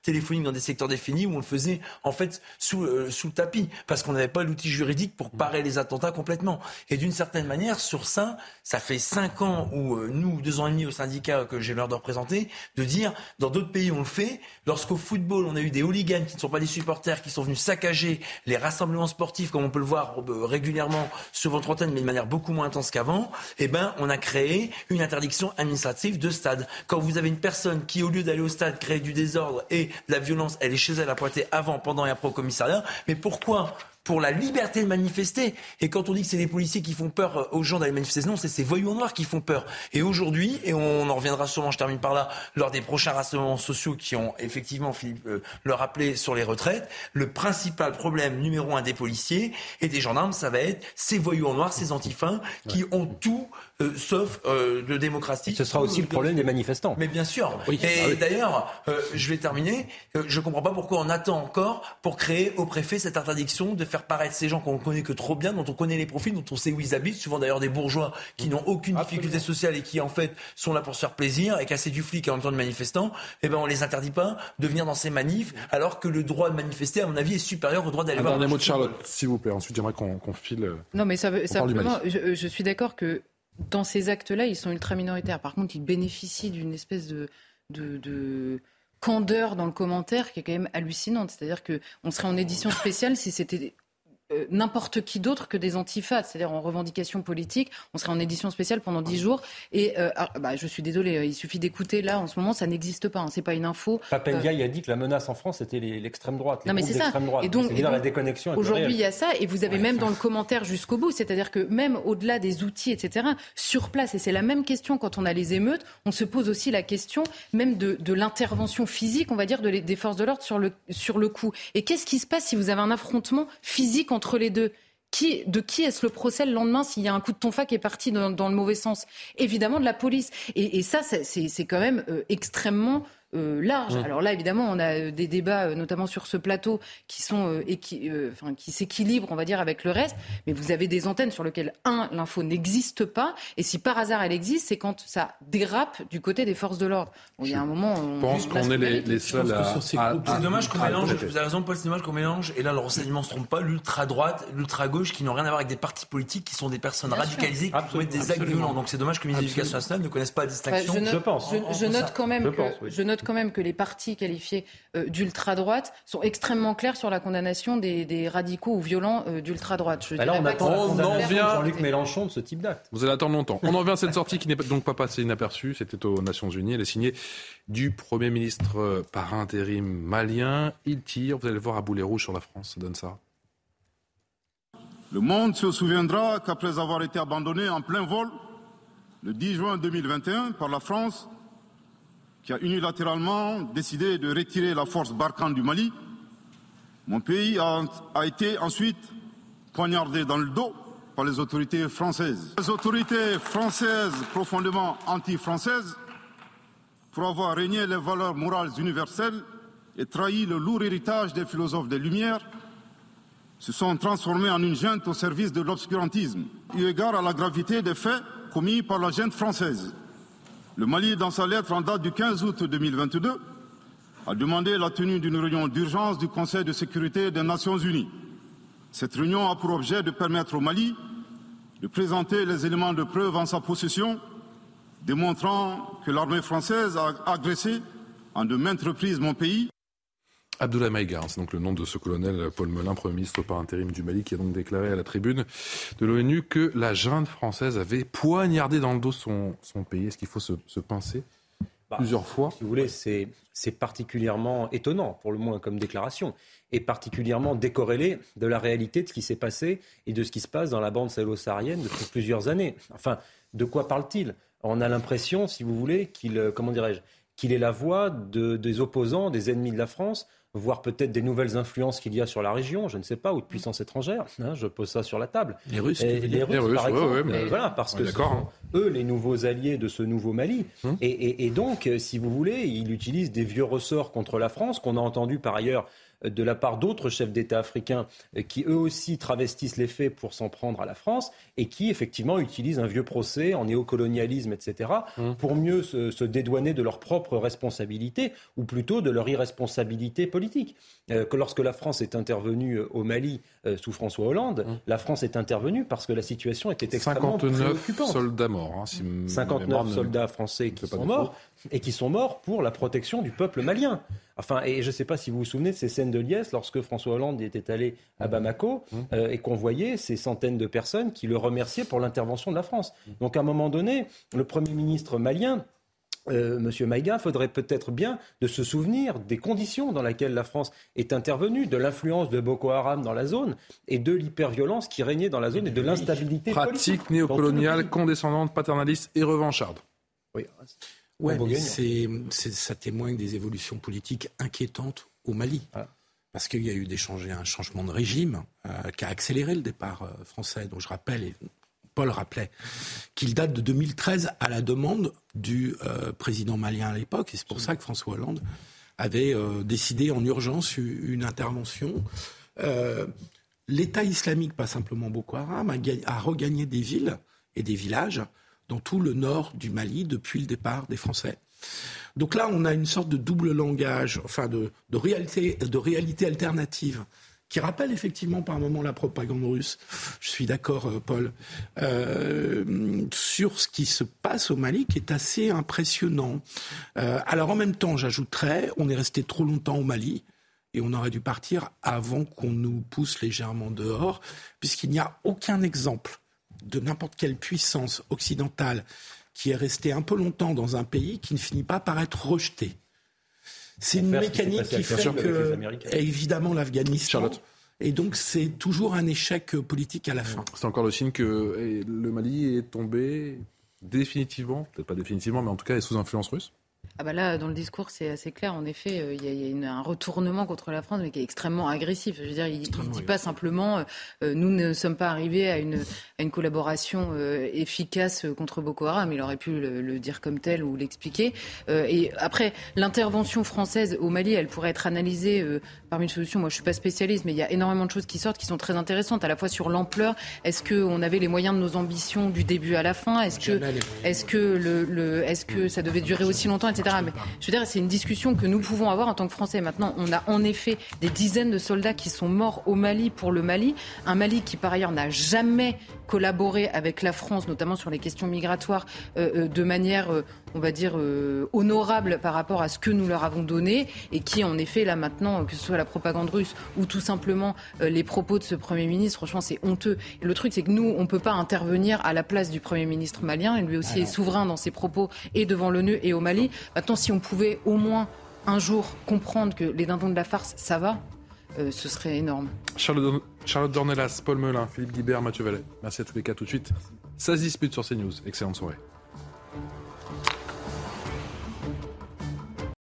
téléphoniques dans des secteurs définis où on le faisait en fait sous, euh, sous le tapis parce qu'on n'avait pas l'outil juridique pour parer les attentats complètement. Et d'une certaine manière, sur ça, ça fait cinq ans où euh, nous, deux ans et demi au syndicat que j'ai l'honneur de représenter, de dire dans d'autres pays on le fait. Lorsqu'au football on a eu des hooligans qui ne sont pas des supporters, qui sont venus saccager les rassemblements sportifs comme on peut le voir euh, régulièrement sur votre antenne, mais de manière beaucoup moins intense qu'avant, eh ben on a créé une interdiction administrative de stade. Quand vous avez une personne qui, au lieu d'aller au stade, crée du désordre et de la violence, elle est chez elle à Poitiers avant, pendant et après au commissariat. Mais pourquoi ? Pour la liberté de manifester. Et quand on dit que c'est les policiers qui font peur aux gens d'aller manifester, non, c'est ces voyous noirs qui font peur. Et aujourd'hui, et on en reviendra sûrement, je termine par là, lors des prochains rassemblements sociaux qui ont effectivement, Philippe euh, le rappelé, sur les retraites, le principal problème numéro un des policiers et des gendarmes, ça va être ces voyous en noir, ces antifins, qui ont tout euh, sauf euh, de démocratie. Et ce sera aussi le problème des manifestants. Mais bien sûr. Oui. Et Ah oui. d'ailleurs, euh, je vais terminer, euh, je ne comprends pas pourquoi on attend encore pour créer au préfet cette interdiction de faire paraître ces gens qu'on ne connaît que trop bien, dont on connaît les profils, dont on sait où ils habitent, souvent d'ailleurs des bourgeois qui n'ont aucune difficulté sociale et qui en fait sont là pour se faire plaisir et casser du flic et en même temps de manifestants, eh ben on les interdit pas de venir dans ces manifs alors que le droit de manifester, à mon avis, est supérieur au droit d'aller Un voir. dernier mot de Charlotte, s'il vous plaît. Ensuite, j'aimerais qu'on, qu'on file. Non, mais ça veut, on parle du Mali. simplement, je, je suis d'accord que dans ces actes-là, ils sont ultra minoritaires. Par contre, ils bénéficient d'une espèce de, de, de candeur dans le commentaire qui est quand même hallucinante. C'est-à-dire qu'on serait en édition spéciale si c'était euh, n'importe qui d'autre que des antifas, c'est-à-dire en revendication politique. On serait en édition spéciale pendant dix jours. Et euh, ah, bah, je suis désolée, il suffit d'écouter. Là, en ce moment, ça n'existe pas. Hein, c'est pas une info. Papendiaï euh... a dit que la menace en France, c'était les, l'extrême droite. Les non, mais c'est ça. Droite. Et donc, c'est et dans donc la déconnexion avec aujourd'hui, le réel. il y a ça. Et vous avez ouais, même ça. dans le commentaire jusqu'au bout. C'est-à-dire que même au-delà des outils, et cetera, sur place, et c'est la même question quand on a les émeutes, on se pose aussi la question même de, de l'intervention physique, on va dire, de les, des forces de l'ordre sur le, sur le coup. Et qu'est-ce qui se passe si vous avez un affrontement physique entre les deux ? Qui, de qui est-ce le procès le lendemain s'il y a un coup de tonfa qui est parti dans, dans le mauvais sens ? Évidemment de la police. Et, et ça, c'est, c'est, c'est quand même euh, extrêmement euh, large. Mmh. Alors là, évidemment, on a des débats, euh, notamment sur ce plateau, qui sont euh, équi- euh, enfin, qui s'équilibrent, on va dire, avec le reste. Mais vous avez des antennes sur lesquelles, un, l'info n'existe pas. Et si par hasard elle existe, c'est quand ça dérape du côté des forces de l'ordre. Bon, il y a un moment, on Je pense qu'on est les, les seuls à... à, C'est à, dommage qu'on à, mélange, à, vous avez raison Paul, c'est dommage qu'on mélange, et là le renseignement ne se trompe pas, l'ultra-droite, l'ultra-gauche qui n'ont rien à voir avec des partis politiques qui sont des personnes Bien radicalisées sûr. qui commettent des actes violents. Donc c'est dommage que le ministre de l'Éducation nationale ne connaisse pas la distinction. Enfin, je, note, je pense. Je, je, note quand même je, que, pense, oui. je note quand même que les partis qualifiés euh, d'ultra-droite sont extrêmement clairs sur la condamnation des, des radicaux ou violents euh, d'ultra-droite. Je bah là, on attend la condamnation de Jean-Luc et... Mélenchon de ce type d'acte. Vous allez attendre longtemps. On en revient à cette sortie qui n'est donc pas passée inaperçue. C'était aux Nations Unies. Elle est signée du Premier ministre par intérim malien. Il tire, vous allez le voir, à boulet rouge sur la France. Ça donne ça. Le monde se souviendra qu'après avoir été abandonné en plein vol, le dix juin deux mille vingt et un, par la France, qui a unilatéralement décidé de retirer la force Barkhane du Mali, mon pays a, a été ensuite poignardé dans le dos par les autorités françaises. Les autorités françaises profondément anti-françaises, pour avoir régné les valeurs morales universelles et trahi le lourd héritage des philosophes des Lumières, se sont transformés en une junte au service de l'obscurantisme, eu égard à la gravité des faits commis par la junte française. Le Mali, dans sa lettre en date du quinze août deux mille vingt-deux, a demandé la tenue d'une réunion d'urgence du Conseil de sécurité des Nations Unies. Cette réunion a pour objet de permettre au Mali de présenter les éléments de preuve en sa possession, démontrant que l'armée française a agressé en de maintes reprises mon pays. Abdoulaye Maïga, c'est donc le nom de ce colonel Paul Melun, Premier ministre par intérim du Mali, qui a donc déclaré à la tribune de l'ONU que la junte française avait poignardé dans le dos son, son pays. Est-ce qu'il faut se, se pincer bah, plusieurs fois ? Si vous voulez, c'est, c'est particulièrement étonnant, pour le moins, comme déclaration, et particulièrement décorrélé de la réalité de ce qui s'est passé et de ce qui se passe dans la bande sahélo-saharienne depuis plusieurs années. Enfin, de quoi parle-t-il ? On a l'impression, si vous voulez, qu'il, comment dirais-je, qu'il est la voix de, des opposants, des ennemis de la France, voire peut-être des nouvelles influences qu'il y a sur la région, je ne sais pas, ou de puissances étrangères. Hein, je pose ça sur la table. Les Russes, et, les, les Russes, les Russes, par exemple. Ouais, ouais, mais... et voilà, parce que ce sont eux les nouveaux alliés de ce nouveau Mali. Hum. Et, et, et donc, si vous voulez, il utilise des vieux ressorts contre la France, qu'on a entendu par ailleurs de la part d'autres chefs d'État africains qui eux aussi travestissent les faits pour s'en prendre à la France et qui effectivement utilisent un vieux procès en néocolonialisme, et cetera, mmh. pour mieux se, se dédouaner de leurs propres responsabilités ou plutôt de leur irresponsabilité politique. Euh, que lorsque la France est intervenue au Mali euh, sous François Hollande, mmh. la France est intervenue parce que la situation était extrêmement préoccupante. cinquante-neuf soldats morts. Hein, si cinquante-neuf soldats français qui sont morts et qui sont morts pour la protection du peuple malien. Enfin, et je ne sais pas si vous vous souvenez de ces scènes de liesse lorsque François Hollande était allé à Bamako mmh. euh, et qu'on voyait ces centaines de personnes qui le remerciaient pour l'intervention de la France. Donc à un moment donné, le Premier ministre malien, euh, M. Maïga, faudrait peut-être bien de se souvenir des conditions dans lesquelles la France est intervenue, de l'influence de Boko Haram dans la zone et de l'hyperviolence qui régnait dans la zone et de l'instabilité politique. Pratique néocoloniale, condescendante, paternaliste et revancharde. Oui. Ouais, mais c'est, c'est, ça témoigne des évolutions politiques inquiétantes au Mali. Ah. Parce qu'il y a eu des change, un changement de régime euh, qui a accéléré le départ euh, français. Donc je rappelle, et Paul rappelait, qu'il date de deux mille treize à la demande du euh, président malien à l'époque. Et c'est pour ça que François Hollande avait euh, décidé en urgence une intervention. Euh, L'État islamique, pas simplement Boko Haram, a, a regagné des villes et des villages dans tout le nord du Mali depuis le départ des Français. Donc là, on a une sorte de double langage, enfin de, de, réalité, de réalité alternative, qui rappelle effectivement par moments la propagande russe. Je suis d'accord, Paul, euh, sur ce qui se passe au Mali, qui est assez impressionnant. Euh, alors en même temps, j'ajouterais, on est resté trop longtemps au Mali, et on aurait dû partir avant qu'on nous pousse légèrement dehors, puisqu'il n'y a aucun exemple de n'importe quelle puissance occidentale qui est restée un peu longtemps dans un pays qui ne finit pas par être rejeté. C'est une mécanique qui fait que, évidemment, l'Afghanistan. Charlotte. Et donc, c'est toujours un échec politique à la fin. C'est encore le signe que le Mali est tombé définitivement, peut-être pas définitivement, mais en tout cas est sous influence russe. Ah bah là, dans le discours, c'est assez clair. En effet, euh, il y a, y a une, un retournement contre la France, mais qui est extrêmement agressif. Je veux dire, il ne dit pas simplement euh, nous ne sommes pas arrivés à une, à une collaboration euh, efficace contre Boko Haram. Il aurait pu le, le dire comme tel ou l'expliquer. Euh, et après, l'intervention française au Mali, elle pourrait être analysée euh, parmi une solution. Moi, je suis pas spécialiste, mais il y a énormément de choses qui sortent qui sont très intéressantes, à la fois sur l'ampleur. Est-ce qu'on avait les moyens de nos ambitions du début à la fin ? Est-ce que, est-ce que, le, le, est-ce que ça devait durer aussi longtemps, et cetera. Mais je veux dire, c'est une discussion que nous pouvons avoir en tant que Français. Maintenant, on a en effet des dizaines de soldats qui sont morts au Mali pour le Mali. Un Mali qui, par ailleurs, n'a jamais collaboré avec la France, notamment sur les questions migratoires, euh, de manière, euh, on va dire, euh, honorable par rapport à ce que nous leur avons donné. Et qui, en effet, là maintenant, que ce soit la propagande russe ou tout simplement euh, les propos de ce Premier ministre, franchement, c'est honteux. Et le truc, c'est que nous, on ne peut pas intervenir à la place du Premier ministre malien. Il lui aussi Alors. est souverain dans ses propos et devant l'ONU et au Mali. Maintenant, si on pouvait au moins un jour comprendre que les dindons de la farce, ça va, euh, ce serait énorme. Charlotte, Charlotte Dornelas, Paul Melun, Philippe Guibert, Mathieu Vallet. Merci à tous les quatre tout de suite. Ça se dispute sur CNews. Excellente soirée.